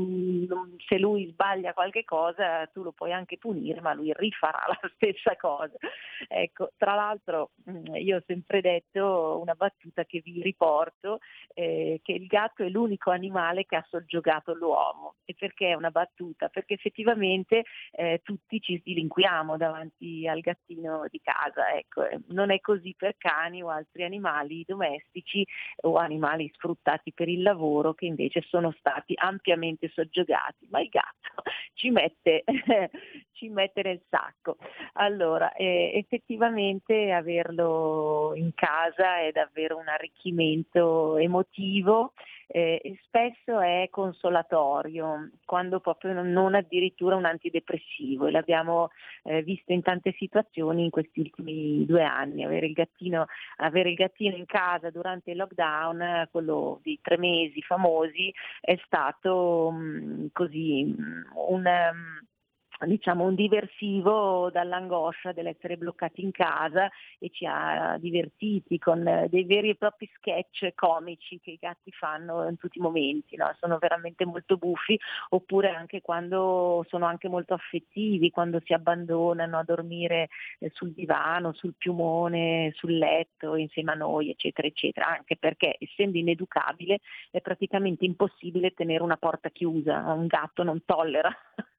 Se lui sbaglia qualche cosa tu lo puoi anche punire, ma lui rifarà la stessa cosa. Ecco, tra l'altro io ho sempre detto una battuta che vi riporto, eh, che il gatto è l'unico animale che ha soggiogato l'uomo. E perché è una battuta? Perché effettivamente eh, tutti ci sdilinquiamo davanti al gattino di casa, ecco. Non è così per cani o altri animali domestici o animali sfruttati per il lavoro che invece sono stati ampiamente soggiogati, ma il gatto ci mette, ci mette nel sacco. Allora, eh, effettivamente averlo in casa è davvero un arricchimento emotivo, eh, e spesso è consolatorio, quando proprio non addirittura un antidepressivo, e l'abbiamo eh, visto in tante situazioni in questi ultimi due anni. Avere il gattino, avere il gattino in casa durante il lockdown, quello di tre mesi famosi, è stato mh, così mh, un um, diciamo un diversivo dall'angoscia dell'essere bloccati in casa, e ci ha divertiti con dei veri e propri sketch comici che i gatti fanno in tutti i momenti, no? Sono veramente molto buffi, oppure anche quando sono anche molto affettivi, quando si abbandonano a dormire sul divano, sul piumone, sul letto insieme a noi, eccetera eccetera, anche perché essendo ineducabile è praticamente impossibile tenere una porta chiusa, un gatto non tollera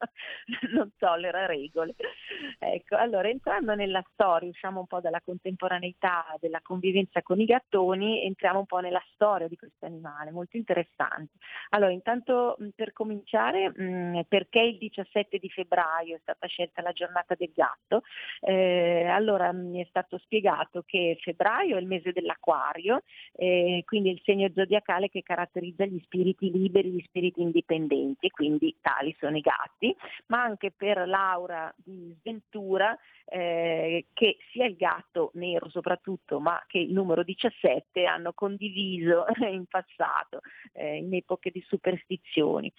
non tollera regole. Ecco, allora entrando nella storia, usciamo un po' dalla contemporaneità della convivenza con i gattoni, entriamo un po' nella storia di questo animale, molto interessante. Allora, intanto per cominciare, mh, perché il diciassette di febbraio è stata scelta la giornata del gatto? Eh, allora mi è stato spiegato che febbraio è il mese dell'Acquario, eh, quindi è il segno zodiacale che caratterizza gli spiriti liberi, gli spiriti indipendenti, e quindi tali sono i gatti, ma anche per l'aura di sventura eh, che sia il gatto nero soprattutto, ma che il numero diciassette hanno condiviso in passato, eh, in epoche di superstizioni.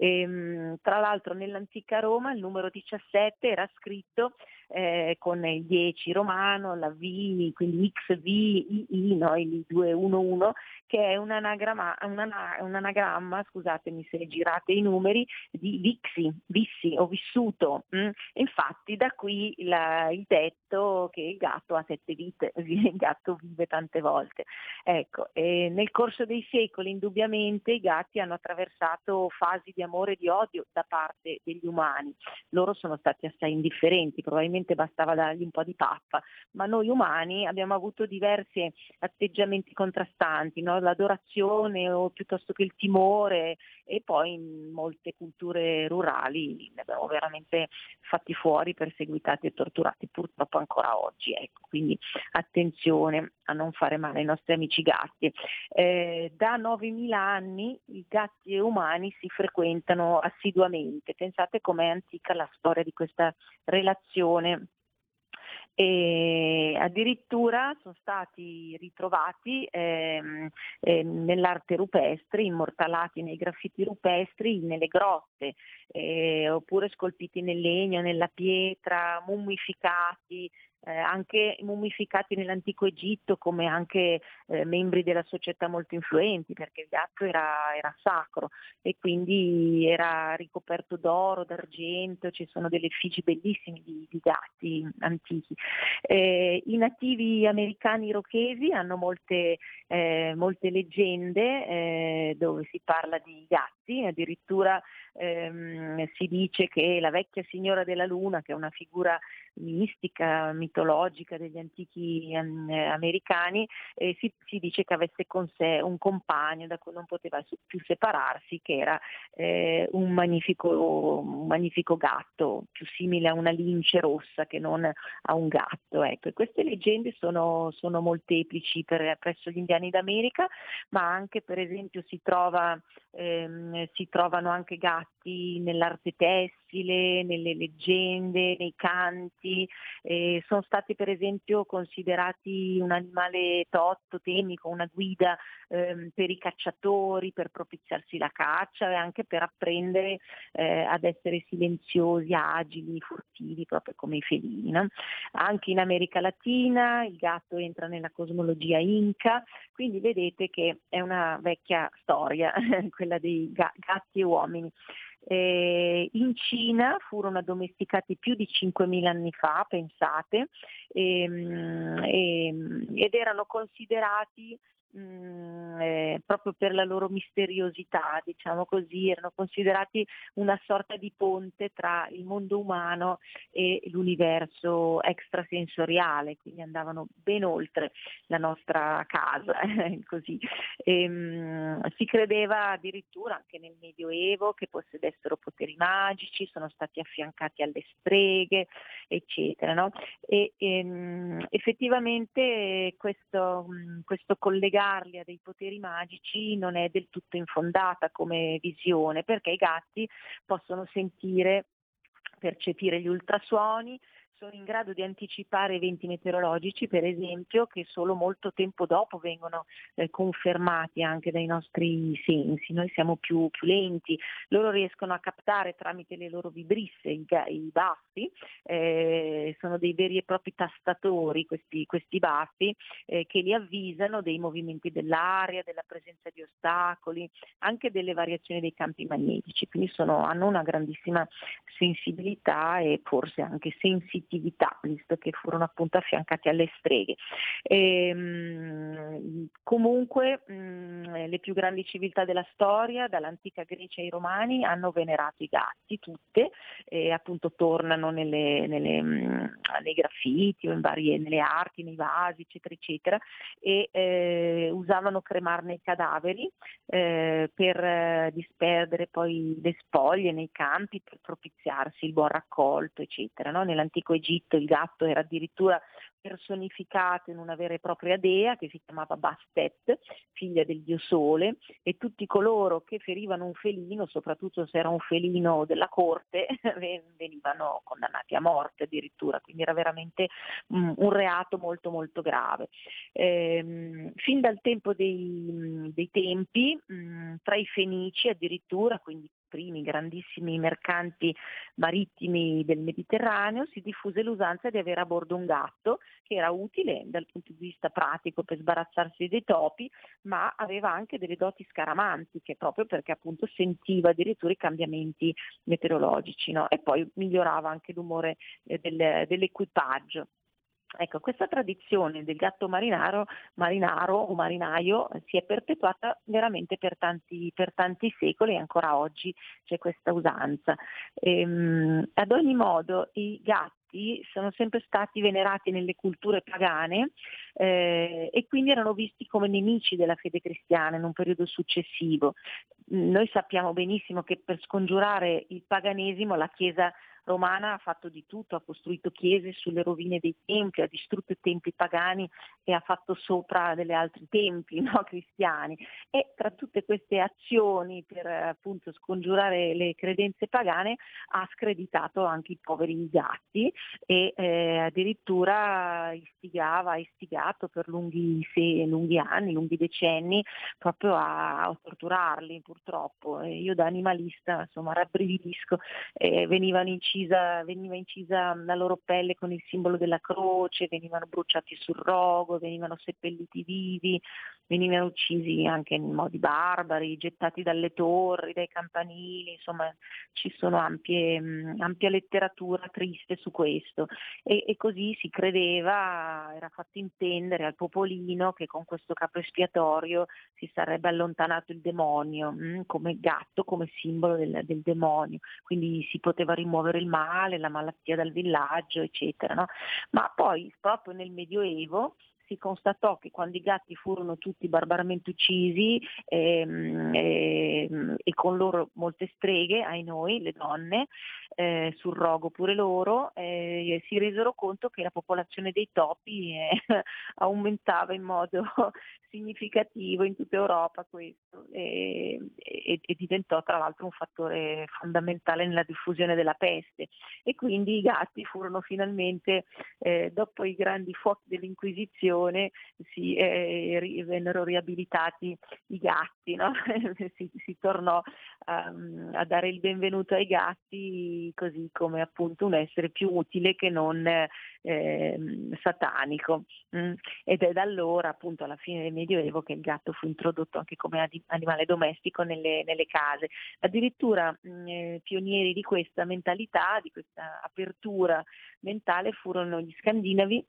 E, tra l'altro nell'antica Roma il numero diciassette era scritto eh, con il dieci romano, la V, quindi X V I I, no? Il due uno uno, che è un anagramma, un, ana, un anagramma, scusatemi se girate i numeri, di vixi, vissi o vissuto. Mm? Infatti da qui la, il detto che il gatto ha sette vite, il gatto vive tante volte. Ecco, e nel corso dei secoli indubbiamente i gatti hanno attraversato fasi di amore e di odio da parte degli umani. Loro sono stati assai indifferenti, probabilmente bastava dargli un po' di pappa, ma noi umani abbiamo avuto diversi atteggiamenti contrastanti, no? L'adorazione o piuttosto che il timore, e poi in molte culture rurali li abbiamo veramente fatti fuori, perseguitati e torturati, purtroppo ancora oggi. Ecco, quindi attenzione a non fare male ai nostri amici gatti. Eh, da novemila anni i gatti e umani si frequentano assiduamente. Pensate com'è antica la storia di questa relazione. E addirittura sono stati ritrovati ehm, eh, nell'arte rupestre, immortalati nei graffiti rupestri, nelle grotte, eh, oppure scolpiti nel legno, nella pietra, mummificati, eh, anche mummificati nell'antico Egitto come anche eh, membri della società molto influenti, perché il gatto era, era sacro e quindi era ricoperto d'oro, d'argento, ci sono delle effigie bellissime di, di gatti antichi. Eh, I nativi americani irochesi hanno molte, eh, molte leggende eh, dove si parla di gatti, addirittura ehm, si dice che la vecchia signora della luna, che è una figura mistica, mitologica degli antichi um, americani, eh, si, si dice che avesse con sé un compagno da cui non poteva più separarsi, che era eh, un, magnifico, un magnifico gatto, più simile a una lince rossa che non a un gatto. Ecco. E queste leggende sono, sono molteplici per, presso gli indiani d'America, ma anche per esempio si, trova, ehm, si trovano anche gatti nell'arte tessile, nelle leggende, nei canti. Eh, sono stati per esempio considerati un animale totemico, una guida ehm, per i cacciatori, per propiziarsi la caccia e anche per apprendere eh, ad essere silenziosi, agili, furtivi, proprio come i felini. No? Anche in America Latina il gatto entra nella cosmologia inca, quindi vedete che è una vecchia storia, quella dei ga- gatti e uomini. Eh, in Cina furono addomesticati più di cinquemila anni fa, pensate, ehm, ehm, ed erano considerati mh, eh, proprio per la loro misteriosità, diciamo così, erano considerati una sorta di ponte tra il mondo umano e l'universo extrasensoriale, quindi andavano ben oltre la nostra casa, così. Ehm, si credeva addirittura anche nel Medioevo che possedessero poteri magici, sono stati affiancati alle streghe, eccetera. No? E ehm, effettivamente questo, questo collegarli a dei poteri magici non è del tutto infondata come visione, perché i gatti possono sentire, percepire gli ultrasuoni, sono in grado di anticipare eventi meteorologici, per esempio, che solo molto tempo dopo vengono eh, confermati anche dai nostri sensi. Noi siamo più, più lenti, loro riescono a captare tramite le loro vibrisse, i, i baffi, eh, sono dei veri e propri tastatori questi, questi baffi eh, che li avvisano dei movimenti dell'aria, della presenza di ostacoli, anche delle variazioni dei campi magnetici, quindi sono, hanno una grandissima sensibilità e forse anche sensitività, visto che furono appunto affiancati alle streghe. E, mh, comunque mh, le più grandi civiltà della storia, dall'antica Grecia ai Romani, hanno venerato i gatti, tutte, e appunto tornano nelle, nelle, mh, nei graffiti o in varie, nelle arti, nei vasi, eccetera, eccetera, e eh, usavano cremarne i cadaveri eh, per eh, disperdere poi le spoglie nei campi, per propiziarsi il buon raccolto, eccetera. No? Nell'antico Egitto il gatto era addirittura personificato in una vera e propria dea che si chiamava Bastet, figlia del dio Sole, e tutti coloro che ferivano un felino, soprattutto se era un felino della corte, venivano condannati a morte addirittura, quindi era veramente um, un reato molto molto grave. Ehm, fin dal tempo dei, dei tempi, mh, tra i Fenici addirittura, quindi primi grandissimi mercanti marittimi del Mediterraneo, si diffuse l'usanza di avere a bordo un gatto che era utile dal punto di vista pratico per sbarazzarsi dei topi, ma aveva anche delle doti scaramantiche, proprio perché appunto sentiva addirittura i cambiamenti meteorologici, no? E poi migliorava anche l'umore eh, del, dell'equipaggio. Ecco, questa tradizione del gatto marinaro, marinaro o marinaio si è perpetuata veramente per tanti, per tanti secoli e ancora oggi c'è questa usanza. Ehm, ad ogni modo i gatti sono sempre stati venerati nelle culture pagane eh, e quindi erano visti come nemici della fede cristiana in un periodo successivo. Noi sappiamo benissimo che per scongiurare il paganesimo la Chiesa romana ha fatto di tutto, ha costruito chiese sulle rovine dei templi, ha distrutto i templi pagani e ha fatto sopra degli altri templi, no, cristiani, e tra tutte queste azioni per appunto scongiurare le credenze pagane ha screditato anche i poveri gatti e eh, addirittura istigava, ha istigato per lunghi, se, lunghi anni, lunghi decenni proprio a, a torturarli purtroppo. E io da animalista insomma rabbrividisco, eh, venivano in incisa, veniva incisa la loro pelle con il simbolo della croce, venivano bruciati sul rogo, venivano seppelliti vivi, venivano uccisi anche in modi barbari, gettati dalle torri, dai campanili, insomma ci sono ampie, ampia letteratura triste su questo e, e così si credeva, era fatto intendere al popolino che con questo capo espiatorio si sarebbe allontanato il demonio, mh, come gatto, come simbolo del, del demonio, quindi si poteva rimuovere il male, la malattia dal villaggio, eccetera, no? Ma poi proprio nel Medioevo si constatò che quando i gatti furono tutti barbaramente uccisi ehm, ehm, e con loro molte streghe, ai noi, le donne, eh, sul rogo pure loro, eh, si resero conto che la popolazione dei topi eh, aumentava in modo significativo in tutta Europa questo e, e, e diventò tra l'altro un fattore fondamentale nella diffusione della peste e quindi i gatti furono finalmente, eh, dopo i grandi fuochi dell'Inquisizione, si, eh, ri, vennero riabilitati i gatti, no? si, si tornò um, a dare il benvenuto ai gatti così come appunto un essere più utile che non eh, satanico mm. ed è da allora appunto alla fine del Medioevo che il gatto fu introdotto anche come animale domestico nelle, nelle case. Addirittura mh, eh, pionieri di questa mentalità, di questa apertura mentale furono gli scandinavi,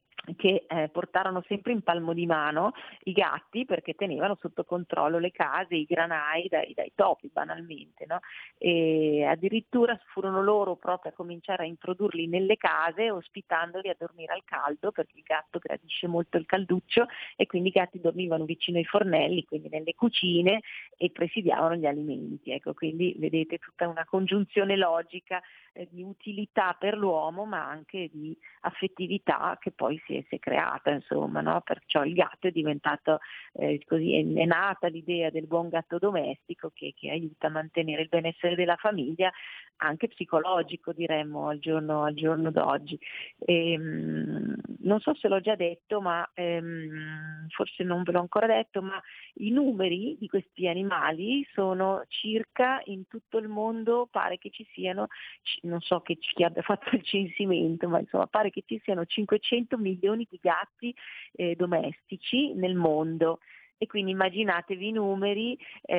che eh, portarono sempre in palmo di mano i gatti perché tenevano sotto controllo le case, i granai dai, dai topi banalmente, no? E addirittura furono loro proprio a cominciare a introdurli nelle case ospitandoli a dormire al caldo perché il gatto gradisce molto il calduccio e quindi i gatti dormivano vicino ai fornelli, quindi nelle cucine e presidiavano gli alimenti, ecco, quindi vedete tutta una congiunzione logica eh, di utilità per l'uomo ma anche di affettività che poi si è, si è creata, insomma, no? Perciò il gatto è diventato eh, così, è, è nata l'idea del buon gatto domestico che, che aiuta a mantenere il benessere della famiglia, anche psicologico diremmo al giorno, al giorno d'oggi. E, mh, non so se l'ho già detto, ma ehm, forse non ve l'ho ancora detto, ma i numeri di questi animali sono circa in tutto il mondo, pare che ci siano, non so che chi abbia fatto il censimento, ma insomma pare che ci siano cinquecento milioni di gatti eh, domestici nel mondo. E quindi immaginatevi i numeri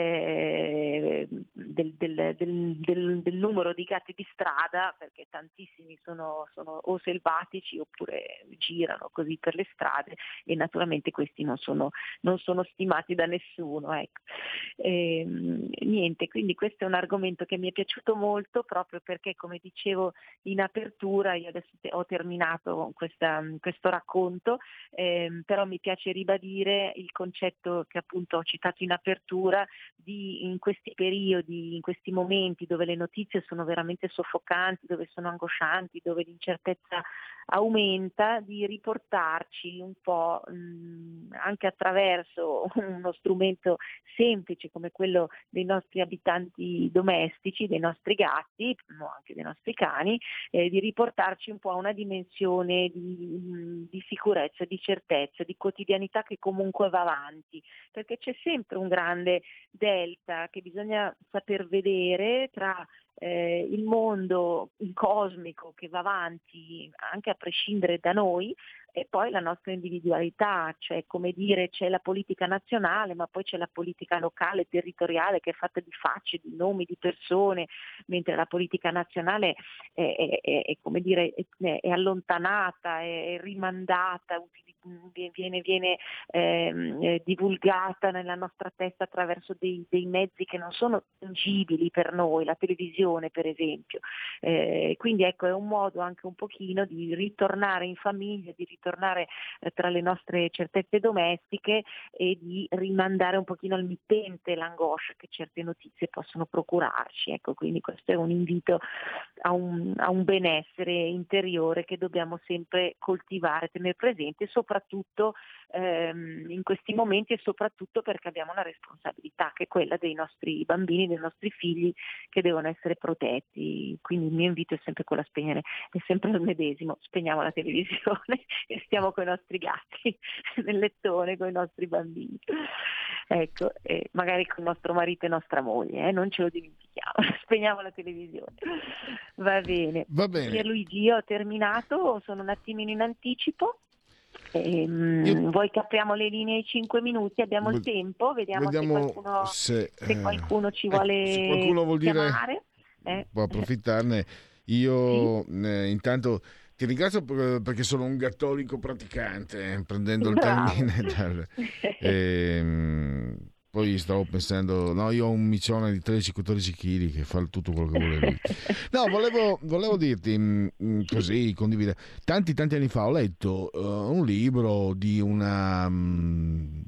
eh, del, del, del, del, del numero di gatti di strada, perché tantissimi sono, sono o selvatici oppure girano così per le strade e naturalmente questi non sono, non sono stimati da nessuno. Ecco. E, niente, quindi questo è un argomento che mi è piaciuto molto proprio perché, come dicevo in apertura, io adesso ho terminato questa, questo racconto, eh, però mi piace ribadire il concetto che appunto ho citato in apertura di in questi periodi, in questi momenti dove le notizie sono veramente soffocanti, dove sono angoscianti, dove l'incertezza aumenta, di riportarci un po' mh, anche attraverso uno strumento semplice come quello dei nostri abitanti domestici, dei nostri gatti, ma anche dei nostri cani, eh, di riportarci un po' a una dimensione di, mh, di sicurezza, di certezza, di quotidianità che comunque va avanti, perché c'è sempre un grande delta che bisogna saper vedere tra eh, il mondo cosmico che va avanti anche a prescindere da noi e poi la nostra individualità, cioè come dire c'è la politica nazionale ma poi c'è la politica locale, territoriale che è fatta di facce, di nomi, di persone, mentre la politica nazionale è, è, è, è come dire è, è allontanata, è, è rimandata, viene, viene eh, divulgata nella nostra testa attraverso dei, dei mezzi che non sono tangibili per noi, la televisione per esempio, eh, quindi ecco è un modo anche un pochino di ritornare in famiglia, di ritornare eh, tra le nostre certezze domestiche e di rimandare un pochino al mittente l'angoscia che certe notizie possono procurarci, ecco, quindi questo è un invito a un, a un benessere interiore che dobbiamo sempre coltivare, tenere presente, soprattutto ehm, in questi momenti e soprattutto perché abbiamo una responsabilità che è quella dei nostri bambini, dei nostri figli che devono essere protetti, quindi il mio invito è sempre quello a spegnere, è sempre il medesimo, spegniamo la televisione e stiamo con i nostri gatti nel lettone con i nostri bambini. ecco, eh, magari con nostro marito e nostra moglie, eh, non ce lo dimentichiamo, spegniamo la televisione. Va bene. Va bene. Pierluigi, io ho terminato, sono un attimino in anticipo. Ehm, io... Vuoi che apriamo le linee ai cinque minuti? Abbiamo il tempo, vediamo, vediamo se, qualcuno, se, se qualcuno ci vuole eh, se qualcuno vuol dire, chiamare. Eh. Può approfittarne. Io sì. eh, intanto ti ringrazio perché sono un cattolico praticante, prendendo il termine dal, ehm, poi stavo pensando, no, io ho un micione di tredici quattordici chili che fa tutto quello che vuole lui. No, volevo, volevo dirti mh, così, condividere. Tanti tanti anni fa ho letto uh, un libro di una mh,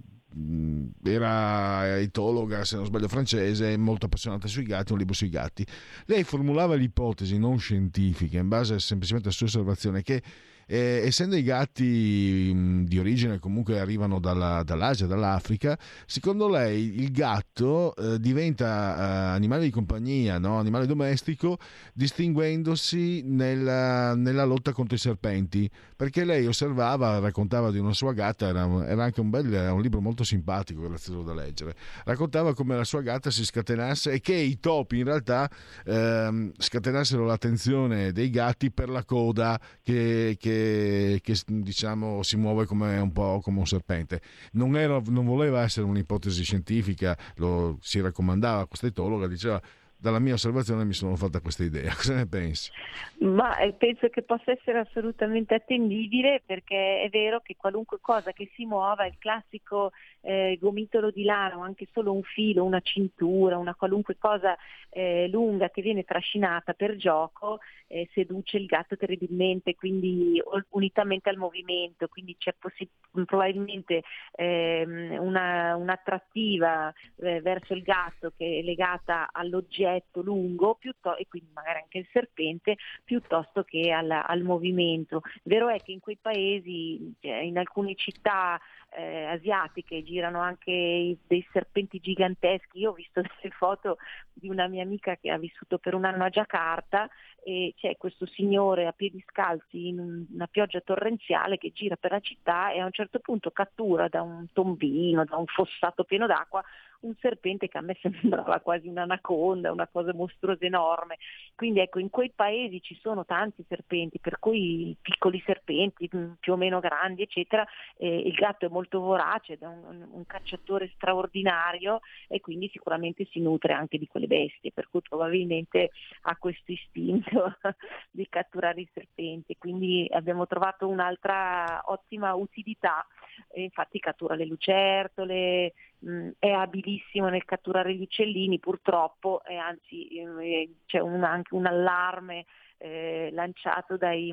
era etologa, se non sbaglio francese, molto appassionata sui gatti, un libro sui gatti. Lei formulava l'ipotesi non scientifica in base semplicemente alla sua osservazione che eh, essendo i gatti mh, di origine comunque arrivano dalla, dall'Asia, dall'Africa, secondo lei il gatto eh, diventa eh, animale di compagnia, no? Animale domestico, distinguendosi nella, nella lotta contro i serpenti, perché lei osservava, raccontava di una sua gatta, era, era anche un bel un libro molto simpatico, grazioso da leggere, raccontava come la sua gatta si scatenasse e che i topi in realtà ehm, scatenassero l'attenzione dei gatti per la coda che, che Che, che diciamo si muove come un po' come un serpente. Non, era, non voleva essere un'ipotesi scientifica, lo si raccomandava, questa etologa diceva: dalla mia osservazione mi sono fatta questa idea. Cosa ne pensi? Ma penso che possa essere assolutamente attendibile, perché è vero che qualunque cosa che si muova, il classico eh, gomitolo di lana, anche solo un filo, una cintura, una qualunque cosa eh, lunga che viene trascinata per gioco, eh, seduce il gatto terribilmente, quindi unitamente al movimento, quindi c'è possi- probabilmente eh, una, un'attrattiva eh, verso il gatto che è legata all'oggetto lungo, piuttosto, e quindi magari anche il serpente, piuttosto che al, al movimento. Vero è che in quei paesi, in alcune città eh, asiatiche, girano anche dei serpenti giganteschi. Io ho visto delle foto di una mia amica che ha vissuto per un anno a Giacarta e c'è questo signore a piedi scalzi in una pioggia torrenziale che gira per la città e a un certo punto cattura da un tombino, da un fossato pieno d'acqua, un serpente che a me sembrava quasi un'anaconda, una cosa mostruosa enorme. Quindi ecco, in quei paesi ci sono tanti serpenti, per cui piccoli serpenti più o meno grandi eccetera, eh, il gatto è molto vorace, è un, un cacciatore straordinario e quindi sicuramente si nutre anche di quelle bestie, per cui probabilmente ha questo istinto di catturare i serpenti. Quindi abbiamo trovato un'altra ottima utilità, e infatti cattura le lucertole, mh, è abilissimo nel catturare gli uccellini purtroppo, e anzi eh, c'è un, anche un allarme eh, lanciato dai,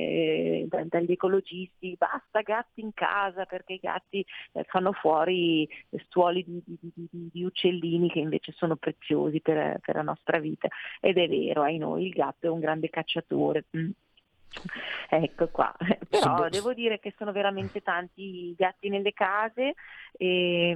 eh, da, dagli ecologisti: basta gatti in casa, perché i gatti eh, fanno fuori stuoli di, di, di, di uccellini che invece sono preziosi per, per la nostra vita. Ed è vero, ai noi il gatto è un grande cacciatore. Mm. Ecco qua, però devo dire che sono veramente tanti i gatti nelle case e,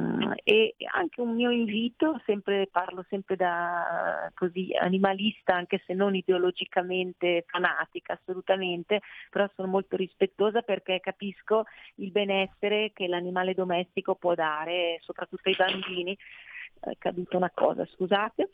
e anche un mio invito, sempre parlo sempre da così animalista, anche se non ideologicamente fanatica assolutamente, però sono molto rispettosa perché capisco il benessere che l'animale domestico può dare soprattutto ai bambini. È caduta una cosa, scusate,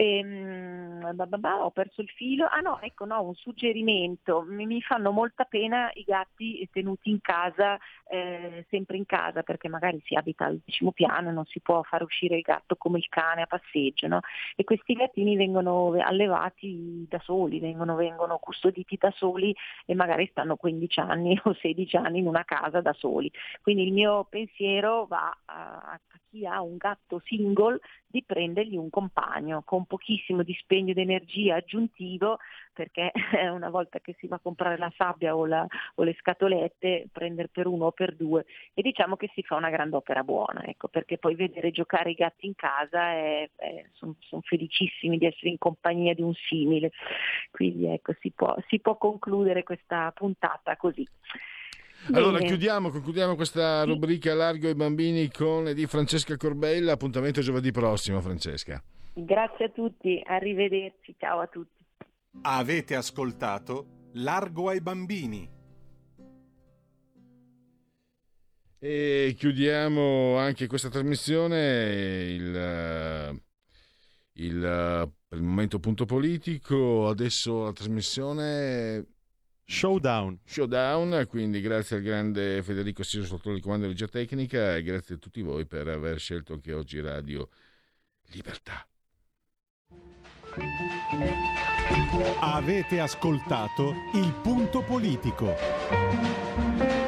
ehm, bah bah bah, ho perso il filo. Ah no, ecco, no, un suggerimento: mi, mi fanno molta pena i gatti tenuti in casa, eh, sempre in casa, perché magari si abita al decimo piano e non si può far uscire il gatto come il cane a passeggio, no? E questi gattini vengono allevati da soli, vengono, vengono custoditi da soli e magari stanno quindici anni o sedici anni in una casa da soli. Quindi il mio pensiero va a, a chi ha un gatto single, di prendergli un compagno con pochissimo dispendio di energia aggiuntivo, perché una volta che si va a comprare la sabbia o, la, o le scatolette, prendere per uno o per due, e diciamo che si fa una grande opera buona, ecco, perché poi vedere giocare i gatti in casa sono son felicissimi di essere in compagnia di un simile. Quindi ecco, si può, si può concludere questa puntata così. Allora Bene. chiudiamo, concludiamo questa Sì. rubrica Largo ai bambini con di Francesca Corbella. Appuntamento giovedì prossimo, Francesca. Grazie a tutti, arrivederci, ciao a tutti. Avete ascoltato Largo ai bambini. E chiudiamo anche questa trasmissione, il, il, per il momento punto politico, adesso la trasmissione Showdown. Showdown, quindi grazie al grande Federico Siso sotto il comando di regia tecnica e grazie a tutti voi per aver scelto anche oggi Radio Libertà. Avete ascoltato Il Punto Politico.